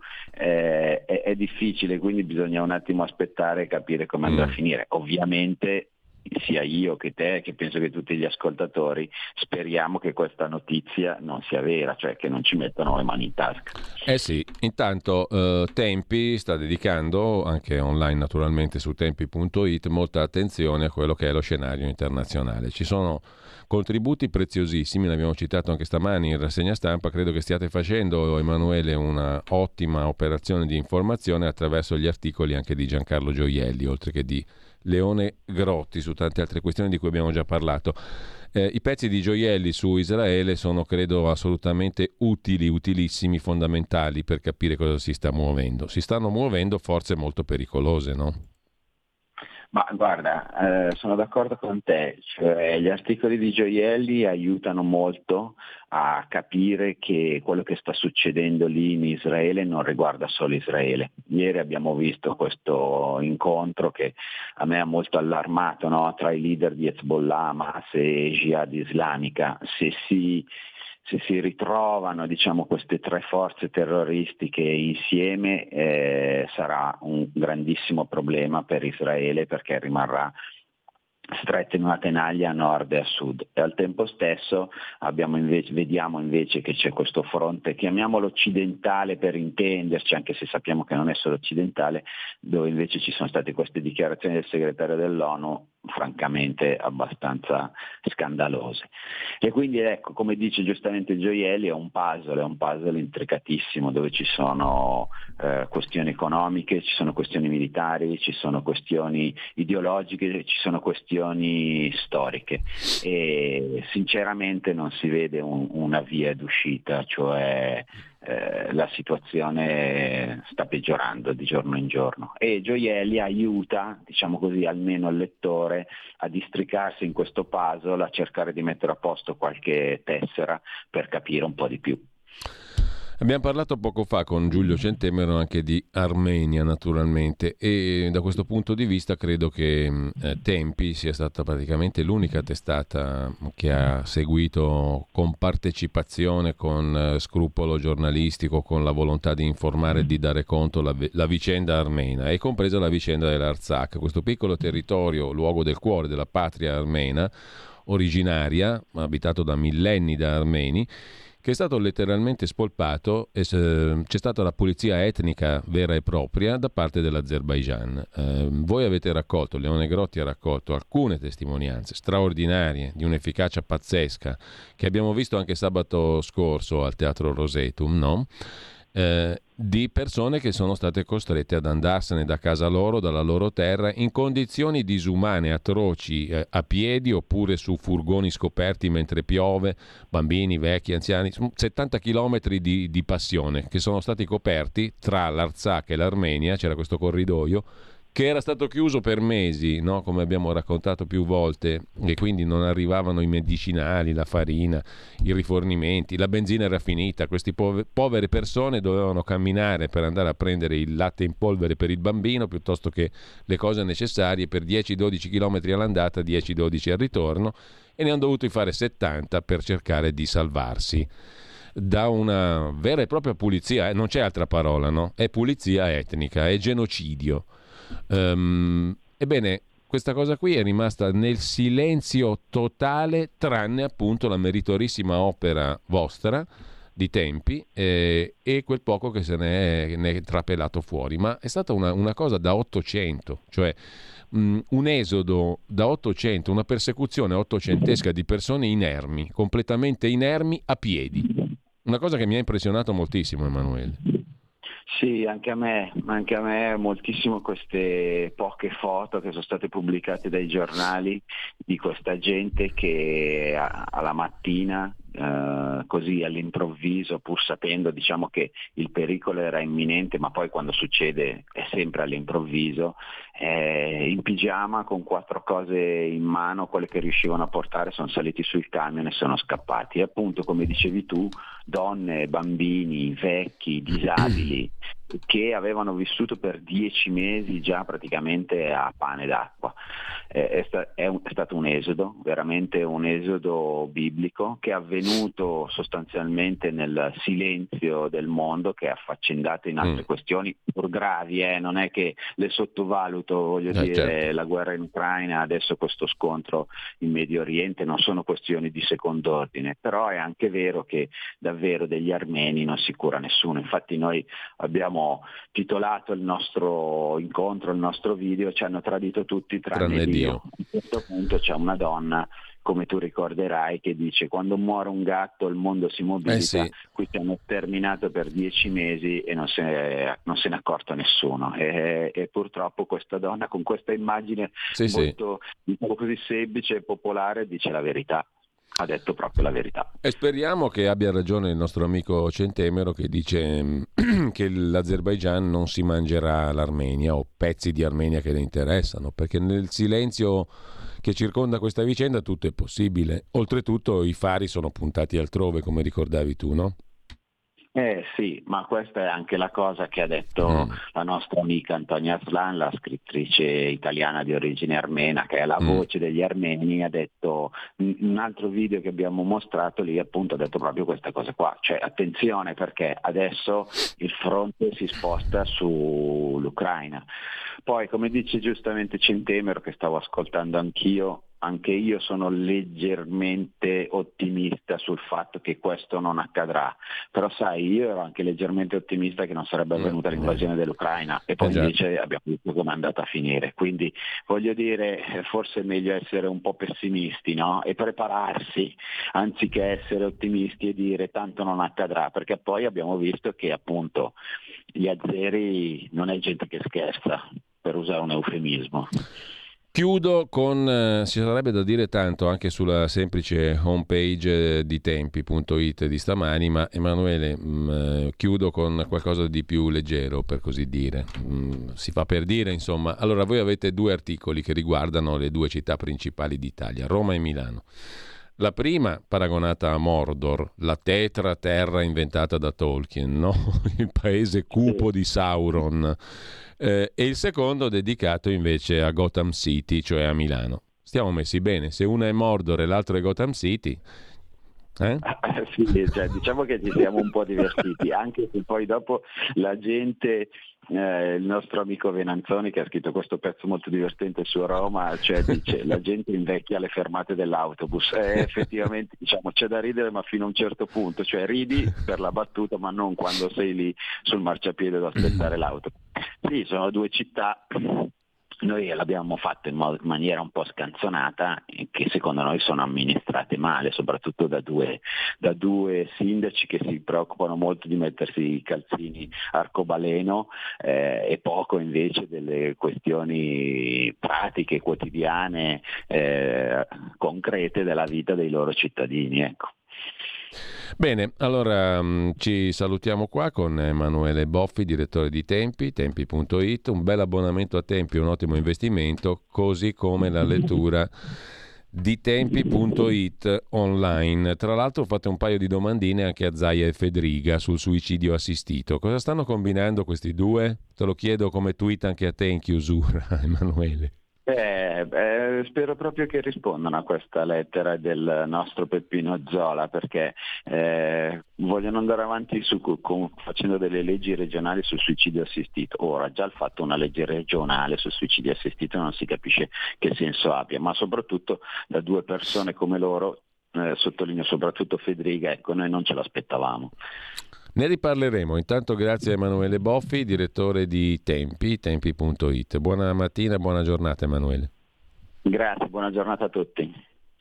è difficile, quindi bisogna un attimo aspettare e capire come andrà a finire. Ovviamente sia io che te, che penso che tutti gli ascoltatori, speriamo che questa notizia non sia vera, cioè che non ci mettano le mani in tasca. Sì, intanto Tempi sta dedicando, anche online naturalmente su tempi.it, molta attenzione a quello che è lo scenario internazionale. Ci sono contributi preziosissimi, l'abbiamo citato anche stamani in rassegna stampa, credo che stiate facendo, Emanuele, una ottima operazione di informazione attraverso gli articoli anche di Giancarlo Gioielli, oltre che di Leone Grotti su tante altre questioni di cui abbiamo già parlato. I pezzi di Gioielli su Israele sono, credo, assolutamente utili, utilissimi, fondamentali per capire cosa si sta muovendo. Si stanno muovendo forze molto pericolose, no? Ma guarda, sono d'accordo con te, cioè, gli articoli di Gioielli aiutano molto a capire che quello che sta succedendo lì in Israele non riguarda solo Israele. Ieri abbiamo visto questo incontro che a me ha molto allarmato, no? Tra i leader di Hezbollah, Hamas e Jihad Islamica. Se si ritrovano, diciamo, queste tre forze terroristiche insieme, sarà un grandissimo problema per Israele, perché rimarrà stretta in una tenaglia a nord e a sud, e al tempo stesso vediamo invece che c'è questo fronte, chiamiamolo occidentale per intenderci, anche se sappiamo che non è solo occidentale, dove invece ci sono state queste dichiarazioni del segretario dell'ONU francamente abbastanza scandalose. E quindi ecco, come dice giustamente Gioielli, è un puzzle intricatissimo, dove ci sono questioni economiche, ci sono questioni militari, ci sono questioni ideologiche, ci sono questioni storiche, e sinceramente non si vede una via d'uscita, cioè la situazione sta peggiorando di giorno in giorno, e Gioielli aiuta, diciamo così, almeno il lettore a districarsi in questo puzzle, a cercare di mettere a posto qualche tessera per capire un po' di più. Abbiamo parlato poco fa con Giulio Centemero anche di Armenia, naturalmente, e da questo punto di vista credo che Tempi sia stata praticamente l'unica testata che ha seguito con partecipazione, con scrupolo giornalistico, con la volontà di informare e di dare conto la vicenda armena, e compresa la vicenda dell'Artsakh, questo piccolo territorio, luogo del cuore della patria armena, originaria, abitato da millenni da armeni, che è stato letteralmente spolpato e c'è stata la pulizia etnica vera e propria da parte dell'Azerbaigian. Voi avete raccolto, Leone Grotti ha raccolto alcune testimonianze straordinarie di un'efficacia pazzesca che abbiamo visto anche sabato scorso al Teatro Rosetum, no? Di persone che sono state costrette ad andarsene da casa loro, dalla loro terra, in condizioni disumane, atroci, a piedi oppure su furgoni scoperti mentre piove, bambini, vecchi, anziani, 70 chilometri di passione che sono stati coperti tra l'Artsakh e l'Armenia. C'era questo corridoio che era stato chiuso per mesi, no? Come abbiamo raccontato più volte, e quindi non arrivavano i medicinali, la farina, i rifornimenti, la benzina era finita. Queste povere persone dovevano camminare per andare a prendere il latte in polvere per il bambino piuttosto che le cose necessarie per 10-12 km all'andata, 10-12 al ritorno, e ne hanno dovuti fare 70 per cercare di salvarsi da una vera e propria pulizia, non c'è altra parola, no? È pulizia etnica, è genocidio. Ebbene, questa cosa qui è rimasta nel silenzio totale, tranne appunto la meritorissima opera vostra di tempi e quel poco che se ne è trapelato fuori. Ma è stata una cosa da 800, cioè un esodo da 800, una persecuzione ottocentesca di persone inermi, completamente inermi, a piedi. Una cosa che mi ha impressionato moltissimo, Emanuele. Sì, anche a me moltissimo queste poche foto che sono state pubblicate dai giornali di questa gente che alla mattina, così all'improvviso, pur sapendo diciamo che il pericolo era imminente, ma poi quando succede è sempre all'improvviso, in pigiama con 4 cose in mano, quelle che riuscivano a portare, sono saliti sul camion e sono scappati. E appunto, come dicevi tu, donne, bambini, vecchi, disabili, che avevano vissuto per 10 mesi già praticamente a pane d'acqua. È stato un esodo, veramente un esodo biblico, che è avvenuto sostanzialmente nel silenzio del mondo, che è affaccendato in altre questioni pur gravi, non è che le sottovaluto, voglio dire, certo. La guerra in Ucraina, adesso questo scontro in Medio Oriente non sono questioni di secondo ordine, però è anche vero che davvero degli armeni non si cura nessuno. Infatti noi abbiamo titolato il nostro incontro, il nostro video, ci hanno tradito tutti tranne Dio. A un certo punto c'è una donna, come tu ricorderai, che dice: quando muore un gatto il mondo si mobilita, sì. Qui ci hanno sterminato per 10 mesi e non se ne è accorto nessuno, e purtroppo questa donna con questa immagine molto diciamo così semplice e popolare dice la verità. Ha detto proprio la verità. E speriamo che abbia ragione il nostro amico Centemero, che dice che l'Azerbaigian non si mangerà l'Armenia o pezzi di Armenia che le interessano, perché nel silenzio che circonda questa vicenda tutto è possibile. Oltretutto i fari sono puntati altrove, come ricordavi tu, no? Sì, ma questa è anche la cosa che ha detto la nostra amica Antonia Aslan, la scrittrice italiana di origine armena, che è la voce degli armeni. Ha detto, in un altro video che abbiamo mostrato lì, appunto, ha detto proprio questa cosa qua, cioè attenzione, perché adesso il fronte si sposta sull'Ucraina. Poi, come dice giustamente Centemero, che stavo ascoltando anche io sono leggermente ottimista sul fatto che questo non accadrà, però sai, io ero anche leggermente ottimista che non sarebbe avvenuta l'invasione dell'Ucraina, e poi invece abbiamo visto come è andata a finire. Quindi voglio dire, forse è meglio essere un po' pessimisti, no? E prepararsi anziché essere ottimisti e dire tanto non accadrà, perché poi abbiamo visto che appunto gli azeri non è gente che scherza, per usare un eufemismo. Chiudo con, ci sarebbe da dire tanto anche sulla semplice homepage di tempi.it di stamani, ma Emanuele, chiudo con qualcosa di più leggero, per così dire. Si fa per dire, insomma. Allora, voi avete 2 articoli che riguardano le 2 città principali d'Italia, Roma e Milano. La prima paragonata a Mordor, la tetra terra inventata da Tolkien, no? Il paese cupo di Sauron. E il secondo dedicato invece a Gotham City, cioè a Milano. Stiamo messi bene, se una è Mordor e l'altro è Gotham City, Sì, cioè, diciamo che ci siamo un po' divertiti, anche se poi dopo la gente, il nostro amico Venanzoni che ha scritto questo pezzo molto divertente su Roma, cioè dice la gente invecchia alle fermate dell'autobus, effettivamente diciamo c'è da ridere ma fino a un certo punto, cioè ridi per la battuta ma non quando sei lì sul marciapiede ad aspettare l'auto. Sì, sono due città. Noi l'abbiamo fatto in maniera un po' scanzonata, che secondo noi sono amministrate male, soprattutto da due sindaci che si preoccupano molto di mettersi i calzini arcobaleno e poco invece delle questioni pratiche, quotidiane, concrete della vita dei loro cittadini. Ecco. Bene, allora ci salutiamo qua con Emanuele Boffi, direttore di Tempi, tempi.it. Un bel abbonamento a Tempi, un ottimo investimento, così come la lettura di tempi.it online. Tra l'altro fate un paio di domandine anche a Zaia e Fedriga sul suicidio assistito. Cosa stanno combinando questi due? Te lo chiedo come tweet anche a te in chiusura, Emanuele. Spero proprio che rispondano a questa lettera del nostro Peppino Zola, perché vogliono andare avanti facendo delle leggi regionali sul suicidio assistito. Ora, già il fatto una legge regionale sul suicidio assistito non si capisce che senso abbia, ma soprattutto da due persone come loro, sottolineo soprattutto Fedriga, ecco, noi non ce l'aspettavamo. Ne riparleremo. Intanto grazie a Emanuele Boffi, direttore di Tempi, tempi.it. Buona mattina, buona giornata Emanuele. Grazie, buona giornata a tutti.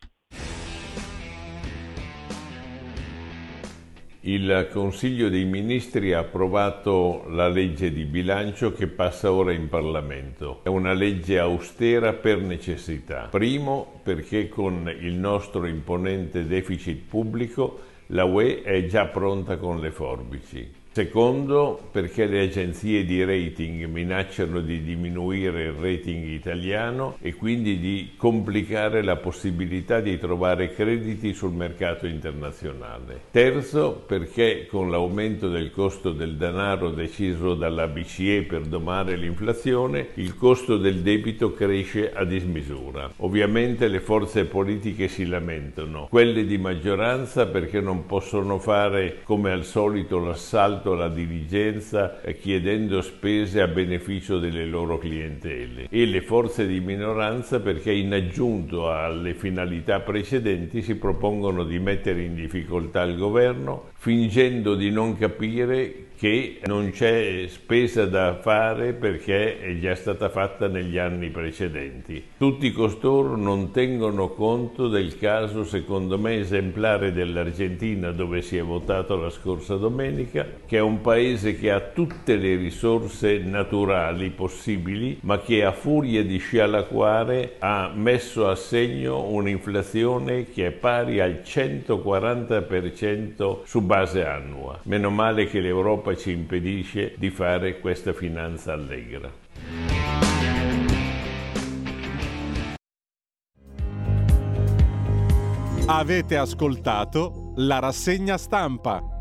Il Consiglio dei Ministri ha approvato la legge di bilancio che passa ora in Parlamento. È una legge austera per necessità. Primo, perché con il nostro imponente deficit pubblico la UE è già pronta con le forbici. Secondo, perché le agenzie di rating minacciano di diminuire il rating italiano e quindi di complicare la possibilità di trovare crediti sul mercato internazionale. Terzo, perché con l'aumento del costo del denaro deciso dalla BCE per domare l'inflazione, il costo del debito cresce a dismisura. Ovviamente le forze politiche si lamentano, quelle di maggioranza perché non possono fare come al solito l'assalto alla dirigenza chiedendo spese a beneficio delle loro clientele, e le forze di minoranza perché in aggiunto alle finalità precedenti si propongono di mettere in difficoltà il governo fingendo di non capire che non c'è spesa da fare perché è già stata fatta negli anni precedenti. Tutti costoro non tengono conto del caso, secondo me, esemplare dell'Argentina, dove si è votato la scorsa domenica, che è un paese che ha tutte le risorse naturali possibili, ma che a furia di scialacquare ha messo a segno un'inflazione che è pari al 140% su base annua. Meno male che l'Europa ci impedisce di fare questa finanza allegra. Avete ascoltato la rassegna stampa.